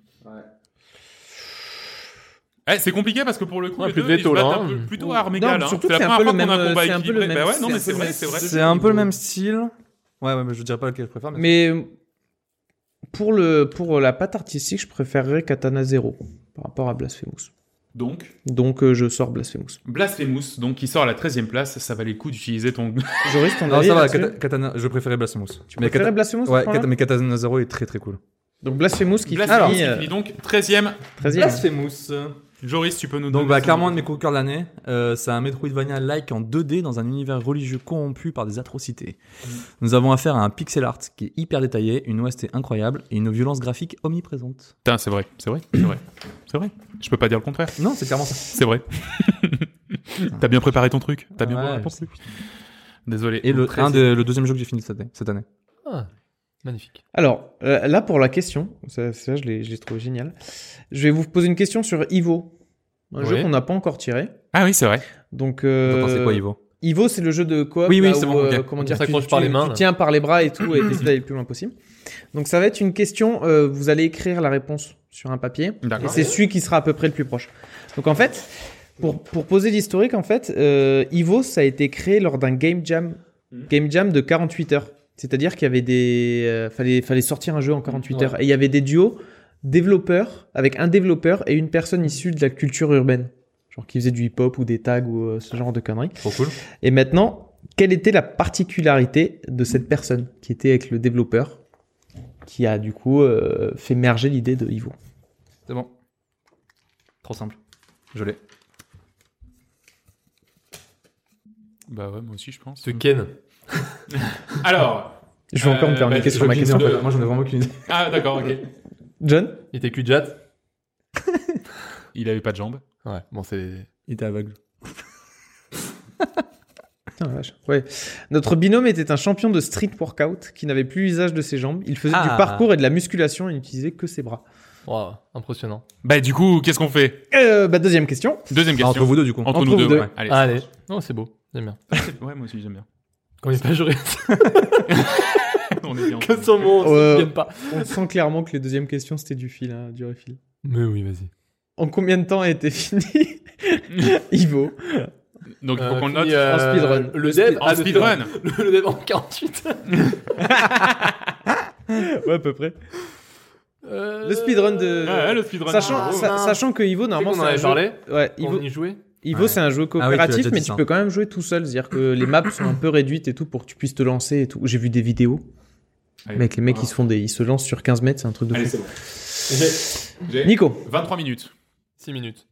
Speaker 4: Eh, c'est compliqué parce que pour le coup,
Speaker 5: Ouais,
Speaker 4: les
Speaker 5: plus
Speaker 4: deux,
Speaker 5: de veto,
Speaker 4: ils se battent
Speaker 5: là,
Speaker 4: un peu
Speaker 5: hein.
Speaker 4: plutôt à armes égales.
Speaker 7: Non,
Speaker 4: hein.
Speaker 7: surtout
Speaker 4: C'est la
Speaker 7: que c'est un
Speaker 4: première
Speaker 7: peu
Speaker 4: fois
Speaker 7: le
Speaker 4: qu'on a un
Speaker 7: même-
Speaker 4: combat
Speaker 7: c'est un peu le
Speaker 4: équilibré.
Speaker 7: même-
Speaker 4: Bah ouais, non, mais
Speaker 7: c'est
Speaker 4: c'est
Speaker 7: un peu
Speaker 4: vrai,
Speaker 7: le
Speaker 4: c'est
Speaker 7: même
Speaker 4: vrai.
Speaker 7: style.
Speaker 6: C'est un peu le même style. Ouais, ouais, mais je dirais pas lequel je préfère. Mais...
Speaker 7: Mais euh, pour, le, pour la patte artistique, je préférerais Katana Zero par rapport à Blasphemous.
Speaker 4: Donc,
Speaker 7: Donc euh, je sors Blasphemous.
Speaker 4: Blasphemous, donc qui sort à la treizième place, ça valait le coup d'utiliser ton.
Speaker 7: Joris, ton
Speaker 6: Non,
Speaker 7: avis
Speaker 6: ça va.
Speaker 7: là-dessus
Speaker 6: Kata- Katana, je préférais Blasphemous.
Speaker 7: Tu préférais Blasphemous
Speaker 6: Ouais,
Speaker 7: à ce point-là
Speaker 6: Kata- mais Katana Zero est très très cool.
Speaker 7: Donc Blasphemous qui
Speaker 4: Blasphemous
Speaker 7: finit
Speaker 4: qui
Speaker 7: euh,
Speaker 4: finit donc treizième.
Speaker 7: treizième.
Speaker 6: Blasphemous.
Speaker 4: Joris, tu peux nous
Speaker 6: Donc
Speaker 4: donner
Speaker 6: bah
Speaker 4: son-
Speaker 6: clairement un de mes coups de cœur de l'année, euh, c'est un Metroidvania-like en deux D dans un univers religieux corrompu par des atrocités. Nous avons affaire à un pixel art qui est hyper détaillé, une O S T incroyable et une violence graphique omniprésente.
Speaker 4: Putain, c'est vrai, c'est vrai, c'est vrai, c'est vrai. Je peux pas dire le contraire.
Speaker 6: Non, c'est clairement ça.
Speaker 4: C'est vrai. T'as bien préparé ton truc. T'as bien
Speaker 6: Ouais,
Speaker 4: préparé ton
Speaker 6: je
Speaker 4: truc. Désolé.
Speaker 6: Et le,
Speaker 4: treizième.
Speaker 6: un des- le deuxième jeu que j'ai fini cette année. Cette année.
Speaker 5: Ah, magnifique.
Speaker 7: Alors, euh, là pour la question, ça, ça je l'ai je l'ai trouvé génial. Je vais vous poser une question sur Ivo. Un
Speaker 5: Oui.
Speaker 7: jeu qu'on n'a pas encore tiré.
Speaker 4: Ah oui, c'est vrai.
Speaker 7: Donc,
Speaker 6: Vous
Speaker 7: euh,
Speaker 6: pensez quoi, Ivo?
Speaker 7: Ivo, c'est le jeu de coop.
Speaker 6: Oui, oui,
Speaker 7: là
Speaker 6: c'est
Speaker 7: où,
Speaker 6: bon, ok.
Speaker 7: euh, comment
Speaker 5: On
Speaker 7: dire,
Speaker 5: s'accroche
Speaker 7: tu,
Speaker 5: par
Speaker 7: tu-
Speaker 5: les mains,
Speaker 7: tu
Speaker 5: là.
Speaker 7: tiens par les bras et tout, et t'essaies d'aller le plus loin possible. Donc, ça va être une question. euh, vous allez écrire la réponse sur un papier, et
Speaker 4: D'accord.
Speaker 7: c'est celui qui sera à peu près le plus proche. Donc, en fait, pour pour poser l'historique, en fait, euh, Ivo, ça a été créé lors d'un game jam, game jam de quarante-huit heures. C'est-à-dire qu'il y avait des, euh, fallait fallait sortir un jeu en quarante-huit
Speaker 5: Ouais.
Speaker 7: heures, et il y avait des duos développeurs avec un développeur et une personne issue de la culture urbaine. Genre qui faisait du hip-hop ou des tags ou euh, ce genre de conneries.
Speaker 6: Trop cool.
Speaker 7: Et maintenant, quelle était la particularité de cette personne qui était avec le développeur qui a du coup euh, fait merger l'idée de Ivo?
Speaker 6: C'est bon. Trop simple. Je l'ai.
Speaker 4: Bah ouais, moi aussi, je pense.
Speaker 5: Ce Ken.
Speaker 4: Alors.
Speaker 7: Je vais encore
Speaker 4: Euh,
Speaker 7: me faire
Speaker 4: bah,
Speaker 7: niquer
Speaker 4: je
Speaker 7: sur ma
Speaker 4: veux
Speaker 7: question.
Speaker 4: bien-
Speaker 6: Moi j'en ai vraiment aucune idée.
Speaker 4: Ah, d'accord, ok.
Speaker 7: John?
Speaker 5: Il était cul-de-jatte.
Speaker 4: Il avait pas de jambes.
Speaker 5: Ouais, bon, c'est.
Speaker 6: Il était aveugle.
Speaker 7: Putain, la vache. Ouais. Notre binôme était un champion de street workout qui n'avait plus l'usage de ses jambes. Il faisait
Speaker 6: Ah.
Speaker 7: du parcours et de la musculation et n'utilisait que ses bras.
Speaker 5: Waouh, impressionnant.
Speaker 4: Bah, du coup, qu'est-ce qu'on fait?
Speaker 7: Euh, bah, deuxième question.
Speaker 4: Deuxième question.
Speaker 6: Entre vous deux du coup.
Speaker 4: Entre
Speaker 7: Entre
Speaker 4: nous
Speaker 7: vous
Speaker 4: deux,
Speaker 7: deux.
Speaker 4: ouais. Allez.
Speaker 5: Ah, allez. Non, c'est beau. J'aime bien.
Speaker 4: Ouais, moi aussi, j'aime bien.
Speaker 5: Quand il est pas juré.
Speaker 4: On est bien.
Speaker 5: Que son monde,
Speaker 7: Euh,
Speaker 5: ça ne pas.
Speaker 7: On sent clairement que les deuxièmes questions, c'était du fil, hein, du refil.
Speaker 5: Mais oui, vas-y.
Speaker 7: En combien de temps a été fini Ivo.
Speaker 4: Donc, il
Speaker 5: Euh,
Speaker 4: faut qu'on le note.
Speaker 5: fini, euh,
Speaker 7: en speedrun.
Speaker 5: Le dev.
Speaker 4: En
Speaker 5: ah, le
Speaker 4: speedrun.
Speaker 5: Le, le dev en quarante-huit.
Speaker 7: Ouais, à peu près.
Speaker 5: Euh,
Speaker 7: Le speedrun de.
Speaker 4: Ouais, le speedrun.
Speaker 7: Sachant,
Speaker 5: Ah,
Speaker 7: sa-
Speaker 5: mince.
Speaker 7: sachant que Ivo, normalement,
Speaker 5: on
Speaker 7: c'est
Speaker 5: en
Speaker 7: un
Speaker 5: avait
Speaker 7: jeu.
Speaker 5: parlé.
Speaker 7: Ouais,
Speaker 5: On
Speaker 7: Ivo,
Speaker 5: y jouait.
Speaker 7: Ivo
Speaker 6: Ouais.
Speaker 7: c'est un jeu
Speaker 6: Ah oui, tu l'as
Speaker 7: coopératif,
Speaker 6: déjà
Speaker 7: mais
Speaker 6: dit
Speaker 7: tu
Speaker 6: ça.
Speaker 7: peux quand même jouer tout seul. C'est-à-dire que les maps sont un peu réduites et tout pour que tu puisses te lancer et tout. J'ai vu des vidéos.
Speaker 4: Allez.
Speaker 7: Mec, les mecs, ils se font des, ils se lancent sur quinze mètres, c'est un truc de
Speaker 4: Allez,
Speaker 7: fou.
Speaker 4: c'est bon. J'ai
Speaker 7: Nico.
Speaker 4: vingt-trois minutes.
Speaker 5: six minutes.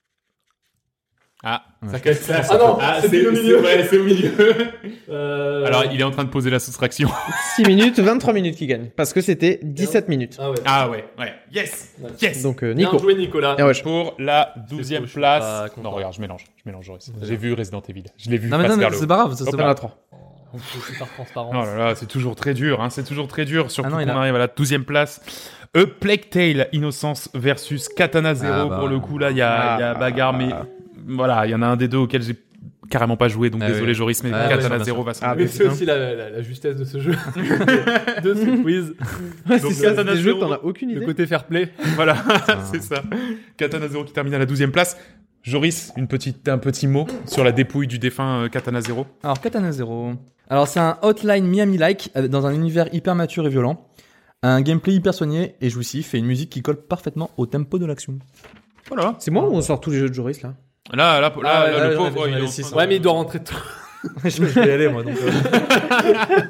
Speaker 4: Ah,
Speaker 6: Ouais.
Speaker 4: ça casse ça.
Speaker 5: Ah non,
Speaker 4: Ah,
Speaker 5: c'est
Speaker 4: c'est
Speaker 5: au milieu.
Speaker 4: c'est- ouais, c'est au milieu.
Speaker 5: Euh...
Speaker 4: Alors, il est en train de poser la soustraction.
Speaker 7: six minutes, vingt-trois minutes qui gagne. Parce que c'était dix-sept minutes.
Speaker 5: Ah ouais.
Speaker 4: Ah ouais, ouais. Yes,
Speaker 5: Ouais.
Speaker 4: yes.
Speaker 7: Donc, euh,
Speaker 5: Bien
Speaker 7: Nico.
Speaker 5: joué, Nicolas.
Speaker 7: Et ouais,
Speaker 4: Pour la douzième
Speaker 5: faux, je suis
Speaker 4: place.
Speaker 5: pas content.
Speaker 4: Non, regarde, je mélange. Je mélange, Joris.
Speaker 5: Voilà.
Speaker 4: J'ai vu Resident Evil. Je l'ai vu
Speaker 6: Non, mais
Speaker 4: passer
Speaker 6: non, mais
Speaker 4: vers le
Speaker 6: c'est
Speaker 4: haut.
Speaker 6: pas grave, ça,
Speaker 4: Hop
Speaker 6: c'est
Speaker 7: Il y en
Speaker 6: pas
Speaker 7: a
Speaker 6: grave.
Speaker 7: trois.
Speaker 5: On peut aussi par transparence.
Speaker 4: Oh là là, c'est toujours très dur, hein. C'est toujours très dur, surtout
Speaker 6: Ah non, il
Speaker 4: qu'on
Speaker 6: a-
Speaker 4: arrive à la douzième place. A Plague Tale Innocence versus Katana Zero.
Speaker 6: Ah bah.
Speaker 4: Pour le coup, là, il y a, il y a
Speaker 7: Ah.
Speaker 4: bagarre, mais voilà, il y en a un des deux auquel j'ai carrément pas joué, donc
Speaker 6: Ah
Speaker 4: désolé
Speaker 6: oui.
Speaker 4: Joris, mais
Speaker 6: Ah,
Speaker 4: Katana
Speaker 6: bien sûr,
Speaker 4: Zero
Speaker 6: bien
Speaker 4: va
Speaker 7: Ah,
Speaker 4: s'en
Speaker 5: Mais
Speaker 7: mais
Speaker 5: c'est
Speaker 7: putain.
Speaker 5: aussi la, la, la justesse de ce jeu. de ce quiz.
Speaker 7: C'est
Speaker 4: Donc,
Speaker 7: ça,
Speaker 4: Katana
Speaker 7: c'est des jeux,
Speaker 4: Zero,
Speaker 7: t'en as aucune
Speaker 5: Le
Speaker 7: idée.
Speaker 5: côté fair play.
Speaker 4: Voilà, c'est ça. Katana Zero qui termine à la douzième place. Joris, une petite, un petit mot sur la dépouille du défunt euh, Katana Zero.
Speaker 6: Alors, Katana Zero. Alors, c'est un Hotline Miami-like euh, dans un univers hyper mature et violent. Un gameplay hyper soigné et jouissif et une musique qui colle parfaitement au tempo de l'action.
Speaker 4: Voilà.
Speaker 7: C'est moi ou on sort tous les jeux de Joris là
Speaker 4: Là, là, là,
Speaker 6: Ah ouais,
Speaker 4: là,
Speaker 6: là,
Speaker 4: le
Speaker 6: j'en
Speaker 4: pauvre,
Speaker 6: avais-
Speaker 4: il
Speaker 6: j'en
Speaker 4: est en
Speaker 6: avais six,
Speaker 4: train
Speaker 6: hein.
Speaker 4: de-
Speaker 5: Ouais, mais il doit rentrer de
Speaker 6: je vais y aller, moi. Donc, euh.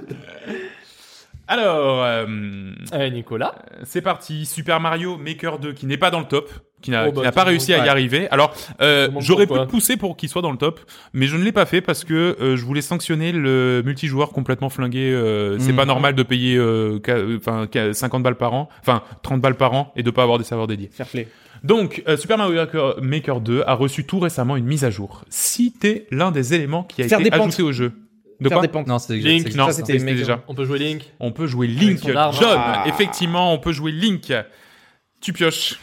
Speaker 4: Alors, euh,
Speaker 5: Allez, Nicolas.
Speaker 4: c'est parti. Super Mario Maker deux, qui n'est pas dans le top, qui n'a
Speaker 5: Oh, bah,
Speaker 4: qui n'a
Speaker 5: tout
Speaker 4: pas
Speaker 5: le
Speaker 4: réussi
Speaker 5: monde-
Speaker 4: à y
Speaker 5: ouais.
Speaker 4: arriver. Alors, euh,
Speaker 5: Tout le monde
Speaker 4: j'aurais pu
Speaker 5: pourquoi.
Speaker 4: le pousser pour qu'il soit dans le top, mais je ne l'ai pas fait parce que euh, je voulais sanctionner le multijoueur complètement flingué. Euh, C'est
Speaker 6: Mhm.
Speaker 4: pas normal de payer euh, ca- euh, enfin, ca- cinquante balles par an, enfin trente balles par an, et de pas avoir des serveurs dédiés.
Speaker 7: Fair play.
Speaker 4: Donc, euh, Super Mario Maker- Maker deux a reçu tout récemment une mise à jour. Citez l'un des éléments qui a
Speaker 7: Faire
Speaker 4: été
Speaker 7: des pentes.
Speaker 4: ajouté au jeu. De
Speaker 7: Faire
Speaker 4: quoi
Speaker 7: des pentes.
Speaker 6: Non, c'était
Speaker 5: Link,
Speaker 6: c'est-
Speaker 4: Non,
Speaker 7: Ça,
Speaker 4: ça
Speaker 7: c'était
Speaker 4: c'était
Speaker 7: Maker.
Speaker 4: déjà.
Speaker 5: On peut jouer Link.
Speaker 4: On peut jouer Link.
Speaker 5: son arbre.
Speaker 4: John,
Speaker 7: Ah.
Speaker 4: effectivement, on peut jouer Link. Tu pioches.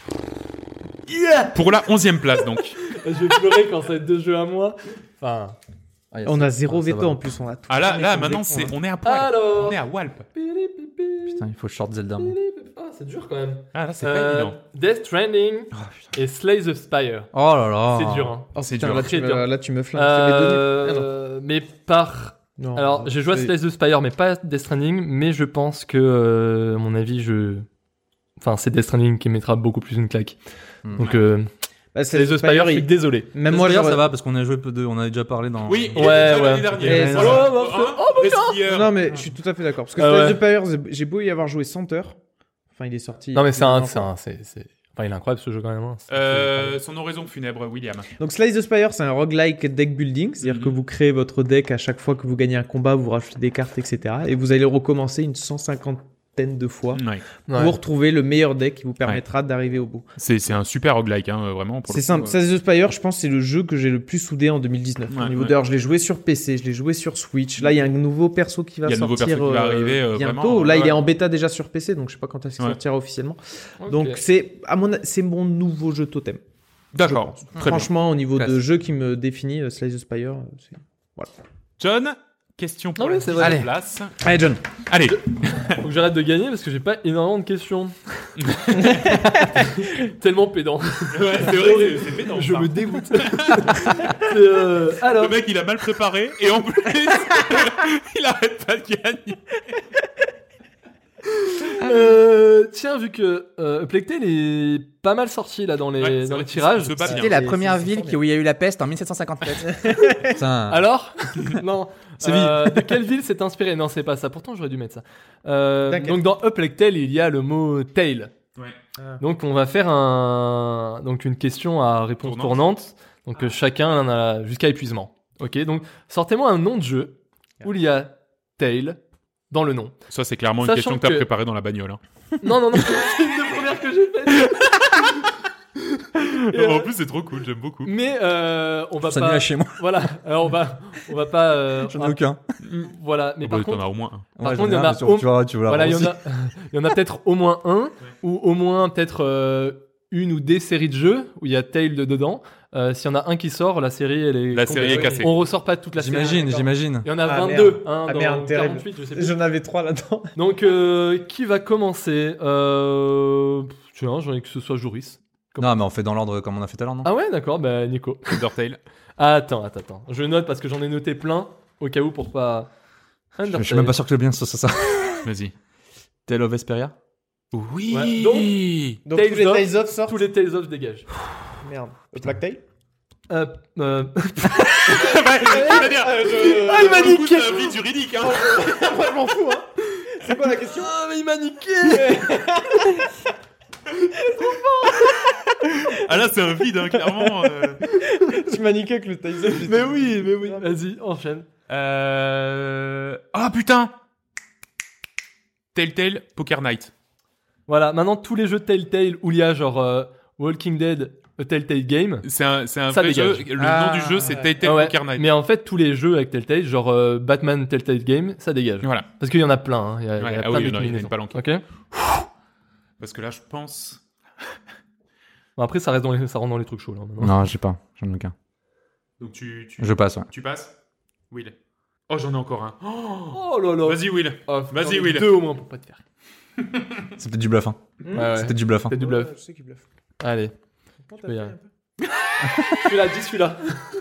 Speaker 4: Pour la onzième place, donc.
Speaker 5: Je vais pleurer quand ça va être deux jeux à moi. Enfin.
Speaker 6: Ah, y
Speaker 7: On a zéro
Speaker 6: ah, ça
Speaker 7: veto
Speaker 6: va.
Speaker 7: en plus. On a tout
Speaker 4: Ah là,
Speaker 7: cramé
Speaker 4: là,
Speaker 7: comme
Speaker 4: maintenant,
Speaker 7: des
Speaker 4: c'est,
Speaker 7: cons, hein.
Speaker 4: on est à poil.
Speaker 5: Alors.
Speaker 4: On est à Walp.
Speaker 6: Putain, il faut short Zelda. moi.
Speaker 5: Ah, c'est dur quand même.
Speaker 4: Ah là, c'est pas
Speaker 5: Euh,
Speaker 4: évident.
Speaker 5: Death Stranding
Speaker 6: Oh, putain.
Speaker 5: et Slay the Spire.
Speaker 6: Oh là là.
Speaker 5: C'est dur, hein.
Speaker 7: Oh,
Speaker 4: C'est
Speaker 7: putain,
Speaker 4: dur.
Speaker 7: Là, tu
Speaker 5: Très
Speaker 7: me,
Speaker 5: dur.
Speaker 7: là, tu me flingues. C'est mes données. Ah, non.
Speaker 5: Euh, mais par.
Speaker 7: Non,
Speaker 5: Alors, j'ai joué à
Speaker 7: c'est-
Speaker 5: Slay the Spire, mais pas Death Stranding. Mais je pense que, euh, à mon avis, je. Enfin, c'est Death Stranding qui mettra beaucoup plus une claque.
Speaker 6: Hmm.
Speaker 5: Donc, euh,
Speaker 7: Bah,
Speaker 5: Slay the Spire, je suis
Speaker 7: il-
Speaker 5: désolé.
Speaker 7: Même
Speaker 6: Moi,
Speaker 7: moi,
Speaker 6: ça
Speaker 7: j'aurais-
Speaker 6: va parce qu'on a joué peu de, on a déjà parlé dans.
Speaker 4: Oui, il
Speaker 5: Ouais,
Speaker 4: était déjà
Speaker 5: ouais.
Speaker 4: l'année dernière.
Speaker 7: Et
Speaker 4: Voilà.
Speaker 7: ça-
Speaker 5: Oh, bah,
Speaker 4: Hein, Resquilleur.
Speaker 7: Non, mais je suis tout à fait d'accord. Parce que
Speaker 5: Ah
Speaker 7: Slay
Speaker 5: ouais.
Speaker 7: the Spire, j'ai beau y avoir joué cent heures. Enfin, il est sorti.
Speaker 5: Non, mais c'est un.
Speaker 7: il y a
Speaker 5: c'est un- c'est- c'est- Enfin, il est incroyable ce jeu quand même. hein. C'est-
Speaker 4: Euh, son oraison funèbre, William.
Speaker 7: Donc Slay the Spire, c'est un roguelike deck building, c'est-à-dire
Speaker 4: Mhm.
Speaker 7: que vous créez votre deck à chaque fois que vous gagnez un combat, vous rajoutez des cartes, et cetera. Et vous allez recommencer une cent cinquantaine de fois
Speaker 4: Ouais.
Speaker 5: Ouais.
Speaker 7: pour trouver le meilleur deck qui vous permettra d'arriver au bout.
Speaker 4: C'est, c'est un super roguelike, hein, vraiment. pour le
Speaker 7: C'est
Speaker 4: coup,
Speaker 7: simple.
Speaker 4: euh.
Speaker 7: Slay the Spire, je pense, c'est le jeu que j'ai le plus soudé en deux mille dix-neuf.
Speaker 4: Ouais,
Speaker 7: au niveau
Speaker 4: ouais.
Speaker 7: d'heure, je l'ai joué sur P C, je l'ai joué sur Switch. Là, il y a un nouveau perso qui va
Speaker 4: Il y a le nouveau
Speaker 7: sortir
Speaker 4: perso qui va
Speaker 7: euh,
Speaker 4: arriver, euh,
Speaker 7: bientôt.
Speaker 4: vraiment,
Speaker 7: Là,
Speaker 4: ouais.
Speaker 7: il est en bêta déjà sur P C, donc je sais pas quand est-ce qu'il
Speaker 4: Ouais.
Speaker 7: sortira officiellement.
Speaker 5: Ok.
Speaker 7: Donc c'est à mon c'est mon nouveau jeu totem.
Speaker 4: D'accord. Très bien.
Speaker 7: Franchement, au niveau
Speaker 6: Classe.
Speaker 7: de jeu qui me définit, euh, Slay the Spire, euh, c'est...
Speaker 4: John, question pour
Speaker 5: Non,
Speaker 4: la
Speaker 5: mais c'est
Speaker 4: dixième
Speaker 5: vrai.
Speaker 4: place.
Speaker 7: Allez, John.
Speaker 4: Allez.
Speaker 5: Faut que j'arrête de gagner parce que j'ai pas énormément de questions. Tellement pédant.
Speaker 4: Ouais, c'est vrai, c'est, c'est pédant,
Speaker 5: Je
Speaker 4: ça.
Speaker 5: me dégoûte. C'est, euh, alors,
Speaker 4: Le mec, il a mal préparé et en plus, il arrête pas de gagner.
Speaker 5: euh, tiens, vu que euh, A Plague Tale est pas mal sorti là dans les,
Speaker 4: Ouais, c'est
Speaker 5: dans
Speaker 4: vrai
Speaker 5: les
Speaker 4: qu'il
Speaker 5: tirages.
Speaker 4: se bat bien.
Speaker 8: C'était la
Speaker 7: c'est-
Speaker 8: première
Speaker 7: c'est-
Speaker 8: ville
Speaker 7: c'est
Speaker 8: qui- où il y a eu la peste en mille sept cent cinquante-sept.
Speaker 6: Putain.
Speaker 5: Alors Non.
Speaker 6: Séville.
Speaker 5: Euh, de quelle ville s'est inspiré Non, c'est pas ça. Pourtant, j'aurais dû mettre ça. Euh,
Speaker 7: D'accord.
Speaker 5: donc, dans A Plague Tale, il y a le mot tail.
Speaker 4: Ouais.
Speaker 7: Ah.
Speaker 5: Donc, on va faire un, donc une question à réponse
Speaker 4: Tournante.
Speaker 5: tournante. Donc, euh, chacun en a jusqu'à épuisement. Ok. Donc, sortez-moi un nom de jeu où il y a tail dans le nom.
Speaker 4: Ça, c'est clairement une
Speaker 5: Sachant
Speaker 4: question que t'as
Speaker 5: que-
Speaker 4: préparée dans la bagnole. Hein.
Speaker 5: Non, non, non. C'est une des premières que j'ai faites. Et,
Speaker 4: En
Speaker 5: euh,
Speaker 4: plus, c'est trop cool, j'aime beaucoup.
Speaker 5: mais euh, on va
Speaker 6: Ça
Speaker 5: pas.
Speaker 6: nul à chez moi.
Speaker 5: Voilà. Alors on va, on va pas. euh,
Speaker 6: J'en ai aucun.
Speaker 5: Voilà. Mais
Speaker 4: Oh,
Speaker 5: par
Speaker 4: bah, t'en
Speaker 5: contre,
Speaker 4: as au moins un.
Speaker 5: Par
Speaker 6: Ouais,
Speaker 5: contre,
Speaker 6: j'en ai
Speaker 5: il y en
Speaker 6: un,
Speaker 5: a
Speaker 6: mais tu-
Speaker 5: au-
Speaker 6: Tu vois, tu vois.
Speaker 5: voilà, il y en a, il y en a peut-être au moins un ou au moins peut-être euh, une ou des séries de jeux où il y a Tale de dedans. Euh, S'il y en a un qui sort, la série elle est.
Speaker 4: La série est cassée.
Speaker 5: On ressort pas toute la série.
Speaker 6: J'imagine, j'imagine.
Speaker 5: Il y en a
Speaker 7: Ah,
Speaker 5: vingt-deux, hein,
Speaker 7: Ah,
Speaker 5: dans
Speaker 7: merde, terrible.
Speaker 5: quarante-huit, je sais plus.
Speaker 7: J'en avais trois là-dedans.
Speaker 5: Donc, euh, qui va commencer euh... Tiens, j'ai envie que ce soit Joris.
Speaker 6: Non, mais on fait dans l'ordre comme on a fait tout à l'heure, non?
Speaker 5: Ah ouais, d'accord, bah Nico.
Speaker 4: Undertale.
Speaker 5: Attends, attends, attends. Je note parce que j'en ai noté plein, au cas où pour pas...
Speaker 6: Je
Speaker 5: Undertale.
Speaker 6: je suis même pas sûr que le bien soit ça.
Speaker 4: Vas-y.
Speaker 6: Tale of Vesperia?
Speaker 4: Oui.
Speaker 5: Ouais, donc-
Speaker 7: Donc
Speaker 5: Tales
Speaker 7: tous les
Speaker 5: of-
Speaker 7: Tales of sortent.
Speaker 5: Tous les Tales of dégagent.
Speaker 7: Merde. Le Plague Tale
Speaker 5: Euh, euh...
Speaker 4: Ah,
Speaker 5: il m'a niqué.
Speaker 4: C'est un vide juridique, hein.
Speaker 7: Moi, je m'en fous, hein. C'est quoi la question?
Speaker 5: Ah, mais il m'a niqué.
Speaker 4: Ah là, c'est un vide, hein, clairement. euh.
Speaker 7: Tu m'as niqué avec le Tales of.
Speaker 5: Mais oui, mais oui. Vas-y, enchaîne.
Speaker 4: Euh... Ah putain. Telltale Poker Night.
Speaker 5: Voilà, maintenant tous les jeux Telltale où il y a genre euh, Walking Dead, a Telltale Game.
Speaker 4: C'est un, c'est un
Speaker 5: Ça
Speaker 4: vrai
Speaker 5: dégage.
Speaker 4: jeu. Le
Speaker 7: Ah,
Speaker 4: nom du jeu, c'est
Speaker 7: ouais.
Speaker 4: Telltale
Speaker 5: Ah ouais,
Speaker 4: Poker Night.
Speaker 5: mais en fait, tous les jeux avec Telltale, genre euh, Batman Telltale Game, ça dégage.
Speaker 4: Voilà.
Speaker 5: Parce qu'il y en a plein. Hein. Il y a, il y a
Speaker 4: Ouais, ah
Speaker 5: plein
Speaker 4: oui,
Speaker 5: de
Speaker 4: non, il y en a
Speaker 5: déclinaisons.
Speaker 4: pas longtemps.
Speaker 5: Ok.
Speaker 4: Parce que là, je pense.
Speaker 5: Bon, après, ça, reste dans les, ça rentre dans les trucs chauds là. Maintenant.
Speaker 6: Non, j'ai pas. J'en ai aucun.
Speaker 4: Donc tu, tu,
Speaker 6: Je passe, ouais.
Speaker 4: tu passes. Will. Oh, j'en ai encore un. Oh,
Speaker 5: Oh là là.
Speaker 4: vas-y, Will.
Speaker 5: Oh,
Speaker 4: Vas-y,
Speaker 5: j'en ai
Speaker 4: Will.
Speaker 5: Deux au moins pour pas te faire.
Speaker 6: C'est peut-être du bluff, hein.
Speaker 5: Ouais, ouais.
Speaker 6: C'est peut-être du bluff, hein.
Speaker 5: C'est du bluff.
Speaker 7: Je sais qu'il bluffe.
Speaker 5: Allez.
Speaker 7: Quand
Speaker 5: peux y
Speaker 7: fait
Speaker 5: aller.
Speaker 7: un peu
Speaker 5: Celui-là, dis celui-là.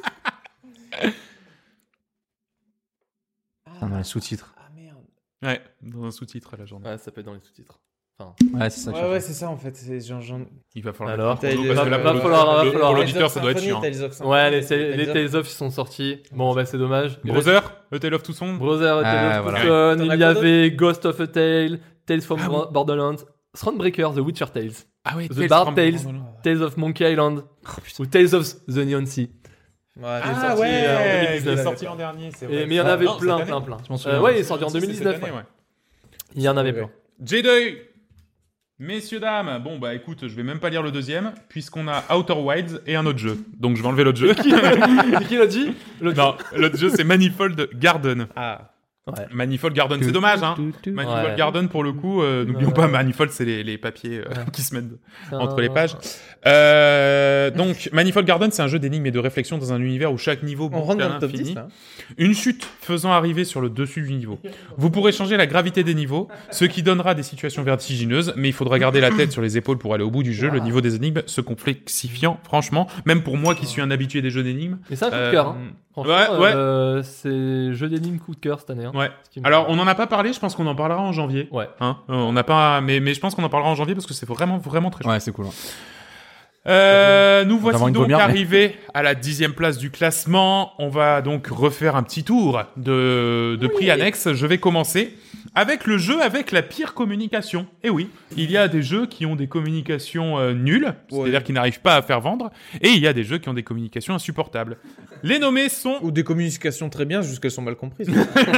Speaker 6: Ah, dans les sous-titres.
Speaker 7: Ah merde.
Speaker 4: Ouais, dans un sous-titre à la journée.
Speaker 5: Ouais, ça peut être dans les sous-titres.
Speaker 6: Ouais, c'est ça. que je
Speaker 7: Ouais, ouais,
Speaker 6: cherchais.
Speaker 7: c'est ça en fait. C'est genre. genre...
Speaker 4: Il va falloir.
Speaker 5: Alors,
Speaker 4: mettre un chrono,
Speaker 7: Tales-
Speaker 4: parce que là,
Speaker 5: va
Speaker 4: pour
Speaker 5: falloir- va
Speaker 4: le-
Speaker 5: falloir-
Speaker 4: pour l'auditeur, ça doit être chiant.
Speaker 5: Ouais, les, les Tales of ils sont sortis. Bon, bah c'est dommage.
Speaker 4: Brother, A Tale of Two Sons.
Speaker 5: Brother,
Speaker 6: Ah,
Speaker 5: Tales of
Speaker 6: voilà.
Speaker 5: Tucson,
Speaker 7: T'en as
Speaker 5: il y
Speaker 7: quoi
Speaker 5: avait Ghost of a Tale, Tales from
Speaker 4: Ah oui.
Speaker 5: Borderlands, Thronebreaker, The Witcher Tales,
Speaker 4: Ah ouais,
Speaker 5: The Bard Tales, Tales of Monkey Island, ou Tales of the Neon Sea.
Speaker 7: Ouais,
Speaker 4: Ah
Speaker 5: sorti,
Speaker 4: ouais,
Speaker 5: euh, en deux mille
Speaker 4: il
Speaker 5: dix-neuf.
Speaker 4: est sorti l'an dernier, c'est vrai.
Speaker 5: Et- mais il y en
Speaker 4: Ah,
Speaker 5: avait
Speaker 4: non,
Speaker 5: plein,
Speaker 4: cette
Speaker 5: plein,
Speaker 4: année.
Speaker 5: plein.
Speaker 6: Je m'en
Speaker 5: Euh,
Speaker 6: souviens.
Speaker 5: ouais, il est sorti en
Speaker 4: C'est
Speaker 5: deux mille dix-neuf.
Speaker 4: cette année,
Speaker 5: ouais.
Speaker 4: ouais.
Speaker 5: Il y en avait
Speaker 7: Ouais.
Speaker 5: plein.
Speaker 4: J deux. Messieurs, dames, bon bah écoute, je vais même pas lire le deuxième, puisqu'on a Outer Wilds et un autre jeu. Donc je vais enlever l'autre jeu.
Speaker 5: C'est qui l'a dit L'autre-
Speaker 4: Non, l'autre jeu c'est Manifold Garden.
Speaker 7: Ah.
Speaker 5: Ouais.
Speaker 4: Manifold Garden, c'est dommage, hein. Manifold
Speaker 5: Ouais.
Speaker 4: Garden, pour le coup, euh, n'oublions
Speaker 5: Ouais.
Speaker 4: pas, Manifold, c'est les, les papiers euh,
Speaker 5: Ouais.
Speaker 4: qui se mettent
Speaker 5: C'est
Speaker 4: entre
Speaker 5: un-
Speaker 4: les pages. Euh, donc, Manifold Garden, c'est un jeu d'énigmes et de réflexion dans un univers où chaque niveau
Speaker 7: On
Speaker 4: boucle
Speaker 7: rentre
Speaker 4: à
Speaker 7: dans le top
Speaker 4: l'infini.
Speaker 7: dix là.
Speaker 4: Une chute faisant arriver sur le dessus du niveau. Vous pourrez changer la gravité des niveaux, ce qui donnera des situations vertigineuses, mais il faudra garder la tête sur les épaules pour aller au bout du jeu, le niveau des énigmes se complexifiant, franchement, même pour moi qui suis un habitué des jeux d'énigmes.
Speaker 5: Mais c'est un coup de
Speaker 4: Euh,
Speaker 5: cœur. Hein. Franchement,
Speaker 4: ouais, ouais.
Speaker 5: euh, c'est jeu d'énigmes coup de cœur cette année. Hein.
Speaker 4: Ouais.
Speaker 5: Ce qui me-
Speaker 4: Alors, on n'en a pas parlé, je pense qu'on en parlera en janvier.
Speaker 5: Ouais.
Speaker 4: Hein Euh, on n'a pas, mais, mais je pense qu'on en parlera en janvier parce que c'est vraiment, vraiment très chouette.
Speaker 6: Ouais, c'est cool. ouais.
Speaker 4: Euh, nous
Speaker 6: va avoir
Speaker 4: voici
Speaker 6: une
Speaker 4: donc
Speaker 6: première, mais-
Speaker 4: arrivés à la dixième place du classement. On va donc refaire un petit tour de, de prix annexes. Je vais commencer avec le jeu avec la pire communication. Et oui, il y a des jeux qui ont des communications euh, nulles, c'est-à-dire qui n'arrivent pas à faire vendre, et il y a des jeux qui ont des communications insupportables. Les nommés sont...
Speaker 7: Ou des communications très bien, juste qu'elles sont mal comprises.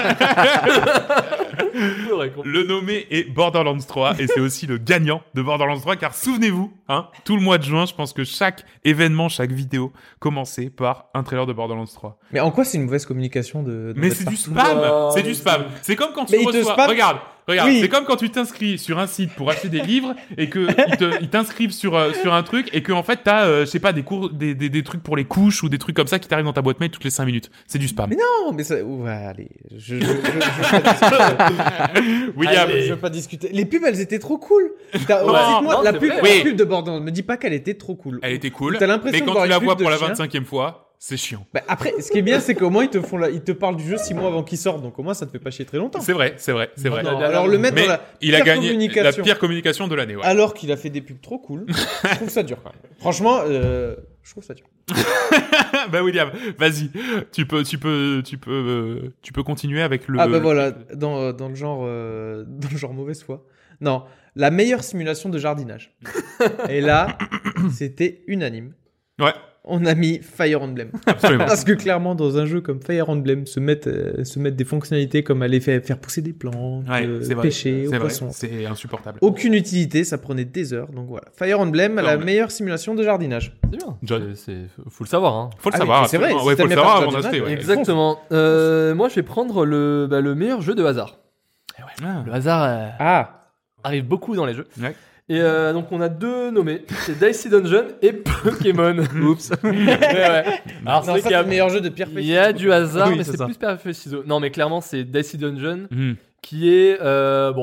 Speaker 5: Faudrait qu'on-
Speaker 4: Le nommé est Borderlands trois et c'est aussi le gagnant de Borderlands trois car souvenez-vous, hein, tout le mois de juin, je pense que chaque événement, chaque vidéo commençait par un trailer de Borderlands trois.
Speaker 7: Mais en quoi c'est une mauvaise communication de. de
Speaker 4: Mais
Speaker 7: votre
Speaker 4: c'est
Speaker 7: part
Speaker 4: du spam,
Speaker 5: Non,
Speaker 4: c'est du
Speaker 5: mais
Speaker 4: spam. C'est comme quand tu
Speaker 7: Mais il te
Speaker 4: reçois,
Speaker 7: spam-
Speaker 4: regarde, regarde,
Speaker 7: Oui.
Speaker 4: c'est comme quand tu t'inscris sur un site pour acheter des livres et que ils te- ils t'inscrivent sur euh, sur un truc et que en fait t'as, euh, je sais pas, des cours, des, des des trucs pour les couches ou des trucs comme ça qui t'arrivent dans ta boîte mail toutes les cinq minutes. C'est du spam.
Speaker 7: Mais non, mais ça. Ouais, allez. Je, je, je, je, je, veux pas discuter.
Speaker 4: William,
Speaker 7: Allez, je veux pas discuter. Les pubs, elles étaient trop cool. T'as-
Speaker 4: Ouais.
Speaker 7: Dites-moi,
Speaker 5: Non,
Speaker 7: la
Speaker 5: c'est
Speaker 7: pub,
Speaker 5: vrai.
Speaker 7: la
Speaker 4: Oui.
Speaker 7: pub de Borderlands. Me dis pas qu'elle était trop cool.
Speaker 4: elle était cool.
Speaker 7: T'as l'impression
Speaker 4: Mais
Speaker 7: de
Speaker 4: quand
Speaker 7: voir
Speaker 4: tu
Speaker 7: une
Speaker 4: la
Speaker 7: pub
Speaker 4: vois
Speaker 7: de
Speaker 4: pour la
Speaker 7: chien.
Speaker 4: vingt-cinquième fois, c'est chiant.
Speaker 7: Bah, après, ce qui est bien, c'est qu'au moins ils te font la... ils te parlent du jeu six mois avant qu'il sorte, donc au moins ça te fait pas chier très longtemps.
Speaker 4: C'est vrai, c'est vrai, c'est vrai.
Speaker 5: Non,
Speaker 7: Alors le mettre
Speaker 4: Mais
Speaker 7: dans la
Speaker 4: il a
Speaker 7: pire
Speaker 4: gagné la
Speaker 7: communication,
Speaker 4: pire communication de l'année. Ouais.
Speaker 7: alors qu'il a fait des pubs trop cool, je trouve ça dur quand même. Franchement, euh, je trouve ça dur.
Speaker 4: bah William, vas-y, tu peux, tu peux, tu peux, euh, tu peux continuer avec le.
Speaker 7: Ah bah voilà, dans, dans le genre euh, dans le genre mauvaise foi. Non, la meilleure simulation de jardinage. Et là, c'était unanime.
Speaker 4: Ouais,
Speaker 7: On a mis Fire Emblem.
Speaker 4: absolument.
Speaker 7: Parce que clairement, dans un jeu comme Fire Emblem, se mettre, euh, se mettre des fonctionnalités comme aller faire, faire pousser des plantes,
Speaker 4: Ouais,
Speaker 7: euh,
Speaker 4: c'est vrai.
Speaker 7: pêcher
Speaker 4: C'est
Speaker 7: aux
Speaker 4: vrai.
Speaker 7: poissons.
Speaker 4: C'est insupportable.
Speaker 7: Aucune utilité, ça prenait des heures. Donc voilà. Fire Emblem,
Speaker 4: Fire
Speaker 7: la
Speaker 4: Emblem.
Speaker 7: meilleure simulation de jardinage.
Speaker 5: C'est bien.
Speaker 4: John.
Speaker 5: C'est, c'est- faut le savoir. Hein.
Speaker 4: Faut le
Speaker 7: Ah,
Speaker 4: savoir.
Speaker 7: mais c'est vrai,
Speaker 4: absolument.
Speaker 7: si
Speaker 4: Ouais, faut
Speaker 7: t'aimes
Speaker 4: le
Speaker 7: bien
Speaker 4: savoir
Speaker 7: faire
Speaker 4: avant
Speaker 7: du
Speaker 4: d'acheter.
Speaker 7: jardinage,
Speaker 4: Ouais.
Speaker 5: Exactement. Euh, moi, je vais prendre le, bah, le meilleur jeu de hasard.
Speaker 4: Ah.
Speaker 5: Le hasard euh,
Speaker 7: Ah,
Speaker 5: arrive beaucoup dans les jeux.
Speaker 4: Ouais.
Speaker 5: Et euh, donc, on a deux nommés. C'est Dicey Dungeon et Pokémon. Oups. Ouais, ouais. Alors, c'est
Speaker 7: non,
Speaker 5: vrai
Speaker 7: ça
Speaker 5: qu'il y
Speaker 7: c'est
Speaker 5: a,
Speaker 7: le meilleur jeu de Pierre
Speaker 5: il y a du hasard,
Speaker 6: Oui,
Speaker 5: mais
Speaker 6: c'est
Speaker 5: c'est
Speaker 6: ça.
Speaker 5: plus Perfect Ciseaux. Non, mais clairement, c'est Dicey Dungeon
Speaker 4: Mhm.
Speaker 5: qui est, euh, bon,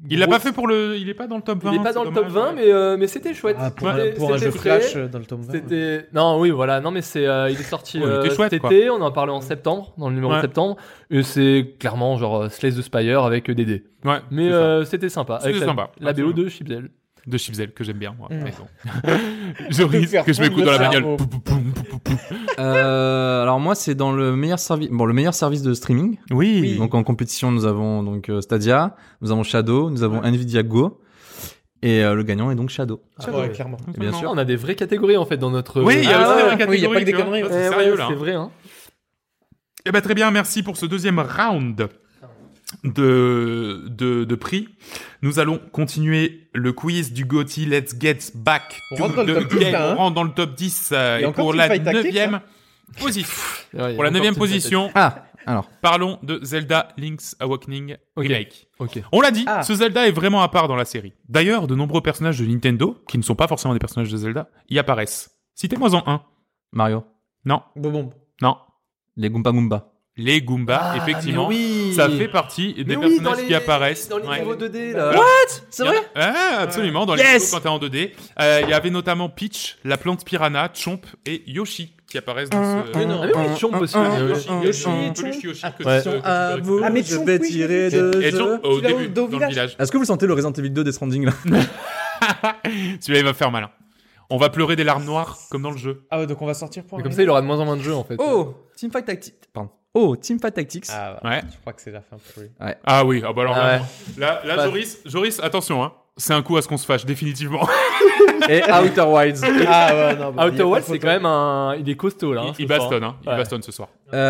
Speaker 4: Il l'a
Speaker 5: gros-
Speaker 4: pas fait pour le. Il est pas dans le top vingt.
Speaker 5: Il est pas dans
Speaker 4: c'est
Speaker 5: le top
Speaker 4: dommage,
Speaker 5: vingt, mais, euh, mais c'était chouette.
Speaker 7: Ah, pour,
Speaker 5: C'était-
Speaker 7: un, pour un
Speaker 5: c'était
Speaker 7: jeu
Speaker 5: frais.
Speaker 7: Flash euh, dans le tome vingt.
Speaker 5: C'était non oui voilà non mais c'est euh, il est sorti
Speaker 4: Ouais, il
Speaker 5: euh,
Speaker 4: était chouette,
Speaker 5: cet
Speaker 4: quoi.
Speaker 5: été, on en parlait en septembre dans le numéro
Speaker 4: Ouais.
Speaker 5: de septembre et c'est clairement genre euh, Slay the Spire avec des dés.
Speaker 4: Ouais.
Speaker 5: Mais
Speaker 4: c'est ça.
Speaker 5: euh, c'était sympa
Speaker 4: C'était
Speaker 5: avec la,
Speaker 4: sympa,
Speaker 5: la B O
Speaker 4: absolument.
Speaker 5: de Chipzel.
Speaker 4: De Chipzel que j'aime bien moi.
Speaker 7: Mm.
Speaker 4: Mais bon. Je risque
Speaker 7: faire
Speaker 4: que je m'écoute
Speaker 7: fondre
Speaker 4: dans la
Speaker 7: le
Speaker 4: bagnole.
Speaker 7: cerveau.
Speaker 4: Pou, pou, pou, pou, pou, pou.
Speaker 6: Euh, alors moi, c'est dans le meilleur service, bon, le meilleur service de streaming.
Speaker 4: Oui.
Speaker 6: Donc en compétition, nous avons donc euh, Stadia, nous avons Shadow, nous avons Nvidia Go, et euh, le gagnant est donc Shadow.
Speaker 7: Ah, ouais, clairement.
Speaker 6: Et bien sûr.
Speaker 5: On a des vraies catégories en fait dans notre
Speaker 4: Oui, il y a
Speaker 7: Ah
Speaker 4: aussi
Speaker 7: ouais,
Speaker 4: la
Speaker 7: ouais.
Speaker 4: catégorie.
Speaker 7: Oui, il y a pas que des
Speaker 4: tu vois.
Speaker 7: conneries,
Speaker 4: Là,
Speaker 5: Eh
Speaker 4: C'est
Speaker 5: ouais,
Speaker 4: sérieux là.
Speaker 5: c'est
Speaker 4: hein.
Speaker 5: vrai hein.
Speaker 4: Eh ben très bien, merci pour ce deuxième round de, de, de prix. Nous allons continuer le quiz du GOTY. Let's get back
Speaker 7: On
Speaker 4: to
Speaker 7: rentre dans le
Speaker 4: the
Speaker 7: top dix,
Speaker 4: game.
Speaker 7: là, hein.
Speaker 4: On rentre dans le top dix euh,
Speaker 7: Il y a
Speaker 4: et
Speaker 7: encore
Speaker 4: pour
Speaker 7: Team
Speaker 4: la
Speaker 7: Fight Tactics,
Speaker 4: neuvième
Speaker 7: hein.
Speaker 4: position.
Speaker 5: Ouais, il y a
Speaker 4: Pour la
Speaker 5: encore
Speaker 4: neuvième
Speaker 5: Team Fight
Speaker 4: position,
Speaker 6: Ah, alors.
Speaker 4: parlons de Zelda Link's Awakening
Speaker 5: Ok.
Speaker 4: Remake.
Speaker 5: Ok.
Speaker 4: On l'a dit,
Speaker 7: Ah.
Speaker 4: ce Zelda est vraiment à part dans la série. D'ailleurs, de nombreux personnages de Nintendo, qui ne sont pas forcément des personnages de Zelda, y apparaissent. Citez-moi en un.
Speaker 6: Mario.
Speaker 4: Non,
Speaker 7: Bon, bon.
Speaker 4: non.
Speaker 6: Les Goomba Goomba.
Speaker 4: Les Goombas,
Speaker 5: Ah,
Speaker 4: effectivement.
Speaker 5: mais oui.
Speaker 4: Ça fait partie des
Speaker 5: Mais oui,
Speaker 4: personnages
Speaker 5: dans les,
Speaker 4: qui apparaissent.
Speaker 5: dans les
Speaker 4: Ouais.
Speaker 5: niveaux deux D là.
Speaker 4: What
Speaker 6: C'est
Speaker 4: Il y en
Speaker 6: vrai
Speaker 4: a- Ah, absolument, dans les
Speaker 6: Yes
Speaker 4: niveaux quand t'es en deux D. Euh, Il y avait notamment Peach, la plante piranha, Chomp et Yoshi qui apparaissent dans ce...
Speaker 5: Ah, mais oui, Chomp aussi.
Speaker 6: un,
Speaker 5: Euh,
Speaker 4: Yoshi,
Speaker 6: un,
Speaker 4: Yoshi,
Speaker 7: un,
Speaker 4: peluche
Speaker 7: un,
Speaker 4: Yoshi que
Speaker 5: ouais.
Speaker 4: tu- que tu peux
Speaker 6: À
Speaker 4: récupérer.
Speaker 6: vous,
Speaker 7: Ah, mais
Speaker 6: je
Speaker 7: Chomp,
Speaker 6: vais
Speaker 7: oui,
Speaker 6: tirer
Speaker 7: j'ai vu.
Speaker 6: de
Speaker 4: Et
Speaker 6: jeu.
Speaker 4: Chomp, au
Speaker 7: Tu l'as
Speaker 4: début,
Speaker 7: au- au
Speaker 4: dans le
Speaker 7: village.
Speaker 4: village.
Speaker 6: Est-ce que vous sentez le Resident Evil deux des Stranding là?
Speaker 4: Celui-là, il va faire malin. On va pleurer des larmes noires, comme dans le jeu.
Speaker 7: Ah ouais, donc on va sortir pour
Speaker 5: Mais
Speaker 7: un
Speaker 5: comme
Speaker 7: game.
Speaker 5: ça, il aura de moins en moins de jeux en fait.
Speaker 6: Oh, Teamfight Tactics. Pardon. Oh, Teamfight Tactics.
Speaker 7: Ah
Speaker 4: Ouais.
Speaker 7: ouais. Je crois que c'est la fin pour lui.
Speaker 4: Ah oui, ah bah alors
Speaker 5: Ah
Speaker 4: là,
Speaker 5: ouais.
Speaker 4: non. là, là
Speaker 5: Pas-
Speaker 4: Joris, Joris, attention, hein. C'est un coup à ce qu'on se fâche, définitivement.
Speaker 6: Et Outer Wilds.
Speaker 7: Ah ouais, non. bah, il y
Speaker 5: Outer
Speaker 7: a pas
Speaker 5: Wilds,
Speaker 7: photo.
Speaker 5: c'est quand même un. Il est costaud là. hein,
Speaker 4: il
Speaker 5: ce
Speaker 4: il
Speaker 5: soir.
Speaker 4: bastonne, hein. Il
Speaker 5: Ouais.
Speaker 4: bastonne ce soir.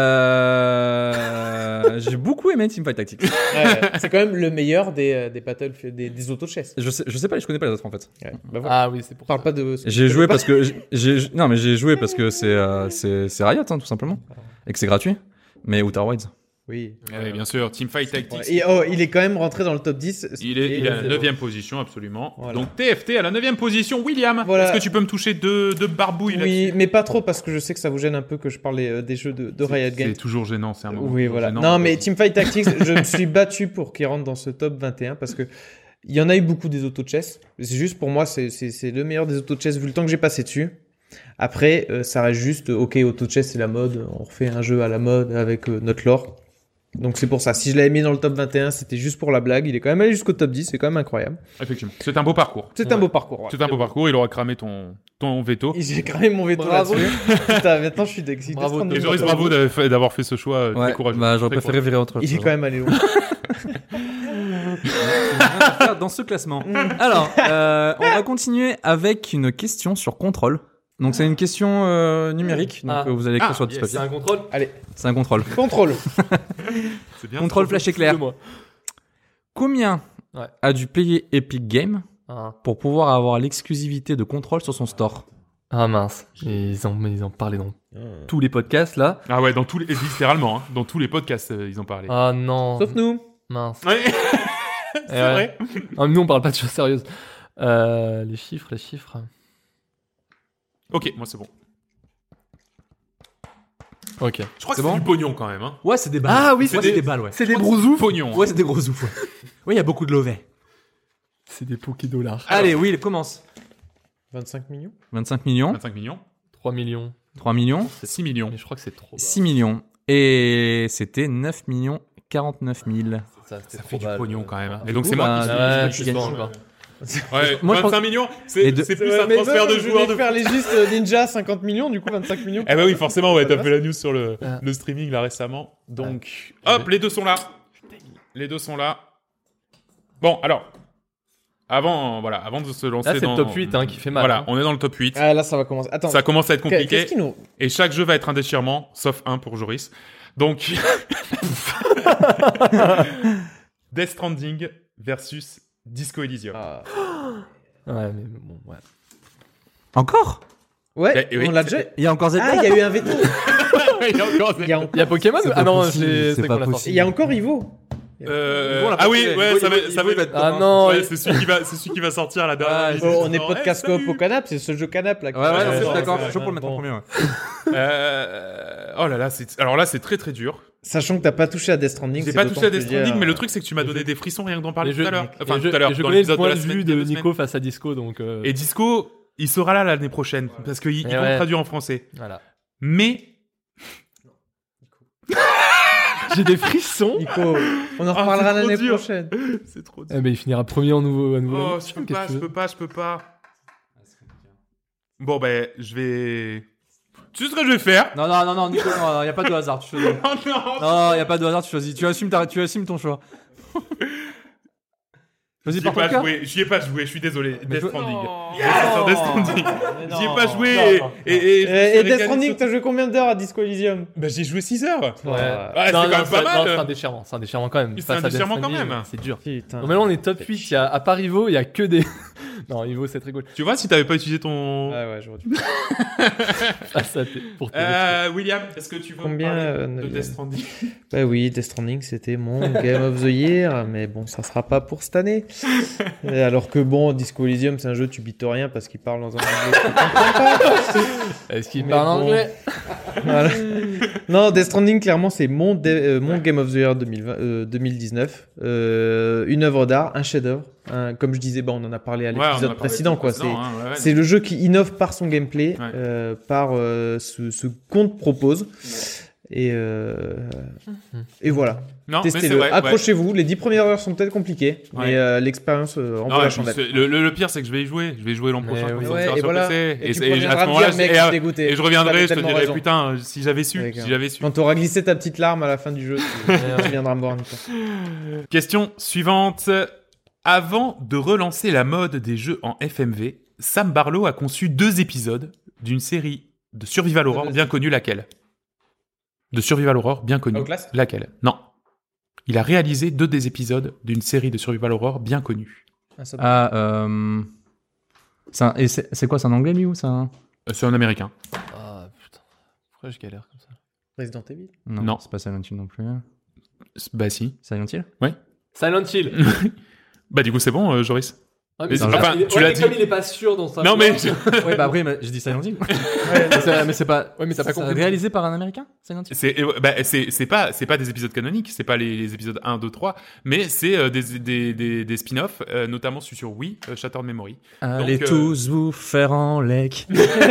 Speaker 6: Euh... J'ai beaucoup aimé Teamfight Tactics.
Speaker 7: Ouais, c'est quand même le meilleur des, euh, des battles, des, des auto-chess.
Speaker 6: Je sais, je sais pas, je connais pas les autres en fait.
Speaker 7: Ouais. Bah, voilà.
Speaker 5: Ah oui, c'est pour
Speaker 7: On parle pas de.
Speaker 6: J'ai joué parce que j'ai, j'ai- non mais j'ai joué parce que c'est euh, c'est c'est Riot hein, tout simplement et que c'est gratuit. Mais Outer Wilds.
Speaker 7: Oui.
Speaker 4: Oui, bien sûr. Teamfight Tactics.
Speaker 7: Ouais. Et oh, il est quand même rentré dans le top dix.
Speaker 4: Il est,
Speaker 7: Et
Speaker 4: il est à la
Speaker 7: c'est
Speaker 4: neuvième position, absolument.
Speaker 7: Voilà.
Speaker 4: Donc T F T à la neuvième position. William,
Speaker 7: Voilà.
Speaker 4: est-ce que tu peux me toucher deux, deux barbouilles là-dessus?
Speaker 7: Oui, mais pas trop parce que je sais que ça vous gêne un peu que je parle euh, des jeux de, de Riot
Speaker 4: C'est
Speaker 7: Games.
Speaker 4: toujours gênant, c'est un moment.
Speaker 7: Oui,
Speaker 4: toujours
Speaker 7: voilà.
Speaker 4: gênant.
Speaker 7: Non, mais Teamfight Tactics, je me suis battu pour qu'il rentre dans ce top vingt et un parce que il y en a eu beaucoup des auto-chess. C'est juste pour moi, c'est, c'est, c'est le meilleur des auto-chess vu le temps que j'ai passé dessus. Après, euh, ça reste juste, euh, ok, auto-chess c'est la mode, on refait un jeu à la mode avec euh, notre lore. Donc c'est pour ça. Si je l'avais mis dans le top vingt et un, c'était juste pour la blague. Il est quand même allé jusqu'au top dix, c'est quand même incroyable.
Speaker 4: Effectivement, c'est un beau parcours.
Speaker 7: C'est un beau parcours. ouais.
Speaker 4: C'est un beau parcours. Il aura cramé ton, ton veto.
Speaker 7: Et j'ai cramé mon veto
Speaker 5: Bravo.
Speaker 7: là-dessus. Putain, maintenant je suis dexité.
Speaker 5: Bravo.
Speaker 4: Et Joris, bravo d'avoir fait, d'avoir fait ce choix euh, très courageux.
Speaker 6: Bah j'aurais
Speaker 4: Très
Speaker 6: préféré virer autre chose.
Speaker 7: Il est quand même allé loin.
Speaker 6: dans ce classement. Alors, euh, on va continuer avec une question sur contrôle. Donc c'est une question euh, numérique. Donc
Speaker 5: Ah.
Speaker 6: euh, vous allez écrire
Speaker 4: Ah,
Speaker 6: sur du
Speaker 4: yes.
Speaker 6: papier.
Speaker 5: C'est un contrôle.
Speaker 6: C'est un contrôle.
Speaker 7: Contrôle.
Speaker 4: C'est bien.
Speaker 6: Contrôle flash éclair.
Speaker 5: De moi.
Speaker 6: Combien
Speaker 5: Ouais.
Speaker 6: a dû payer Epic Games
Speaker 5: Ah.
Speaker 6: pour pouvoir avoir l'exclusivité de contrôle sur son store?
Speaker 5: Ah mince. Ils en, ils en parlaient dans tous les podcasts là.
Speaker 4: Ah ouais, dans tous les, littéralement, hein, dans tous les podcasts, euh, ils en parlaient.
Speaker 5: Ah non.
Speaker 7: Sauf nous.
Speaker 5: Mince.
Speaker 4: Ouais.
Speaker 5: Eh
Speaker 4: c'est
Speaker 5: ouais.
Speaker 4: vrai.
Speaker 5: Ah, mais nous on parle pas de choses sérieuses. Euh, les chiffres, les chiffres.
Speaker 4: Ok, moi c'est bon.
Speaker 5: Ok.
Speaker 4: Je crois
Speaker 6: C'est
Speaker 4: que c'est
Speaker 6: bon
Speaker 4: du pognon quand même. Hein.
Speaker 6: Ouais, c'est des balles.
Speaker 5: Ah oui,
Speaker 6: c'est
Speaker 5: c'est des-
Speaker 6: balles, ouais.
Speaker 5: C'est des brousoufs.
Speaker 4: Pognon.
Speaker 6: Ouais, c'est des gros oufs. Ouais, Ouais, il y a beaucoup de lovets.
Speaker 5: C'est des poké dollars.
Speaker 6: Allez, oui, il commence.
Speaker 7: vingt-cinq millions.
Speaker 6: vingt-cinq millions,
Speaker 4: vingt-cinq millions.
Speaker 5: trois millions.
Speaker 6: trois millions,
Speaker 4: six millions.
Speaker 5: Mais je crois que c'est trop bas.
Speaker 6: six millions. Et c'était neuf millions quarante-neuf mille.
Speaker 5: Ça,
Speaker 4: Ça fait du pognon quand même. hein. Et donc
Speaker 6: coup,
Speaker 4: c'est moi
Speaker 6: bah,
Speaker 4: qui suis.
Speaker 5: Ouais,
Speaker 6: tu
Speaker 5: je
Speaker 6: gagnes.
Speaker 5: pense pas.
Speaker 4: Ouais,
Speaker 6: Moi, je
Speaker 4: vingt-cinq
Speaker 6: pense-
Speaker 4: millions,
Speaker 6: Et
Speaker 4: c'est
Speaker 6: de-
Speaker 4: c'est plus
Speaker 7: Ouais,
Speaker 4: un
Speaker 7: mais
Speaker 4: transfert
Speaker 7: non,
Speaker 4: de
Speaker 7: je
Speaker 4: joueurs
Speaker 7: voulais
Speaker 4: de.
Speaker 7: faire les juste euh, Ninja cinquante millions, du coup vingt-cinq millions.
Speaker 4: Eh bah oui, forcément, ouais, t'as fait la news sur le,
Speaker 5: Ah.
Speaker 4: le streaming là récemment. Donc, hop, les deux sont là. Les deux sont là. Bon, alors, avant, voilà, avant de se lancer
Speaker 5: Là, c'est
Speaker 4: dans
Speaker 5: le top huit hein, qui fait mal.
Speaker 4: Voilà,
Speaker 5: hein.
Speaker 4: on est dans le top huit.
Speaker 7: Ah là, ça va commencer. Attends.
Speaker 4: Ça commence à être compliqué.
Speaker 7: Qu'est-ce qui nous.
Speaker 4: Et chaque jeu va être un déchirement, sauf un pour Joris. Donc, Death Stranding versus Disco Elysium.
Speaker 7: Ah.
Speaker 5: Ouais, mais bon, ouais.
Speaker 6: Encore?
Speaker 7: Ouais,
Speaker 4: Eh oui,
Speaker 7: on l'a déjà.
Speaker 6: Il y a encore Zelda?
Speaker 7: Ah, il y a eu un veto.
Speaker 4: Il y a encore
Speaker 7: Il y a,
Speaker 5: Il y a Pokémon
Speaker 6: C'est
Speaker 5: Ah
Speaker 6: pas
Speaker 5: non,
Speaker 6: possible,
Speaker 5: c'est
Speaker 6: c'est
Speaker 5: c'est
Speaker 6: pas
Speaker 5: qu'on l'a sorti.
Speaker 6: possible.
Speaker 7: il y a encore Ivo.
Speaker 4: Euh,
Speaker 6: Bon, on l'a
Speaker 4: ah
Speaker 6: pas
Speaker 4: oui,
Speaker 6: trouvé.
Speaker 4: ouais,
Speaker 6: Ivo,
Speaker 4: ça va,
Speaker 6: Ivo,
Speaker 4: ça
Speaker 6: Ivo,
Speaker 4: va.
Speaker 6: il va être
Speaker 5: Ah
Speaker 6: dedans.
Speaker 5: non,
Speaker 4: Ouais,
Speaker 5: il-
Speaker 4: c'est celui qui va, c'est celui qui va sortir la dernière.
Speaker 6: Ouais,
Speaker 4: minute.
Speaker 7: Oh, on est
Speaker 4: Non,
Speaker 7: podcast
Speaker 4: hey,
Speaker 7: coop
Speaker 4: salut.
Speaker 7: au canap, c'est ce jeu canap là. qui-
Speaker 6: Ouais, ouais,
Speaker 7: Ouais,
Speaker 6: non, c'est
Speaker 7: ouais,
Speaker 6: d'accord.
Speaker 7: ouais,
Speaker 6: Je suis chaud pour le mettre
Speaker 7: bon.
Speaker 6: en premier. Ouais.
Speaker 4: Euh, Oh là là, c'est alors là c'est très très dur.
Speaker 7: Sachant que t'as pas touché à Death Stranding.
Speaker 4: J'ai
Speaker 7: c'est
Speaker 4: pas
Speaker 7: d'autant
Speaker 4: touché à
Speaker 7: plus
Speaker 4: Death
Speaker 7: dur.
Speaker 4: Stranding, mais le truc c'est que tu m'as
Speaker 5: Et
Speaker 4: donné
Speaker 5: je-
Speaker 4: des frissons rien que d'en parler
Speaker 5: Et
Speaker 4: tout
Speaker 5: je-
Speaker 4: à l'heure. Enfin
Speaker 5: et je-
Speaker 4: tout à l'heure
Speaker 5: et je
Speaker 4: dans
Speaker 5: connais le
Speaker 4: l'épisode de
Speaker 5: point
Speaker 4: la
Speaker 5: de
Speaker 4: semaine.
Speaker 5: vue
Speaker 4: il y a
Speaker 5: de
Speaker 4: deux
Speaker 5: Nico
Speaker 4: semaines.
Speaker 5: face à Disco, donc euh,
Speaker 4: Et Disco, il sera là l'année prochaine parce qu'ils ils
Speaker 5: Et
Speaker 4: vont
Speaker 5: ouais.
Speaker 4: traduire en français.
Speaker 5: voilà.
Speaker 4: Mais
Speaker 5: J'ai des frissons.
Speaker 7: Nico, on en
Speaker 4: Ah,
Speaker 7: reparlera
Speaker 4: c'est trop
Speaker 7: l'année
Speaker 4: dur.
Speaker 7: prochaine.
Speaker 4: c'est trop.
Speaker 5: Eh ben, il finira premier en nouveau. À nouveau
Speaker 4: Oh,
Speaker 5: année.
Speaker 4: je peux
Speaker 5: Qu'est-ce
Speaker 4: pas,
Speaker 5: que tu
Speaker 4: je
Speaker 5: veux
Speaker 4: peux pas, je peux pas. Bon ben, je vais. Tu sais ce que je vais faire?
Speaker 6: Non, non, non, non, Nico, non, il y a pas de hasard. Tu choisis.
Speaker 4: Oh non.
Speaker 6: Non, il y a pas de hasard. Tu choisis. Tu assumes, ta... tu assumes ton choix. Vas-y,
Speaker 4: J'y ai
Speaker 6: par ton
Speaker 4: pas
Speaker 6: cœur.
Speaker 4: joué, j'y ai pas joué, je suis désolé. Death
Speaker 6: je-
Speaker 4: Stranding.
Speaker 6: Non.
Speaker 4: Yes, sur Death Stranding.
Speaker 7: Mais
Speaker 4: J'y ai
Speaker 7: non.
Speaker 4: pas joué
Speaker 5: Non,
Speaker 4: et,
Speaker 5: non,
Speaker 4: et, et, je me suis
Speaker 7: Et, et Death
Speaker 4: régalé
Speaker 7: Stranding,
Speaker 4: sur-
Speaker 7: t'as joué combien d'heures à Disco Elysium?
Speaker 4: Bah j'ai joué six heures.
Speaker 5: Ouais.
Speaker 4: Ah, c'est
Speaker 5: Non,
Speaker 4: quand
Speaker 5: non,
Speaker 4: même pas
Speaker 5: c'est-
Speaker 4: mal.
Speaker 5: non, C'est un déchirement, c'est un déchirement quand même.
Speaker 4: C'est
Speaker 5: Face
Speaker 4: un
Speaker 5: à Death
Speaker 4: déchirement quand
Speaker 5: Stranding,
Speaker 4: même.
Speaker 5: C'est dur.
Speaker 7: Putain.
Speaker 5: Donc maintenant on est top huit. Il y a, à part Ivo, il y a que des. Non, Ivo, c'est très cool.
Speaker 4: Tu vois, si t'avais pas utilisé ton.
Speaker 7: Ouais, ouais, j'aurais dû.
Speaker 5: Face à tes- pour tes-
Speaker 4: Euh, William, est-ce que tu veux
Speaker 7: Combien,
Speaker 4: parler
Speaker 7: euh,
Speaker 4: de
Speaker 7: William
Speaker 4: Death Stranding?
Speaker 7: Bah oui, Death Stranding, c'était mon Game of the Year, mais bon, ça sera pas pour cette année. Et alors que bon, Disco Elysium, c'est un jeu, tu bites rien parce qu'il parle dans un anglais. que tu comprends pas.
Speaker 5: Est-ce qu'il
Speaker 7: Mais
Speaker 5: parle
Speaker 7: bon.
Speaker 5: anglais?
Speaker 7: Voilà. Non, Death Stranding, clairement, c'est mon, dé- euh, mon Game of the Year deux mille vingt, euh, deux mille dix-neuf. Euh, une œuvre d'art, un chef-d'œuvre. Un- Comme je disais, bah, on en a parlé à
Speaker 4: Ouais, on en a
Speaker 7: l'épisode
Speaker 4: parlé
Speaker 7: précédent. Quoi.
Speaker 4: précédent,
Speaker 7: C'est,
Speaker 4: hein, ouais, ouais.
Speaker 7: c'est le jeu qui innove par son gameplay,
Speaker 4: Ouais.
Speaker 7: euh, par euh, ce, ce qu'on te propose. Et, euh, et voilà.
Speaker 4: Non, mais c'est
Speaker 7: Testez-le.
Speaker 4: vrai. ouais.
Speaker 7: Accrochez-vous. Les dix premières heures sont peut-être compliquées,
Speaker 4: Ouais.
Speaker 7: mais euh, l'expérience euh, en
Speaker 4: Non,
Speaker 7: vaut la
Speaker 4: et puis,
Speaker 7: chandelle.
Speaker 4: c'est- le, le, le pire, c'est que je vais y jouer. Je vais y jouer l'an
Speaker 5: Mais
Speaker 4: prochain.
Speaker 5: oui.
Speaker 4: quand ça
Speaker 7: Ouais,
Speaker 4: sortira
Speaker 7: et
Speaker 4: sur
Speaker 7: voilà.
Speaker 4: P C.
Speaker 7: Et tu
Speaker 4: et, et à
Speaker 7: reviendras
Speaker 4: ce moment-là,
Speaker 7: dire, mec,
Speaker 4: et,
Speaker 7: je suis
Speaker 4: euh,
Speaker 7: dégoûté.
Speaker 4: et je reviendrai,
Speaker 7: T'avais
Speaker 4: je te
Speaker 7: tellement
Speaker 4: dirai,
Speaker 7: raison.
Speaker 4: putain, si j'avais su,
Speaker 7: Ouais,
Speaker 4: si j'avais su.
Speaker 7: Quand t'auras glissé ta petite larme à la fin du jeu, tu, tu viendras me voir. Nico.
Speaker 4: Question suivante. Avant de relancer la mode des jeux en F M V, Sam Barlow a conçu deux épisodes d'une série de Survival Horror bien connue, laquelle? De Survival Horror bien connue.
Speaker 7: Outlast?
Speaker 4: Laquelle? Non. Il a réalisé deux des épisodes d'une série de Survival Horror bien connue.
Speaker 6: Ah, euh... c'est un- et c'est c'est quoi, c'est un anglais lui ou c'est un...
Speaker 4: Euh, C'est un américain.
Speaker 5: Ah putain. Pourquoi je galère comme ça?
Speaker 7: Resident Evil.
Speaker 6: Non,
Speaker 4: Non.
Speaker 6: c'est pas Silent Hill non plus.
Speaker 4: Bah si.
Speaker 6: Silent Hill?
Speaker 5: Silent Hill.
Speaker 4: Bah du coup c'est bon, euh, Joris.
Speaker 5: Ah,
Speaker 4: Mais
Speaker 5: c'est
Speaker 4: enfin,
Speaker 5: pas- il est-
Speaker 4: tu
Speaker 5: ouais,
Speaker 4: l'as
Speaker 5: mais
Speaker 4: dit.
Speaker 5: Comme il est pas sûr dans sa.
Speaker 4: Non mais...
Speaker 6: Ouais, bah après, j'ai dit Silent Hill. mais c'est- mais c'est pas...
Speaker 5: Ouais, mais t'as pas
Speaker 6: c'est
Speaker 5: compris.
Speaker 6: réalisé par un américain, Silent Hill?
Speaker 4: C'est euh, bah, c'est c'est pas c'est pas des épisodes canoniques, c'est pas les, les épisodes un, deux, trois, mais c'est euh, des, des, des, des spin-offs, euh, notamment celui sur Wii, euh, Shattered Memory.
Speaker 6: Allez
Speaker 4: Donc, euh,
Speaker 6: tous vous faire en lec.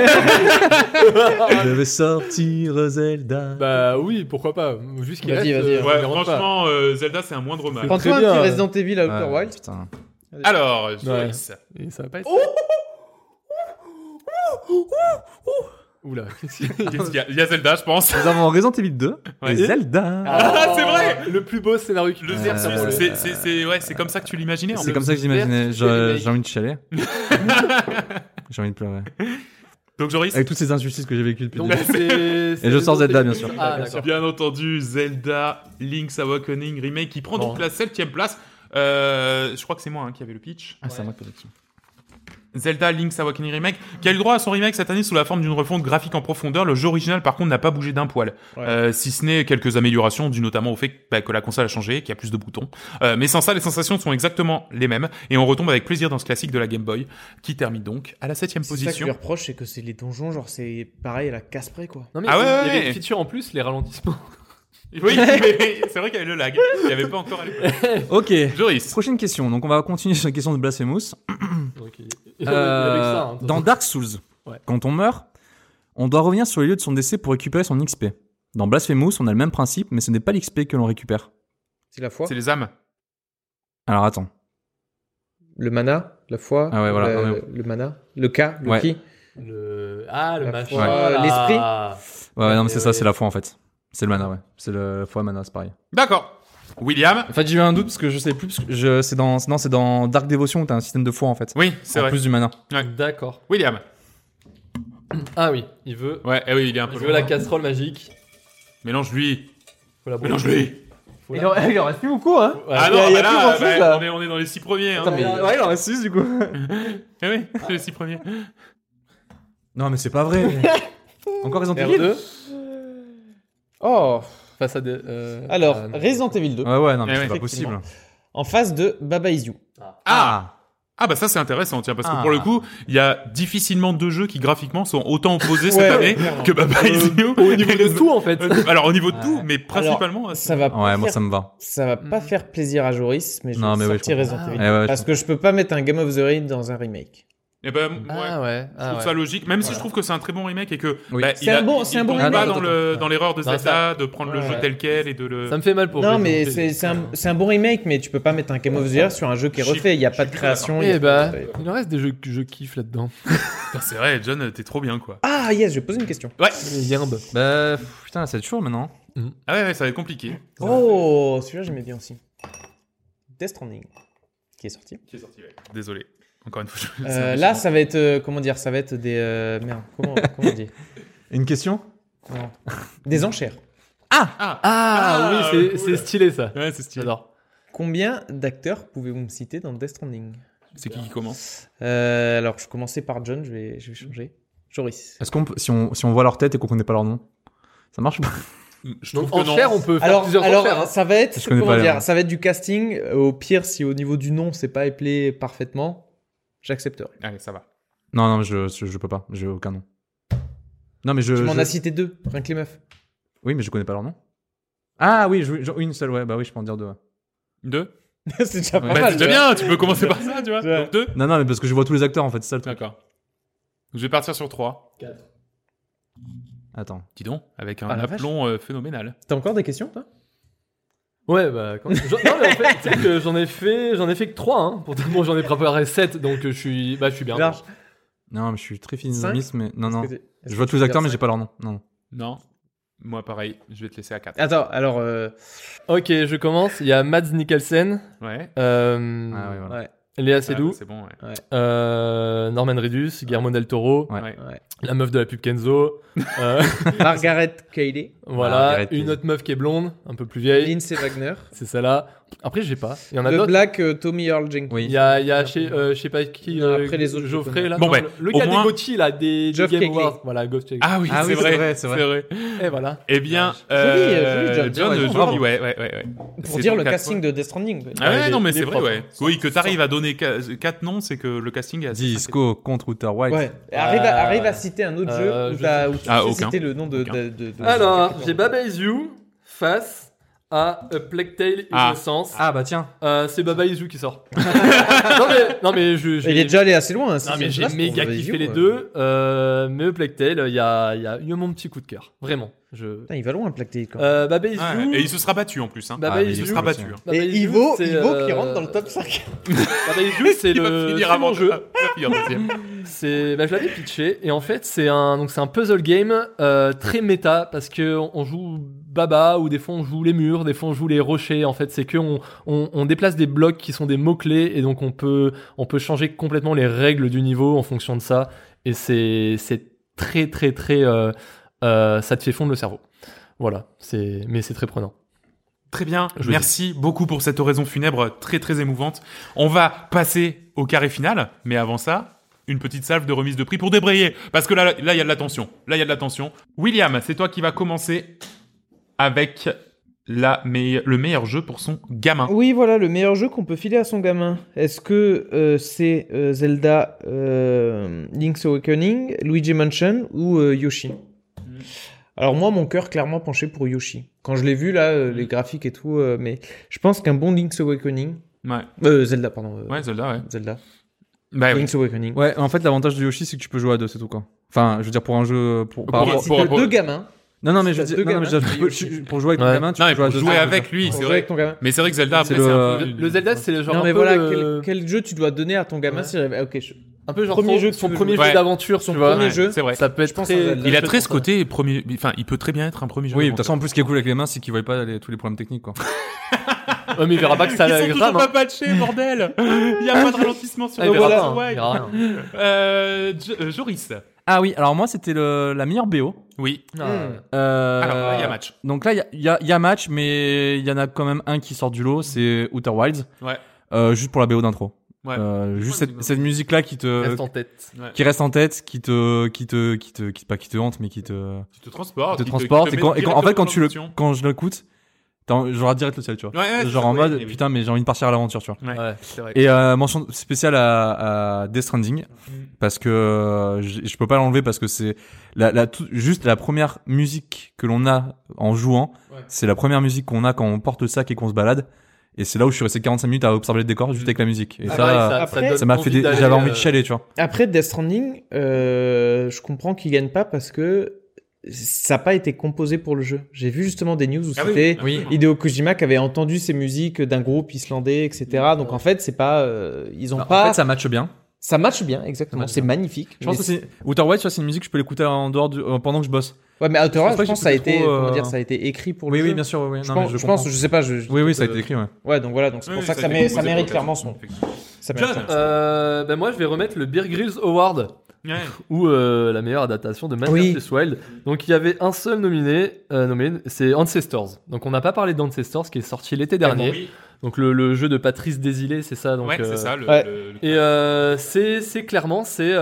Speaker 6: Je vais sortir Zelda.
Speaker 5: Bah oui, pourquoi pas. Juste qu'il
Speaker 7: Vas-y,
Speaker 5: reste.
Speaker 7: vas-y.
Speaker 5: euh,
Speaker 4: Ouais,
Speaker 5: on dérange pas.
Speaker 4: franchement, euh, Zelda c'est un moindre mal.
Speaker 7: Prends-toi un
Speaker 5: très bien,
Speaker 7: petit
Speaker 5: euh.
Speaker 7: Resident Evil à Outer
Speaker 6: Ouais,
Speaker 7: Wilds.
Speaker 6: putain.
Speaker 4: Alors, Joris.
Speaker 5: Et ça va pas être.
Speaker 7: Oh
Speaker 5: Oula, qu'est-ce qu'il y a
Speaker 4: Qu'est-ce qu'il y a Il y a Zelda, je pense.
Speaker 6: Nous avons Resident Evil deux
Speaker 4: Ouais.
Speaker 6: et Zelda.
Speaker 4: Ah, c'est vrai.
Speaker 5: Le plus beau scénario qui
Speaker 4: Le
Speaker 6: Euh,
Speaker 4: versus, c'est c'est c'est ouais, c'est comme ça que tu l'imaginais. en
Speaker 6: C'est
Speaker 4: plus.
Speaker 6: comme ça que j'imaginais.
Speaker 5: versus
Speaker 6: J'ai
Speaker 5: remake.
Speaker 6: j'ai envie de chialer. J'ai envie de pleurer.
Speaker 4: Donc Joris.
Speaker 6: Avec toutes ces injustices que j'ai vécues depuis le
Speaker 5: Donc
Speaker 6: début.
Speaker 5: c'est.
Speaker 6: Et je sors Zelda, bien sûr.
Speaker 5: Ah d'accord.
Speaker 4: Bien entendu, Zelda Link's Awakening remake qui prend
Speaker 5: Bon.
Speaker 4: donc la septième place. Euh, je crois que c'est moi hein, qui avait le pitch.
Speaker 6: Ah, c'est à moi de poser la question.
Speaker 4: Zelda Link's Awakening remake, qui a eu le droit à son remake cette année sous la forme d'une refonte graphique en profondeur. Le jeu original, par contre, n'a pas bougé d'un poil,
Speaker 7: Ouais.
Speaker 4: euh, si ce n'est quelques améliorations dues notamment au fait que, bah, que la console a changé, qu'il y a plus de boutons. Euh, mais sans ça, les sensations sont exactement les mêmes, et on retombe avec plaisir dans ce classique de la Game Boy, qui termine donc à la septième
Speaker 7: C'est ça que je
Speaker 4: position.
Speaker 7: lui reproche, c'est que c'est les donjons, genre c'est pareil à la casse près quoi.
Speaker 5: Non mais
Speaker 4: Ah ouais,
Speaker 5: il y
Speaker 4: ouais,
Speaker 5: avait
Speaker 4: ouais.
Speaker 5: une feature en plus, les ralentissements.
Speaker 4: Oui, mais c'est vrai qu'il y avait le lag. Il n'y avait pas encore à l'époque.
Speaker 6: Ok.
Speaker 4: Joris.
Speaker 6: Prochaine question. Donc, on va continuer sur la question de Blasphemous.
Speaker 5: Donc, il- il-
Speaker 6: Euh,
Speaker 5: avec ça, hein,
Speaker 6: dans Dark Souls,
Speaker 5: Ouais.
Speaker 6: quand on meurt, on doit revenir sur les lieux de son décès pour récupérer son X P. Dans Blasphemous, on a le même principe, mais ce n'est pas l'X P que l'on récupère.
Speaker 7: C'est la foi,
Speaker 4: C'est les âmes.
Speaker 6: Alors, attends.
Speaker 7: le mana, la foi,
Speaker 6: Ah ouais, voilà,
Speaker 7: le,
Speaker 6: non, mais-
Speaker 7: le mana, le K, le
Speaker 6: Ouais.
Speaker 7: ki.
Speaker 5: Le... Ah, le
Speaker 7: La
Speaker 5: machin.
Speaker 7: foi,
Speaker 5: là.
Speaker 7: l'esprit.
Speaker 6: Ouais, ouais, non, mais
Speaker 5: Et
Speaker 6: c'est ça,
Speaker 5: ouais.
Speaker 6: c'est la foi en fait. C'est le mana, ouais. C'est le foi mana, c'est pareil.
Speaker 4: D'accord. William.
Speaker 6: En fait, j'ai eu un doute parce que je sais plus. Parce que je, c'est dans, non, c'est dans Dark Devotion où t'as un système de foi en fait.
Speaker 4: Oui, c'est
Speaker 6: en
Speaker 4: vrai.
Speaker 6: plus du mana.
Speaker 5: D'accord.
Speaker 4: William.
Speaker 5: Ah oui, il veut.
Speaker 4: Ouais, eh oui, il est un peu
Speaker 5: Il veut
Speaker 4: loin.
Speaker 5: la casserole magique.
Speaker 4: Mélange-lui.
Speaker 5: Faut la
Speaker 4: Mélange-lui.
Speaker 5: Faut la-
Speaker 8: Il en, il en reste plus beaucoup, hein.
Speaker 5: Ouais.
Speaker 4: Ah
Speaker 8: il y a-
Speaker 4: non,
Speaker 8: il y a
Speaker 4: bah
Speaker 8: plus
Speaker 4: là,
Speaker 8: grand-chose,
Speaker 4: bah,
Speaker 8: là.
Speaker 4: on, est, on est dans les six premiers. Hein.
Speaker 5: Attends, mais-
Speaker 8: Ouais, il en reste six du coup.
Speaker 4: Eh oui, c'est les six premiers.
Speaker 6: Non, mais c'est pas vrai. Encore Resident
Speaker 7: R
Speaker 6: Evil.
Speaker 7: deux. Oh,
Speaker 5: face à des. euh,
Speaker 7: Alors,
Speaker 5: ah, non.
Speaker 7: Resident Evil deux,
Speaker 6: Ouais, ouais, non, mais
Speaker 4: Eh
Speaker 6: c'est
Speaker 4: ouais,
Speaker 6: pas
Speaker 7: effectivement.
Speaker 6: possible.
Speaker 7: en face de Baba Is You.
Speaker 4: Ah Ah bah ça c'est intéressant, tiens, parce que
Speaker 6: Ah.
Speaker 4: pour le coup, il y a difficilement deux jeux qui graphiquement sont autant opposés cette
Speaker 7: Ouais,
Speaker 4: année
Speaker 7: clairement.
Speaker 4: que Baba Is You.
Speaker 5: Au niveau de tout, en fait.
Speaker 4: Alors au niveau de
Speaker 6: Ouais.
Speaker 4: tout, mais principalement... euh,
Speaker 7: Ça va pas
Speaker 6: Ouais, moi
Speaker 7: faire,
Speaker 6: ça me va.
Speaker 7: ça va pas faire plaisir à Joris, mais je
Speaker 6: Non,
Speaker 7: vais
Speaker 6: mais ouais,
Speaker 7: sortir
Speaker 6: je
Speaker 7: Resident
Speaker 5: comprends.
Speaker 7: Evil.
Speaker 6: Ah. Ouais, ouais, je
Speaker 7: parce que je peux pas mettre un Game of the Year dans un remake.
Speaker 4: eh ben, ouais,
Speaker 5: Ah ouais.
Speaker 4: je
Speaker 5: Ah
Speaker 4: trouve
Speaker 5: ouais.
Speaker 4: ça logique, même si
Speaker 7: Voilà.
Speaker 4: je trouve que c'est un très bon remake et que
Speaker 6: Oui.
Speaker 4: bah,
Speaker 7: C'est
Speaker 4: il
Speaker 7: un
Speaker 4: a-
Speaker 7: bon-
Speaker 4: il-
Speaker 7: c'est un
Speaker 4: il
Speaker 7: bon
Speaker 4: tombe
Speaker 7: remake.
Speaker 4: pas dans le dans l'erreur de
Speaker 5: Non,
Speaker 4: Zelda de prendre le
Speaker 7: Ouais.
Speaker 4: jeu tel quel et de le.
Speaker 5: Ça me fait mal pour.
Speaker 7: Non,
Speaker 5: Resident
Speaker 7: mais
Speaker 5: Evil.
Speaker 7: c'est c'est un, c'est un bon remake, mais tu peux pas mettre un Game of the Year sur un jeu qui est
Speaker 4: Je suis-
Speaker 7: refait. Il y a
Speaker 4: je
Speaker 7: pas
Speaker 4: suis
Speaker 7: de
Speaker 4: plutôt
Speaker 7: création. il y a
Speaker 5: Eh
Speaker 7: pas
Speaker 5: bah,
Speaker 7: de-
Speaker 5: il en reste des jeux que je kiffe là-dedans.
Speaker 4: Putain, c'est vrai, John, t'es trop bien quoi.
Speaker 7: Ah yes, je vais poser une question.
Speaker 4: Ouais.
Speaker 5: Yimbe.
Speaker 6: Bah, pff, putain, ça va être chaud maintenant.
Speaker 4: Ah ouais, ouais, ça va être compliqué.
Speaker 7: Oh, celui-là j'aimais bien aussi. Death Stranding, qui est sorti.
Speaker 4: Qui est sorti, ouais. Désolé. Encore une fois. je-
Speaker 7: Euh,
Speaker 4: c'est
Speaker 7: là,
Speaker 4: méchant.
Speaker 7: ça va être euh, comment dire, ça va être des euh, merde. Comment comment on dit
Speaker 6: Une question?
Speaker 7: Non. Des enchères.
Speaker 4: Ah,
Speaker 5: Ah,
Speaker 4: Ah,
Speaker 5: oui, c'est
Speaker 4: cool.
Speaker 5: c'est stylé ça.
Speaker 4: Ouais, c'est stylé.
Speaker 5: J'adore.
Speaker 7: Combien d'acteurs pouvez-vous me citer dans Death Stranding?
Speaker 4: C'est qui qui commence?
Speaker 7: Euh, alors, je commençais par John, je vais, je vais changer. Joris.
Speaker 6: Est-ce qu'on peut, si on, si on voit leur tête et qu'on connaît pas leur nom, ça marche pas?
Speaker 4: Je
Speaker 5: Donc
Speaker 4: trouve
Speaker 5: en
Speaker 4: que non.
Speaker 5: chair, on peut faire
Speaker 7: Alors,
Speaker 5: plusieurs
Speaker 7: alors
Speaker 5: enchères. hein.
Speaker 7: ça va être,
Speaker 6: Je connais
Speaker 7: comment
Speaker 6: pas les
Speaker 7: dire,
Speaker 6: noms.
Speaker 7: ça va être du casting. Au pire, si au niveau du nom, c'est pas appelé parfaitement, j'accepterai.
Speaker 4: Allez, ça va.
Speaker 6: Non, non, je, je, je peux pas. J'ai aucun nom. Non, mais je.
Speaker 7: Tu m'en
Speaker 6: je-
Speaker 7: as cité deux, rien que les meufs.
Speaker 6: Oui, mais je connais pas leur nom. Ah oui, je, je- une seule, ouais, bah oui, je peux en dire deux. ouais.
Speaker 4: Deux.
Speaker 7: c'est déjà pas
Speaker 6: Ouais.
Speaker 4: Bah,
Speaker 7: mal.
Speaker 4: c'est déjà
Speaker 7: tu vois.
Speaker 4: bien, tu peux commencer par ça, tu vois.
Speaker 7: Ouais.
Speaker 4: Donc deux.
Speaker 6: Non, non, mais parce que je vois tous les acteurs en fait, c'est ça le truc.
Speaker 4: D'accord. Je vais partir sur trois.
Speaker 6: Attends.
Speaker 4: Dis donc, avec un
Speaker 7: Ah, la vache.
Speaker 4: aplomb euh, phénoménal.
Speaker 7: T'as encore des questions, toi?
Speaker 5: Ouais, bah. Quand... j'en- non, mais en fait, tu sais que j'en ai fait, j'en ai fait que trois. Hein. Pourtant, bon, j'en ai préparé sept, donc euh, je suis, bah, je suis bien.
Speaker 7: Large.
Speaker 6: Non, mais je suis très
Speaker 7: Cinq
Speaker 6: finimiste, mais non, non.
Speaker 7: Est-ce que t'es- est-ce
Speaker 6: Je
Speaker 7: que
Speaker 6: vois
Speaker 7: tu
Speaker 6: tous les
Speaker 7: peux
Speaker 6: acteurs,
Speaker 7: dire
Speaker 6: mais j'ai pas leur nom. Non.
Speaker 4: Non. Moi, pareil. Je vais te laisser à quatre.
Speaker 7: Attends, alors. Euh...
Speaker 5: Ok, je commence. Il y a Mads Mikkelsen,
Speaker 4: Ouais.
Speaker 5: euh,
Speaker 6: Ah ouais, voilà.
Speaker 7: Ouais,
Speaker 5: Léa Seydoux,
Speaker 4: Ah, c'est bon, ouais.
Speaker 5: euh, Norman Reedus, Guillermo del Toro,
Speaker 6: Ouais.
Speaker 4: Ouais.
Speaker 7: ouais.
Speaker 5: la meuf de la pub Kenzo. euh,
Speaker 7: Margaret Qualley,
Speaker 5: voilà,
Speaker 6: Margaret
Speaker 5: une
Speaker 6: Qualley.
Speaker 5: autre meuf qui est blonde, un peu plus vieille.
Speaker 7: Lindsay Wagner,
Speaker 5: C'est celle-là. Après, j'ai pas. Il y en a
Speaker 7: The
Speaker 5: d'autres.
Speaker 7: Black euh, Tommy Earl Jenkins.
Speaker 6: Oui.
Speaker 5: Il y a, il y a chez, euh, je sais pas qui,
Speaker 7: Non,
Speaker 5: euh,
Speaker 7: après les autres, je
Speaker 5: Geoffrey
Speaker 7: connais.
Speaker 5: là.
Speaker 4: Bon,
Speaker 5: Non,
Speaker 4: ben,
Speaker 5: le, le
Speaker 4: au
Speaker 5: gars
Speaker 4: moins-
Speaker 5: des Gauthier là, des, des
Speaker 7: Geoff
Speaker 5: Game
Speaker 7: Keighley.
Speaker 5: Awards. Voilà, Geoff Keighley.
Speaker 4: Ah oui,
Speaker 6: Ah
Speaker 4: c'est
Speaker 6: oui, c'est
Speaker 4: vrai.
Speaker 6: vrai, c'est
Speaker 4: C'est
Speaker 6: vrai.
Speaker 4: vrai.
Speaker 5: Et voilà.
Speaker 4: Eh bien,
Speaker 7: Joli,
Speaker 4: euh,
Speaker 7: joli, John.
Speaker 4: John,
Speaker 6: Ouais,
Speaker 4: joli,
Speaker 6: bravo.
Speaker 4: ouais, ouais, ouais, ouais.
Speaker 7: Pour
Speaker 4: C'est
Speaker 7: dire
Speaker 4: donc
Speaker 7: le
Speaker 4: quatre,
Speaker 7: casting
Speaker 4: ouais.
Speaker 7: de Death Stranding. quoi.
Speaker 4: Ah ouais,
Speaker 5: Ouais,
Speaker 4: non,
Speaker 5: il est-
Speaker 4: mais
Speaker 5: il
Speaker 4: c'est
Speaker 5: est
Speaker 4: vrai,
Speaker 5: propre.
Speaker 4: ouais. Oui, que t'arrives à donner qua- quatre noms, c'est que le casting est assez.
Speaker 6: Disco contre Outer Wilds.
Speaker 7: Ouais. Arrive, à,
Speaker 5: Euh,
Speaker 7: arrive à citer un autre
Speaker 5: euh,
Speaker 7: jeu où,
Speaker 5: je
Speaker 7: t'as-
Speaker 5: sais-
Speaker 7: où tu
Speaker 4: Ah,
Speaker 7: sais
Speaker 4: aucun.
Speaker 7: citer le nom de.
Speaker 4: Aucun.
Speaker 7: de, de- de-
Speaker 5: Alors,
Speaker 7: de-
Speaker 5: j'ai Baba Is You face à A Plague Tale
Speaker 4: Ah.
Speaker 5: Innocence.
Speaker 6: Ah bah tiens.
Speaker 5: Euh, c'est Baba Is You qui sort. non mais, non mais je. j'ai-
Speaker 7: Il est déjà allé assez loin. hein,
Speaker 5: Non
Speaker 7: sixième
Speaker 5: mais j'ai
Speaker 7: place pour
Speaker 5: méga
Speaker 7: Baba Is
Speaker 5: kiffé
Speaker 7: You,
Speaker 5: les
Speaker 7: ouais.
Speaker 5: deux. Euh, mais A Plague Tale, il y a, il y a eu mon petit coup de cœur. Vraiment. Je.
Speaker 7: Putain, il va loin, Plague Tale, quand même.
Speaker 5: Euh, Baba Is
Speaker 4: Ouais,
Speaker 5: You.
Speaker 4: et il se sera battu en plus. Hein.
Speaker 5: Baba
Speaker 6: Ah,
Speaker 5: Is
Speaker 6: mais
Speaker 4: il
Speaker 5: You.
Speaker 4: se sera
Speaker 6: aussi.
Speaker 4: battu. hein.
Speaker 5: Baba
Speaker 7: Et
Speaker 5: Is You,
Speaker 7: Ivo,
Speaker 5: c'est,
Speaker 7: Ivo qui
Speaker 5: euh,
Speaker 7: rentre dans le top cinq.
Speaker 5: Baba Is You, c'est
Speaker 4: Il va
Speaker 5: le,
Speaker 4: finir
Speaker 5: c'est
Speaker 4: avant
Speaker 5: mon jeu.
Speaker 4: Il va finir deuxième.
Speaker 5: C'est, bah, je l'avais pitché et en fait c'est un donc c'est un puzzle game euh, très méta parce que on, on joue Baba ou des fois on joue les murs, des fois on joue les rochers. En fait c'est que on, on, on déplace des blocs qui sont des mots clés et donc on peut on peut changer complètement les règles du niveau en fonction de ça et c'est c'est très très très euh, euh, ça te fait fondre le cerveau. Voilà, c'est mais c'est très prenant.
Speaker 4: Très bien,
Speaker 5: Je
Speaker 4: merci beaucoup pour cette oraison funèbre très très émouvante. On va passer au carré final, mais avant ça, une petite salve de remise de prix pour débrayer, parce que là, là, il y a de la tension. Là, il y a de la tension. William, c'est toi qui vas commencer avec la meille- le meilleur jeu pour son gamin.
Speaker 7: Oui, voilà, le meilleur jeu qu'on peut filer à son gamin. Est-ce que euh, c'est euh, Zelda euh, Link's Awakening, Luigi Mansion ou euh, Yoshi? Alors moi, mon cœur clairement penché pour Yoshi. Quand je l'ai vu là, euh, les graphiques et tout, euh, mais je pense qu'un bon Link's Awakening,
Speaker 4: Ouais,
Speaker 7: euh, Zelda, pardon, euh,
Speaker 4: ouais, Zelda, ouais.
Speaker 7: Zelda,
Speaker 4: Bah, oui.
Speaker 7: Link's Awakening.
Speaker 6: Ouais, en fait, l'avantage de Yoshi, c'est que tu peux jouer à deux, c'est tout quoi. Enfin, je veux dire, pour un jeu. Pour, par
Speaker 4: Pour-
Speaker 6: rapport-
Speaker 7: Si
Speaker 4: pour-
Speaker 7: t'as
Speaker 4: pour-
Speaker 7: deux gamins,
Speaker 6: Non, non, mais
Speaker 7: si
Speaker 6: je
Speaker 7: t'as
Speaker 6: veux dire,
Speaker 7: deux
Speaker 6: non, non, mais je veux
Speaker 7: gamins,
Speaker 6: dire,
Speaker 7: Yoshi.
Speaker 6: tu- pour jouer avec ton
Speaker 5: Ouais.
Speaker 6: gamin, tu
Speaker 4: Non,
Speaker 6: peux
Speaker 4: mais
Speaker 6: jouer à
Speaker 4: pour
Speaker 6: deux.
Speaker 4: jouer
Speaker 6: c'est
Speaker 4: avec
Speaker 6: ça.
Speaker 4: lui,
Speaker 7: pour
Speaker 4: c'est
Speaker 7: jouer
Speaker 4: vrai.
Speaker 7: avec ton gamin.
Speaker 4: Mais c'est vrai que Zelda,
Speaker 6: C'est
Speaker 4: après, c'est un
Speaker 6: le-
Speaker 4: peu...
Speaker 5: Le, le Zelda c'est le genre
Speaker 7: Non
Speaker 5: un
Speaker 7: mais
Speaker 5: peu
Speaker 7: voilà,
Speaker 5: le-
Speaker 7: quel, quel jeu tu dois donner à ton gamin
Speaker 5: Ouais.
Speaker 7: si j'avais- ok, je-
Speaker 5: un peu genre
Speaker 7: premier
Speaker 5: son,
Speaker 7: jeu que
Speaker 5: son
Speaker 7: tu veux
Speaker 5: premier
Speaker 7: jouer.
Speaker 5: jeu
Speaker 4: Ouais.
Speaker 5: d'aventure,
Speaker 7: Son
Speaker 5: tu vois.
Speaker 7: premier
Speaker 4: Ouais,
Speaker 7: jeu.
Speaker 4: c'est vrai.
Speaker 5: Ça peut être
Speaker 7: Je pense
Speaker 5: très.
Speaker 7: à Zelda.
Speaker 4: Il a
Speaker 5: très
Speaker 4: très ce
Speaker 5: prenant.
Speaker 4: côté premier... Enfin, il peut très bien être un premier jeu.
Speaker 6: Oui, de
Speaker 4: d'aventure.
Speaker 6: toute façon, en plus, ce qui est cool avec les mains, c'est qu'il voit pas les- tous les problèmes techniques quoi.
Speaker 5: Ouais, mais il verra pas que ça
Speaker 4: Ils sont
Speaker 5: grave.
Speaker 4: toujours
Speaker 5: hein.
Speaker 4: pas patchés, bordel. Il y a pas de ralentissement sur
Speaker 5: Ah,
Speaker 4: le
Speaker 5: il verra
Speaker 7: voilà.
Speaker 5: pas, hein,
Speaker 4: Ouais.
Speaker 5: il verra rien.
Speaker 4: Euh, Jo- euh, Joris.
Speaker 6: Ah oui, alors moi, c'était le- la meilleure B O.
Speaker 4: Oui.
Speaker 5: Ah,
Speaker 6: Euh,
Speaker 4: Alors là, il y a match.
Speaker 6: Donc là, il y a, il y, a, il y a match, mais il y en a quand même un qui sort du lot, c'est Outer Wilds.
Speaker 4: Ouais.
Speaker 6: Euh, juste pour la B O d'intro.
Speaker 4: Ouais.
Speaker 6: Euh, juste
Speaker 4: Ouais,
Speaker 6: cette,
Speaker 4: mais-
Speaker 6: cette musique là qui te
Speaker 5: Reste en tête.
Speaker 4: Ouais.
Speaker 6: qui reste en tête, qui te qui te qui te qui pas qui te hante mais qui te
Speaker 4: Qui te transporte.
Speaker 6: qui te
Speaker 4: qui
Speaker 6: transporte
Speaker 4: qui
Speaker 6: et
Speaker 4: te
Speaker 6: quand,
Speaker 4: met
Speaker 6: et quand- en fait
Speaker 4: directement
Speaker 6: quand tu le
Speaker 4: dans l'émotion.
Speaker 6: quand je l'écoute, t'as- j'aurai direct le ciel, tu vois.
Speaker 4: Ouais, ouais,
Speaker 6: Genre
Speaker 4: c'est
Speaker 6: en
Speaker 4: ça,
Speaker 6: mode
Speaker 4: oui,
Speaker 6: putain mais j'ai envie de partir à l'aventure, tu vois.
Speaker 4: Ouais.
Speaker 5: Ouais, c'est vrai.
Speaker 6: Et euh, mention spéciale à, à Death Stranding parce que euh, je, je peux pas l'enlever parce que c'est la, la tout- juste la première musique que l'on a en jouant,
Speaker 4: Ouais.
Speaker 6: c'est la première musique qu'on a quand on porte le sac et qu'on se balade. Et c'est là où je suis resté quarante-cinq minutes à observer le décor juste avec la musique. Et
Speaker 7: Ah,
Speaker 6: ça,
Speaker 5: Pareil,
Speaker 7: après,
Speaker 5: donne
Speaker 6: ça m'a fait
Speaker 5: envie
Speaker 6: des...
Speaker 5: d'aller,
Speaker 6: j'avais envie
Speaker 5: euh,
Speaker 6: de chialer, tu vois.
Speaker 7: Après Death Stranding, euh, je comprends qu'ils gagnent pas parce que ça n'a pas été composé pour le jeu. J'ai vu justement des news où
Speaker 4: Ah oui,
Speaker 7: c'était
Speaker 4: oui.
Speaker 7: Hideo Kojima qui avait entendu ces musiques d'un groupe islandais, et cetera. Donc en fait, c'est pas, euh, ils ont
Speaker 6: Bah,
Speaker 7: pas.
Speaker 6: En fait, ça matche bien.
Speaker 7: Ça match bien, exactement.
Speaker 6: Ça match
Speaker 7: C'est
Speaker 6: bien.
Speaker 7: magnifique.
Speaker 6: Je pense
Speaker 7: Mais
Speaker 6: que c'est Outer Wilds, tu vois, c'est une musique que je peux l'écouter en dehors du... euh, pendant que je bosse.
Speaker 7: Ouais, mais Outer
Speaker 6: Je pense
Speaker 7: Wilds,
Speaker 6: pas
Speaker 7: je
Speaker 6: que
Speaker 7: pense
Speaker 6: je
Speaker 7: que ça a
Speaker 6: peux
Speaker 7: été,
Speaker 6: trop, euh,
Speaker 7: comment dire, ça a été écrit pour le
Speaker 6: Oui,
Speaker 7: jeu.
Speaker 6: oui, bien sûr, oui, oui.
Speaker 7: Je
Speaker 6: Non,
Speaker 7: pense,
Speaker 6: mais je,
Speaker 7: je pense,
Speaker 6: comprends.
Speaker 7: je sais pas. Je, je-
Speaker 6: Oui, oui, ça a
Speaker 7: euh,
Speaker 6: été écrit, ouais.
Speaker 7: Ouais, donc voilà, donc c'est
Speaker 4: Oui,
Speaker 7: pour
Speaker 4: oui,
Speaker 7: ça que
Speaker 4: a
Speaker 7: ça,
Speaker 4: été
Speaker 7: mé- ça
Speaker 4: composé
Speaker 7: mérite
Speaker 4: pour
Speaker 7: clairement
Speaker 4: le
Speaker 7: son.
Speaker 4: jeu.
Speaker 7: Ça
Speaker 4: John.
Speaker 7: mérite son-
Speaker 5: Euh, ben moi, je vais remettre le Bear Grylls Award.
Speaker 4: Ouais.
Speaker 5: Ou euh, la meilleure adaptation de Man
Speaker 7: Oui.
Speaker 5: versus. Wild. Donc il y avait un seul nominé, euh, nommé, c'est Ancestors. Donc on n'a pas parlé d'Ancestors qui est sorti l'été dernier.
Speaker 4: Oui.
Speaker 5: Donc le, le jeu de Patrice Désilets, c'est ça. Donc,
Speaker 4: Ouais,
Speaker 5: euh,
Speaker 4: c'est ça. Le,
Speaker 7: ouais.
Speaker 4: le- le-
Speaker 5: Et euh, c'est c'est clairement c'est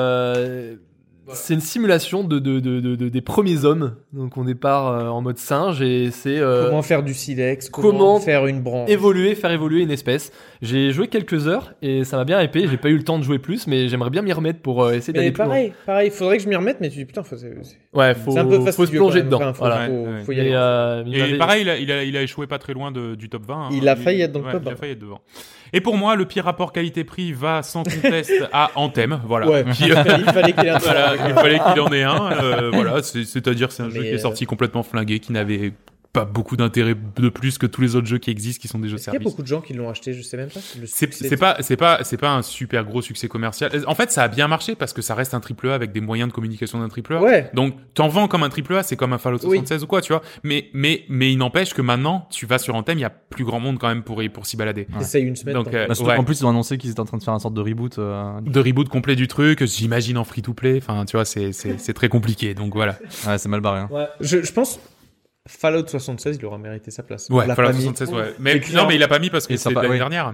Speaker 5: euh, c'est une simulation de, de, de, de, de- des premiers hommes. Donc on départ euh, en mode singe et c'est euh,
Speaker 7: Comment faire du silex, comment,
Speaker 5: comment
Speaker 7: faire une branche.
Speaker 5: évoluer, faire évoluer une espèce. J'ai joué quelques heures et ça m'a bien hypé. J'ai pas eu le temps de jouer plus, mais j'aimerais bien m'y remettre pour euh, essayer
Speaker 7: Mais
Speaker 5: d'aller plus loin.
Speaker 7: pareil, pareil, faudrait que je m'y remette, mais tu dis putain, faut, c'est, c'est
Speaker 5: Ouais, faut,
Speaker 7: c'est un peu
Speaker 5: faut se
Speaker 7: fastidieux.
Speaker 5: plonger
Speaker 7: quand même.
Speaker 5: dedans.
Speaker 7: Enfin, faut,
Speaker 5: Voilà.
Speaker 7: faut,
Speaker 4: Ouais,
Speaker 7: faut y
Speaker 5: Et,
Speaker 7: aller.
Speaker 5: euh, il
Speaker 4: Et
Speaker 5: m'avait-
Speaker 4: pareil, il a, il, a, il a échoué pas très loin de, du top vingt. hein.
Speaker 7: Il a failli être dans le
Speaker 4: Ouais,
Speaker 7: top
Speaker 4: Il a
Speaker 7: vingt.
Speaker 4: failli être devant. Et pour moi, le pire rapport qualité-prix va sans conteste à Anthem. Voilà.
Speaker 7: Ouais,
Speaker 4: Qui,
Speaker 7: il fallait qu'il ait un
Speaker 4: voilà, il fallait qu'il en ait un. euh, voilà, c'est- c'est-à-dire c'est un jeu
Speaker 7: Mais,
Speaker 4: qui est
Speaker 7: euh,
Speaker 4: sorti complètement flingué, qui n'avait pas beaucoup d'intérêt de plus que tous les autres jeux qui existent, qui sont des jeux
Speaker 7: Est-ce qu'il y a
Speaker 4: services.
Speaker 7: beaucoup de gens qui l'ont acheté? Je sais même pas. Le
Speaker 4: C'est
Speaker 7: succès
Speaker 4: c'est
Speaker 7: de-
Speaker 4: pas c'est pas c'est pas un super gros succès commercial. En fait, ça a bien marché parce que ça reste un triple A avec des moyens de communication d'un triple A.
Speaker 7: Ouais.
Speaker 4: Donc t'en vends comme un triple A, c'est comme un Fallout
Speaker 7: Oui.
Speaker 4: soixante-seize ou quoi, tu vois. Mais mais mais il n'empêche que maintenant, tu vas sur Anthem, il y a plus grand monde quand même pour y pour s'y balader.
Speaker 7: Essaye une semaine.
Speaker 4: Donc
Speaker 7: t'en-
Speaker 4: euh,
Speaker 6: Bah, surtout
Speaker 4: ouais.
Speaker 6: qu'en plus, ils ont annoncé qu'ils étaient en train de faire un sorte de reboot. euh,
Speaker 4: de reboot complet du truc, j'imagine en free to play. Enfin, tu vois, c'est c'est c'est très compliqué. Donc voilà.
Speaker 6: Ouais, c'est mal barré. Hein.
Speaker 7: Ouais. Je, je pense Fallout soixante-seize, il aura mérité sa place.
Speaker 4: Ouais,
Speaker 7: On l'a
Speaker 4: Fallout
Speaker 7: pas mis.
Speaker 4: soixante-seize, ouais.
Speaker 7: C'est
Speaker 4: Mais
Speaker 7: clair.
Speaker 4: non, mais il a pas mis parce que
Speaker 6: Et
Speaker 4: c'est
Speaker 6: ça
Speaker 4: de
Speaker 6: va-
Speaker 4: l'année
Speaker 6: oui.
Speaker 4: dernière.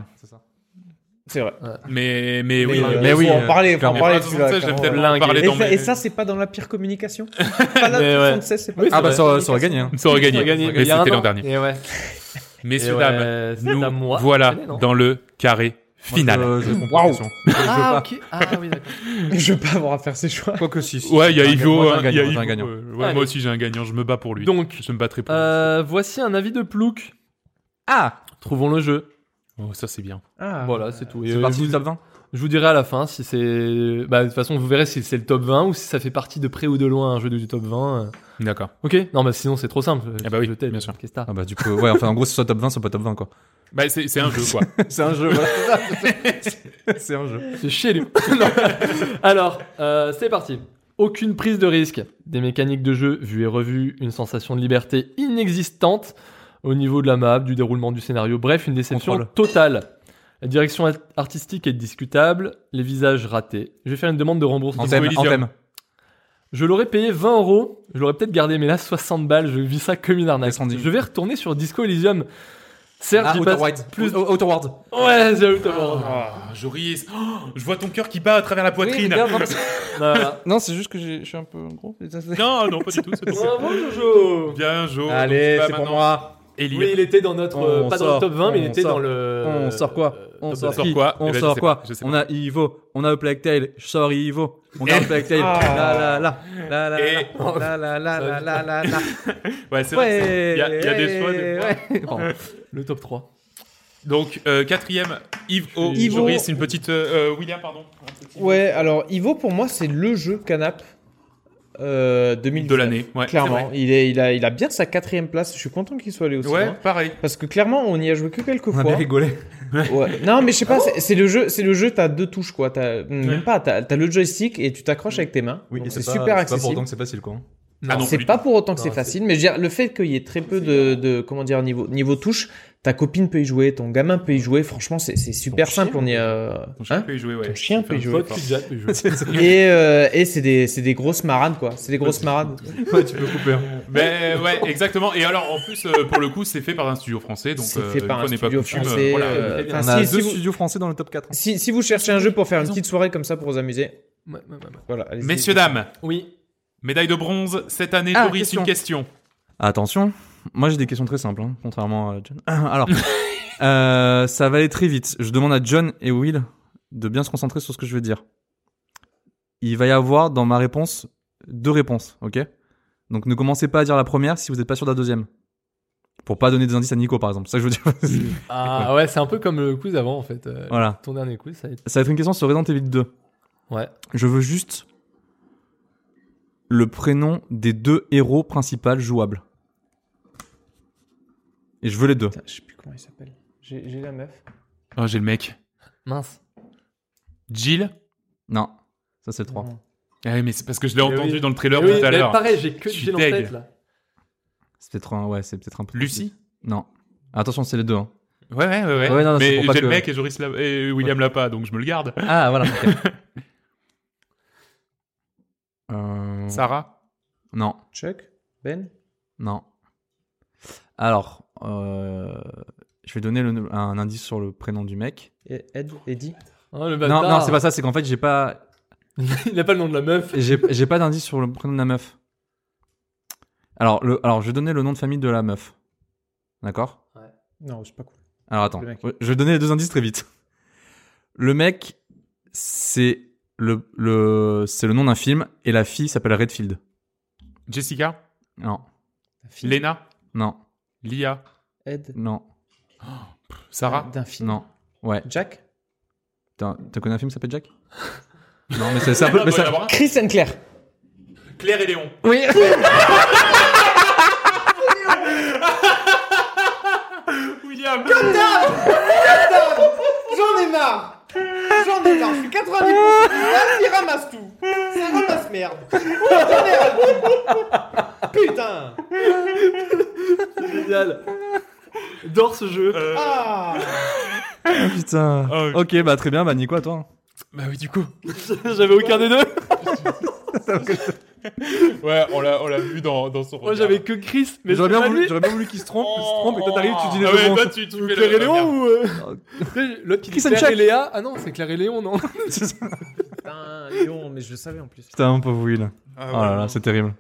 Speaker 7: C'est vrai.
Speaker 4: Mais mais oui.
Speaker 7: Mais,
Speaker 4: euh,
Speaker 7: euh,
Speaker 6: mais
Speaker 7: faut
Speaker 6: oui,
Speaker 7: en
Speaker 6: euh,
Speaker 7: parler, faut en
Speaker 6: clairement.
Speaker 4: mais
Speaker 7: parler.
Speaker 4: Fallout
Speaker 7: celui-là,
Speaker 4: soixante-seize, je vais peut-être
Speaker 7: clairement.
Speaker 4: en parler
Speaker 7: Et,
Speaker 4: dans
Speaker 7: ça,
Speaker 4: mes...
Speaker 7: et ça, c'est pas dans la pire communication. Fallout
Speaker 5: Mais ouais.
Speaker 7: soixante-seize, c'est pas.
Speaker 5: Oui,
Speaker 6: Ah
Speaker 5: c'est
Speaker 6: bah
Speaker 5: vrai.
Speaker 6: ça, aurait- ça aurait gagné. Hein.
Speaker 4: Ça aurait gagné.
Speaker 5: On a gagné,
Speaker 4: Mais
Speaker 5: mais il y a un
Speaker 4: c'était l'an
Speaker 5: an.
Speaker 4: dernier.
Speaker 5: Et ouais.
Speaker 4: Messieurs,
Speaker 5: Et
Speaker 4: dames,
Speaker 5: ouais, c'est
Speaker 4: nous
Speaker 5: à moi.
Speaker 4: voilà
Speaker 5: d'enchaîner, non
Speaker 4: dans le carré final.
Speaker 6: Moi, je- je comprends
Speaker 7: Waouh.
Speaker 6: la question. Je veux
Speaker 5: Ah
Speaker 6: pas.
Speaker 5: ok. Ah oui d'accord.
Speaker 7: Je veux pas avoir à faire ces choix.
Speaker 6: Quoique si. si,
Speaker 4: Ouais, il y a
Speaker 6: j'ai un
Speaker 4: Ivo,
Speaker 6: gagnant,
Speaker 4: hein,
Speaker 6: j'ai
Speaker 4: il y a
Speaker 6: un
Speaker 4: Ivo,
Speaker 6: gagnant.
Speaker 4: euh, ouais,
Speaker 5: Allez.
Speaker 4: moi aussi j'ai un gagnant, je me bats pour lui.
Speaker 5: Donc,
Speaker 4: je me battrai pour lui.
Speaker 5: Euh, voici un avis de Plouk.
Speaker 6: Ah,
Speaker 5: Trouvons le jeu.
Speaker 4: Oh, ça c'est bien.
Speaker 7: Ah.
Speaker 5: Voilà, c'est tout. Et,
Speaker 6: c'est
Speaker 5: euh,
Speaker 6: parti
Speaker 5: je,
Speaker 6: du top vingt.
Speaker 5: je vous dirai à la fin si c'est. Bah, de toute façon, vous verrez si c'est le top vingt ou si ça fait partie de près ou de loin un jeu du top vingt. euh.
Speaker 4: D'accord.
Speaker 5: Ok. Non, bah sinon c'est trop simple.
Speaker 4: Ah bah oui,
Speaker 5: Je t'aide,
Speaker 4: bien sûr.
Speaker 5: Qu'est-ce que t'as
Speaker 6: Ah bah du coup, ouais, enfin en gros, c'est soit top vingt, soit pas top vingt quoi.
Speaker 4: Bah c'est c'est un jeu quoi.
Speaker 6: C'est un jeu, voilà. C'est un jeu.
Speaker 5: C'est chez lui. Non. Alors, euh, c'est parti. Aucune prise de risque. Des mécaniques de jeu vues et revues. Une sensation de liberté inexistante au niveau de la map, du déroulement du scénario. Bref, une déception
Speaker 6: Contrôle.
Speaker 5: totale. La direction art- artistique est discutable. Les visages ratés. Je vais faire une demande de remboursement.
Speaker 6: En thème, en
Speaker 4: Elysium.
Speaker 6: thème.
Speaker 5: Je l'aurais payé vingt euros. Je l'aurais peut-être gardé, mais là, soixante balles. Je vis ça comme une arnaque.
Speaker 6: Death Stranding.
Speaker 5: Je vais retourner sur Disco Elysium. Certes,
Speaker 6: Ah,
Speaker 5: j'y
Speaker 6: Outer
Speaker 5: passe
Speaker 6: Wilds.
Speaker 5: plus.
Speaker 6: Ou- Outer World.
Speaker 5: Ouais, c'est Outer World.
Speaker 4: Ah, Joris, oh, je vois ton cœur qui bat à travers la poitrine.
Speaker 5: Non, voilà.
Speaker 6: Non, c'est juste que j'ai- je suis un peu gros.
Speaker 4: non, non, pas du tout. C'est bon.
Speaker 5: Bravo, Jojo.
Speaker 4: Bien, Jo.
Speaker 6: Allez,
Speaker 4: Donc,
Speaker 6: c'est
Speaker 4: bah,
Speaker 6: pour
Speaker 4: maintenant,
Speaker 6: moi.
Speaker 4: Elie.
Speaker 5: Oui, il était dans notre. euh,
Speaker 6: On
Speaker 5: pas dans
Speaker 6: sort,
Speaker 5: le top vingt, mais il
Speaker 6: on
Speaker 5: était
Speaker 6: sort.
Speaker 5: dans le.
Speaker 6: On sort quoi
Speaker 5: euh,
Speaker 6: On
Speaker 5: top
Speaker 6: sort
Speaker 5: de
Speaker 4: sort
Speaker 6: qui
Speaker 4: quoi
Speaker 6: On
Speaker 4: Eh ben, je
Speaker 6: sort
Speaker 4: sais
Speaker 6: quoi
Speaker 4: pas, je sais
Speaker 6: On
Speaker 4: pas.
Speaker 6: a Ivo, on a Plague Tale. Je sors Ivo. On a Plague Tale.
Speaker 7: Ah.
Speaker 6: La la la la la
Speaker 4: Et-
Speaker 6: la la la la la la la.
Speaker 4: Ouais, c'est vrai.
Speaker 6: Ouais.
Speaker 4: Il y, a- il y a des choix. Des fois.
Speaker 6: ouais. Pardon.
Speaker 5: Le top trois.
Speaker 4: Donc, euh, quatrième, Yves O.
Speaker 7: Yves O.
Speaker 4: Joris, une petite. euh, euh, William, pardon. Un petit-
Speaker 7: Ouais, alors Ivo pour moi c'est le jeu Canap euh, deux mille dix-neuf.
Speaker 4: De l'année, ouais, c'est
Speaker 7: Clairement,
Speaker 4: vrai.
Speaker 7: il, est, il, a, il a bien sa quatrième place. Je suis content qu'il soit allé aussi
Speaker 4: Ouais,
Speaker 7: loin.
Speaker 4: pareil.
Speaker 7: Parce que clairement, on y a joué que quelques
Speaker 6: On a
Speaker 7: fois.
Speaker 6: bien rigolé.
Speaker 7: Ouais. Non, mais je sais pas, c'est c'est le jeu, c'est le jeu, t'as deux touches quoi. T'as, même pas, t'as, t'as le joystick et tu t'accroches avec tes mains. Donc
Speaker 6: et
Speaker 7: c'est
Speaker 6: pas-
Speaker 7: super
Speaker 6: C'est pas
Speaker 7: accessible.
Speaker 6: pourtant que c'est facile quoi.
Speaker 4: Ah non,
Speaker 7: c'est
Speaker 4: plus
Speaker 7: pas
Speaker 4: du
Speaker 7: pour autant que
Speaker 5: Non,
Speaker 7: c'est
Speaker 5: c'est-
Speaker 7: facile, mais je veux dire, le fait qu'il y ait très peu de, de comment dire, niveau, niveau touche, ta copine peut y jouer, ton gamin peut y jouer, franchement, c'est, c'est super
Speaker 6: chien
Speaker 7: simple. On y a.
Speaker 4: Ton chien
Speaker 7: Hein
Speaker 4: peut y jouer, ouais.
Speaker 7: Ton chien peut y jouer.
Speaker 5: Pote, Fidjat, peut jouer.
Speaker 7: Et, euh, et c'est des, c'est des grosses marades, quoi. C'est des grosses marades.
Speaker 6: Ouais, tu peux couper. hein.
Speaker 4: Ben ouais, exactement. Et alors, en plus, euh, pour le coup, c'est fait par un studio français, donc
Speaker 7: C'est
Speaker 4: euh,
Speaker 7: fait
Speaker 4: une
Speaker 7: par
Speaker 4: fois
Speaker 7: un
Speaker 4: n'est pas
Speaker 7: studio
Speaker 4: coutume,
Speaker 7: français.
Speaker 4: euh, voilà.
Speaker 7: euh,
Speaker 5: On
Speaker 6: On
Speaker 7: enfin,
Speaker 6: a
Speaker 7: si,
Speaker 6: deux
Speaker 7: si, vous,
Speaker 6: studios français dans le top quatre. hein.
Speaker 7: si, si vous cherchez un jeu pour faire une petite soirée comme ça pour vous amuser,
Speaker 5: Ouais, ouais, ouais, ouais.
Speaker 7: voilà. allez-y.
Speaker 4: Messieurs, dames,
Speaker 5: Oui.
Speaker 4: médaille de bronze cette année,
Speaker 6: Ah,
Speaker 4: Joris,
Speaker 6: question.
Speaker 4: une question.
Speaker 6: Attention, moi j'ai des questions très simples, hein, contrairement à John. Alors, euh, ça va aller très vite. Je demande à John et Will de bien se concentrer sur ce que je vais dire. Il va y avoir dans ma réponse deux réponses, ok? Donc ne commencez pas à dire la première si vous n'êtes pas sûr de la deuxième. Pour pas donner des indices à Nico par exemple, c'est ça que je veux dire.
Speaker 5: Ah ouais, c'est un peu comme le quiz avant en fait. Euh,
Speaker 6: Voilà.
Speaker 5: Ton dernier quiz, ça va être.
Speaker 6: Ça va être une question sur Resident Evil deux.
Speaker 5: Ouais.
Speaker 6: Je veux juste le prénom des deux héros principaux jouables. Et je veux les deux.
Speaker 7: Putain, je sais plus comment il s'appelle. J'ai, j'ai la meuf.
Speaker 4: Oh, j'ai le mec.
Speaker 5: Mince.
Speaker 4: Jill.
Speaker 6: Non, ça c'est le trois.
Speaker 7: Non.
Speaker 4: Ah oui, mais c'est parce que je l'ai
Speaker 5: Eh
Speaker 4: entendu
Speaker 5: oui.
Speaker 4: dans le trailer
Speaker 5: Eh oui,
Speaker 4: tout à
Speaker 5: mais
Speaker 4: l'heure.
Speaker 5: pareil, j'ai que
Speaker 4: Je suis
Speaker 5: Jill en
Speaker 4: deg.
Speaker 5: tête là.
Speaker 6: C'est peut-être un, ouais, c'est peut-être un peu.
Speaker 4: Lucie.
Speaker 6: Non. Attention, c'est les deux. Hein.
Speaker 4: Ouais, ouais, ouais. ouais.
Speaker 6: Ouais, non, non, c'est
Speaker 4: mais
Speaker 6: pour pas
Speaker 4: j'ai le
Speaker 6: que-
Speaker 4: mec et, Joris l'a... et William l'a pas, donc je me le garde.
Speaker 6: Ah, voilà. ok. euh...
Speaker 4: Sarah.
Speaker 6: Non,
Speaker 7: Chuck, Ben.
Speaker 6: non. Alors, euh... je vais donner le- un indice sur le prénom du mec.
Speaker 7: Et Ed, Eddie.
Speaker 5: Oh, le
Speaker 6: Non,
Speaker 5: bâtard.
Speaker 6: non, c'est pas ça. C'est qu'en fait, j'ai pas,
Speaker 5: Il n'a pas le nom de la meuf.
Speaker 6: j'ai, j'ai pas d'indice sur le prénom de la meuf. Alors, le, alors, je vais donner le nom de famille de la meuf. D'accord?
Speaker 7: Non, c'est pas cool.
Speaker 6: Alors attends,
Speaker 7: Le mec.
Speaker 6: je vais donner les deux indices très vite. Le mec, c'est le, le, c'est le nom d'un film et la fille s'appelle Redfield.
Speaker 4: Jessica.
Speaker 6: Non,
Speaker 7: La fille.
Speaker 4: Lena.
Speaker 6: non,
Speaker 4: Lia.
Speaker 7: Ed.
Speaker 6: non,
Speaker 4: Sarah.
Speaker 7: D'un film.
Speaker 6: non. Ouais.
Speaker 7: Jack.
Speaker 6: T'as, t'as connu un film qui s'appelle Jack? Non, mais c'est, c'est un peu, mais ça-
Speaker 7: Chris and Claire.
Speaker 4: Claire et Léon.
Speaker 7: Oui.
Speaker 4: William.
Speaker 7: J'en ai marre. J'en ai marre. Je suis quatre-vingt-dix pour cent. Vas-y, ramasse tout. Ça ramasse merde. J'en ai ras le cul. Putain.
Speaker 5: Génial. J'adore ce jeu.
Speaker 7: Ah.
Speaker 6: Putain.
Speaker 4: Oh,
Speaker 6: Ok, bah très bien, bah Nico, à toi.
Speaker 4: Bah oui, du coup.
Speaker 5: J'avais aucun des deux.
Speaker 4: Ouais, on l'a, on l'a vu dans, dans son regard.
Speaker 5: Moi j'avais que Chris, mais
Speaker 6: j'aurais,
Speaker 5: c'est
Speaker 6: bien
Speaker 5: pas
Speaker 6: voulu,
Speaker 5: lui.
Speaker 6: j'aurais bien voulu qu'il se trompe, qu'il se trompe et que toi t'arrives, tu dis les
Speaker 4: Ah
Speaker 6: deux
Speaker 4: ouais,
Speaker 6: bons.
Speaker 4: toi, tu, tu fais
Speaker 5: Claire
Speaker 4: le-
Speaker 5: et Léon
Speaker 4: regarde.
Speaker 5: ou euh... L'autre qui dit
Speaker 6: Chris and
Speaker 5: Claire
Speaker 6: Chuck.
Speaker 5: et Léa. Ah non, c'est Claire et Léon, non.
Speaker 7: Putain, Léon, mais je le savais en plus.
Speaker 6: Putain, pauvre Will.
Speaker 4: Ah,
Speaker 6: Oh là
Speaker 4: ouais.
Speaker 6: là, c'est terrible.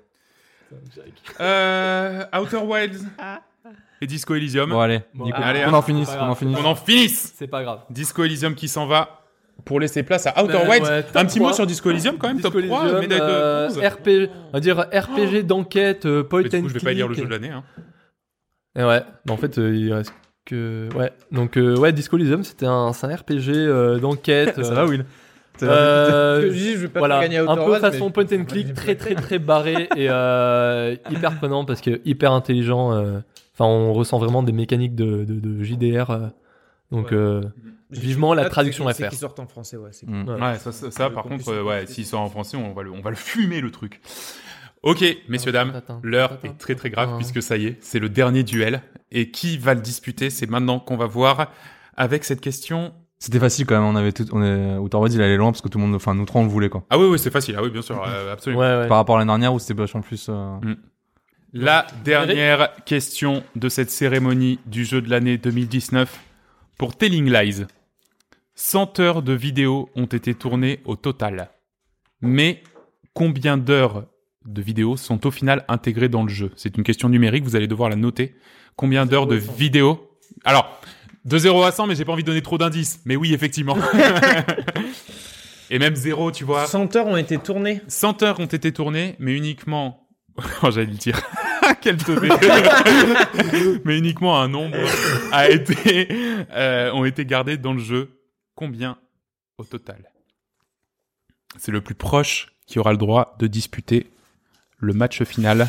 Speaker 4: Euh, Outer Wilds et Disco Elysium.
Speaker 6: Bon, allez,
Speaker 5: Bon,
Speaker 6: Nico,
Speaker 4: allez,
Speaker 6: on
Speaker 4: hein.
Speaker 6: en finisse,
Speaker 5: C'est
Speaker 6: on
Speaker 5: pas
Speaker 6: en
Speaker 5: grave.
Speaker 6: finisse.
Speaker 4: On en finisse.
Speaker 5: C'est pas grave.
Speaker 4: Disco Elysium qui s'en va pour laisser place à Outer
Speaker 5: Ben
Speaker 4: Wilds.
Speaker 5: ouais,
Speaker 4: Un
Speaker 5: top
Speaker 4: petit mot
Speaker 5: trois.
Speaker 4: sur Disco Elysium quand même,
Speaker 5: Disco
Speaker 4: top trois,
Speaker 5: Elysium,
Speaker 4: médaille de
Speaker 5: euh,
Speaker 4: bronze.
Speaker 5: R P G, on va dire R P G d'enquête, euh, point
Speaker 4: Mais du
Speaker 5: and
Speaker 4: coup, je vais pas
Speaker 5: click.
Speaker 4: lire le jeu de l'année. Hein.
Speaker 5: Et ouais, bah, en fait, euh, il reste que. Ouais, donc, euh, ouais, Disco Elysium, c'était un, c'est un R P G euh, d'enquête.
Speaker 6: Ça
Speaker 5: euh,
Speaker 6: va, Will? Ça va
Speaker 5: euh,
Speaker 7: Ce que je dis, je vais pas
Speaker 5: voilà,
Speaker 7: te gagner à
Speaker 5: un
Speaker 7: Outer
Speaker 5: peu
Speaker 7: Wilds,
Speaker 5: façon
Speaker 7: mais-
Speaker 5: point and click, très très très barré et euh, hyper prenant parce que hyper intelligent. euh, Enfin, on ressent vraiment des mécaniques de, de, de J D R. euh, donc,
Speaker 7: Ouais.
Speaker 5: euh, vivement la
Speaker 7: Là,
Speaker 5: traduction
Speaker 7: c'est-
Speaker 5: à
Speaker 7: c'est
Speaker 5: faire.
Speaker 7: qu'ils sortent en français, ouais. C'est
Speaker 6: Mm.
Speaker 5: Ouais.
Speaker 4: Ouais, ça, ça, ça,
Speaker 7: Le
Speaker 4: par
Speaker 7: campus
Speaker 4: contre, euh,
Speaker 7: en
Speaker 4: ouais,
Speaker 7: français.
Speaker 4: s'il sort en français, on va le, on va le fumer le truc. Ok, messieurs, dames,
Speaker 5: Attends,
Speaker 4: l'heure
Speaker 5: attends.
Speaker 4: est très très grave
Speaker 5: Ah.
Speaker 4: puisque ça y est, c'est le dernier duel. Et qui va le disputer? C'est maintenant qu'on va voir avec cette question.
Speaker 6: C'était facile quand même, on avait tout, on est, Outer Wilds, il allait loin parce que tout le monde, enfin, nous trois, on le voulait, quoi.
Speaker 4: Ah oui, oui, c'est facile. Ah oui, bien sûr, euh, absolument.
Speaker 5: Ouais, ouais.
Speaker 6: Par rapport à l'année dernière où c'était vachement plus, euh...
Speaker 4: La dernière question de cette cérémonie du jeu de l'année deux mille dix-neuf pour Telling Lies. cent heures de vidéos ont été tournées au total. Mais combien d'heures de vidéos sont au final intégrées dans le jeu? C'est une question numérique, vous allez devoir la noter. Combien d'heures de vidéos? Alors, de zéro à cent, mais j'ai pas envie de donner trop d'indices. Mais oui, effectivement. Et même zéro, tu vois.
Speaker 7: cent heures ont été tournées.
Speaker 4: cent heures ont été tournées, mais uniquement... Oh, j'allais le dire. Quel teubé. Mais uniquement un nombre a été, euh, ont été gardés dans le jeu. Combien au total? C'est le plus proche qui aura le droit de disputer le match final.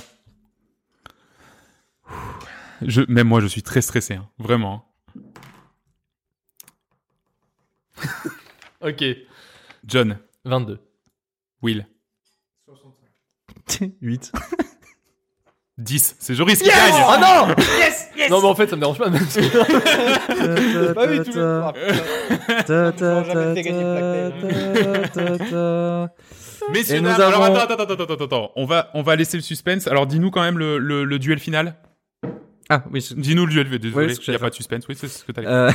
Speaker 4: Je, même moi, je suis très stressé. Hein. Vraiment.
Speaker 5: Ok,
Speaker 4: John,
Speaker 5: vingt-deux.
Speaker 4: Will,
Speaker 6: huit.
Speaker 4: dix. C'est Joris qui
Speaker 7: Yes
Speaker 4: gagne.
Speaker 7: Oh non Yes Yes
Speaker 5: Non, mais en fait, ça me dérange pas. Même si...
Speaker 7: J'ai pas vu tout le temps.
Speaker 6: Ta, ta,
Speaker 7: Ils ont jamais
Speaker 6: ta,
Speaker 7: fait gagner
Speaker 6: ta, ta, ta.
Speaker 4: Messieurs,
Speaker 6: Et nous
Speaker 4: dames, alors
Speaker 6: avons-
Speaker 4: attends, attends, attends, attends, attends. On va, on va laisser le suspense. Alors dis-nous quand même le, le, le duel final.
Speaker 6: Ah oui. c'est-
Speaker 4: Dis-nous le duel. Désolé,
Speaker 6: Ouais, c'est ce que
Speaker 4: il n'y a
Speaker 6: j'allais
Speaker 4: pas de suspense. Oui, c'est ce que t'allais.
Speaker 6: Euh,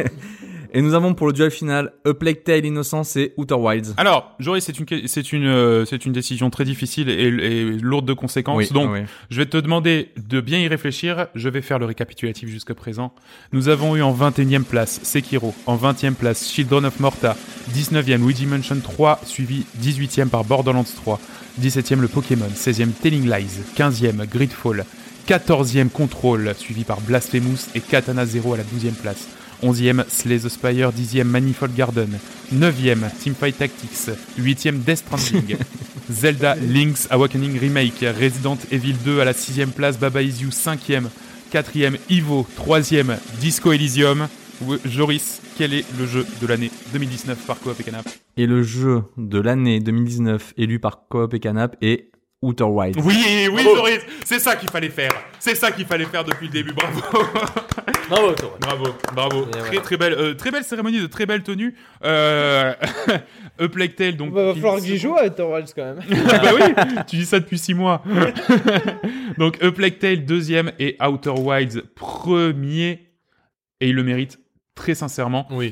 Speaker 6: Et nous avons pour le duel final A Plague Tale Innocence et Outer Wilds.
Speaker 4: Alors, Joris, c'est une, c'est une, euh, c'est une décision très difficile et, et lourde de conséquences.
Speaker 6: Oui,
Speaker 4: Donc,
Speaker 6: oui.
Speaker 4: je vais te demander de bien y réfléchir. Je vais faire le récapitulatif jusqu'à présent. Nous avons eu en vingt et unième place Sekiro, en vingtième place Children of Morta, dix-neuvième Luigi Mansion trois, suivi dix-huitième par Borderlands trois, dix-septième le Pokémon, seizième Telling Lies, quinzième Gridfall, quatorzième Control, suivi par Blasphemous et Katana Zero à la douzième place. onzième Slay the Spire, dixième Manifold Garden, neuvième Teamfight Tactics, huitième Death Stranding, Zelda Link's Awakening Remake, Resident Evil deux à la sixième place, Baba Is You cinquième, quatrième Evo, troisième Disco Elysium. Ou- Joris, quel est le jeu de l'année deux mille dix-neuf par Coop et Canap?
Speaker 6: Et le jeu de l'année deux mille dix-neuf élu par Coop et Canap est Outer Wilds.
Speaker 4: Oui, oui, Joris, c'est ça qu'il fallait faire. C'est ça qu'il fallait faire depuis le début. Bravo.
Speaker 5: Bravo, toi.
Speaker 4: Bravo, bravo.
Speaker 5: Et
Speaker 4: Très,
Speaker 5: voilà.
Speaker 4: très belle, euh, très belle cérémonie de très belle tenue. Euh... A Plague Tale, donc.
Speaker 7: Il va falloir que j'y joue à Outer Wilds quand même.
Speaker 4: Ah bah oui, tu dis ça depuis six mois. Donc A Plague Tale deuxième et Outer Wilds premier. Et il le mérite très sincèrement.
Speaker 5: Oui.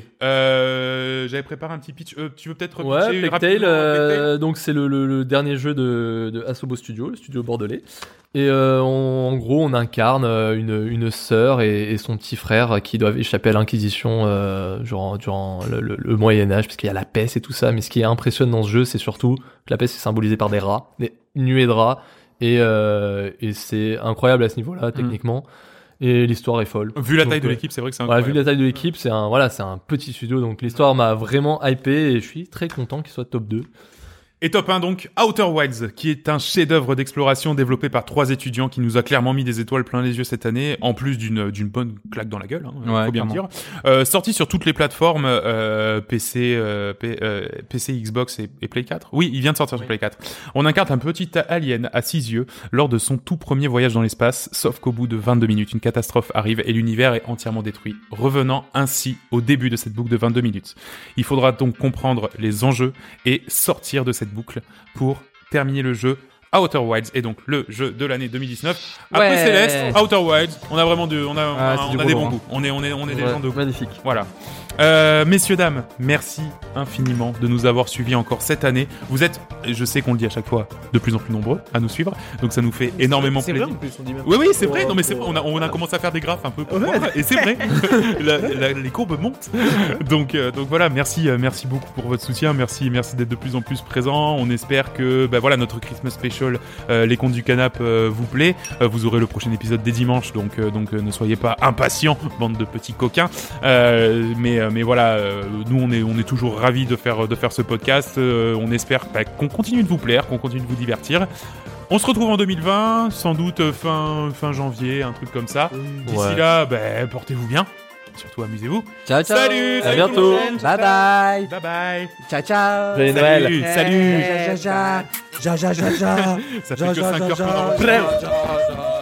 Speaker 4: Euh, J'avais préparé un petit pitch. Euh, tu veux peut-être
Speaker 5: Ouais,
Speaker 4: repitcher
Speaker 5: Plague
Speaker 4: rapidement,
Speaker 5: Tale, euh,
Speaker 4: Plague Tale
Speaker 5: donc c'est le, le, le dernier jeu de, de Asobo Studio, le studio bordelais. Et euh, on- en gros, on incarne euh, une, une sœur et, et son petit frère qui doivent échapper à l'Inquisition euh, durant, durant le, le, le Moyen-Âge, parce qu'il y a la peste et tout ça. Mais ce qui est impressionnant dans ce jeu, c'est surtout que la peste est symbolisée par des rats, des nuées de rats. Et, euh, et c'est incroyable à ce niveau-là, techniquement. Et l'histoire est folle.
Speaker 4: Vu la
Speaker 5: Donc,
Speaker 4: taille de
Speaker 5: euh,
Speaker 4: l'équipe, c'est vrai que c'est
Speaker 5: Ouais,
Speaker 4: incroyable.
Speaker 5: vu la taille de l'équipe, c'est un, voilà, c'est un petit studio, donc l'histoire m'a vraiment hypé et je suis très content qu'il soit top deux.
Speaker 4: Et top un donc, Outer Wilds, qui est un chef-d'œuvre d'exploration développé par trois étudiants qui nous a clairement mis des étoiles plein les yeux cette année, en plus d'une d'une bonne claque dans la gueule, hein,
Speaker 6: Ouais,
Speaker 4: faut bien le
Speaker 6: clairement.
Speaker 4: dire. Euh, sorti sur toutes les plateformes euh, P C, euh, P, euh, P C, Xbox et, et Play quatre. Oui, il vient de sortir sur Play quatre. On incarne un petit alien à six yeux lors de son tout premier voyage dans l'espace, sauf qu'au bout de vingt-deux minutes, une catastrophe arrive et l'univers est entièrement détruit, revenant ainsi au début de cette boucle de vingt-deux minutes. Il faudra donc comprendre les enjeux et sortir de cette boucle pour terminer le jeu. Outer Wilds est donc le jeu de l'année deux mille dix-neuf. Après
Speaker 5: Ouais.
Speaker 4: Céleste, Outer Wilds, on a vraiment de, on a, on a,
Speaker 6: Ah, c'est
Speaker 4: on
Speaker 6: du
Speaker 4: a
Speaker 6: gros
Speaker 4: des
Speaker 6: lourd,
Speaker 4: bons
Speaker 6: hein.
Speaker 4: goûts. On est, on est, on est des
Speaker 5: Ouais,
Speaker 4: gens de goût.
Speaker 5: magnifique.
Speaker 4: Voilà. Euh, messieurs, dames, merci infiniment de nous avoir suivis encore cette année. Vous êtes, je sais qu'on le dit à chaque fois, de plus en plus nombreux à nous suivre, donc ça nous fait énormément
Speaker 7: C'est
Speaker 4: plaisir.
Speaker 7: vrai en plus, on dit même.
Speaker 4: Oui, oui, c'est vrai.
Speaker 7: Pour-
Speaker 4: Non, mais c'est
Speaker 7: pour-
Speaker 4: vrai. On a, on a commencé à faire des graphes un peu pour voir, et c'est vrai. La- la- les courbes montent. Donc, euh, donc voilà. Merci, euh, merci beaucoup pour votre soutien. Merci, merci d'être de plus en plus présent. On espère que, bah voilà, notre Christmas special, euh, les contes du canap, euh, vous plaît. Euh, vous aurez le prochain épisode dès dimanche, donc, euh, donc euh, ne soyez pas impatients, bande de petits coquins. Euh, mais, euh, mais voilà, euh, nous on est, on est toujours ravis de faire, de faire ce podcast. Euh, on espère bah, qu'on continue de vous plaire, qu'on continue de vous divertir. On se retrouve en deux mille vingt, sans doute euh, fin, fin janvier, un truc comme ça. D'ici
Speaker 5: Ouais.
Speaker 4: là, bah, portez-vous bien. Surtout amusez-vous.
Speaker 6: Ciao, ciao.
Speaker 4: Salut,
Speaker 5: À
Speaker 4: salut
Speaker 5: bientôt.
Speaker 4: tout le monde.
Speaker 6: Bye bye.
Speaker 4: Bye bye.
Speaker 6: Ciao, ciao.
Speaker 5: Joyeux Noël.
Speaker 4: Salut, salut.
Speaker 6: Ja, ja, ja. Ja, ja, ja, ja.
Speaker 4: Ça fait
Speaker 6: Ja,
Speaker 4: que
Speaker 6: ja,
Speaker 4: cinq
Speaker 6: ja,
Speaker 4: heures qu'on
Speaker 6: ja.
Speaker 4: enregistre.
Speaker 6: Ja, ja, ja.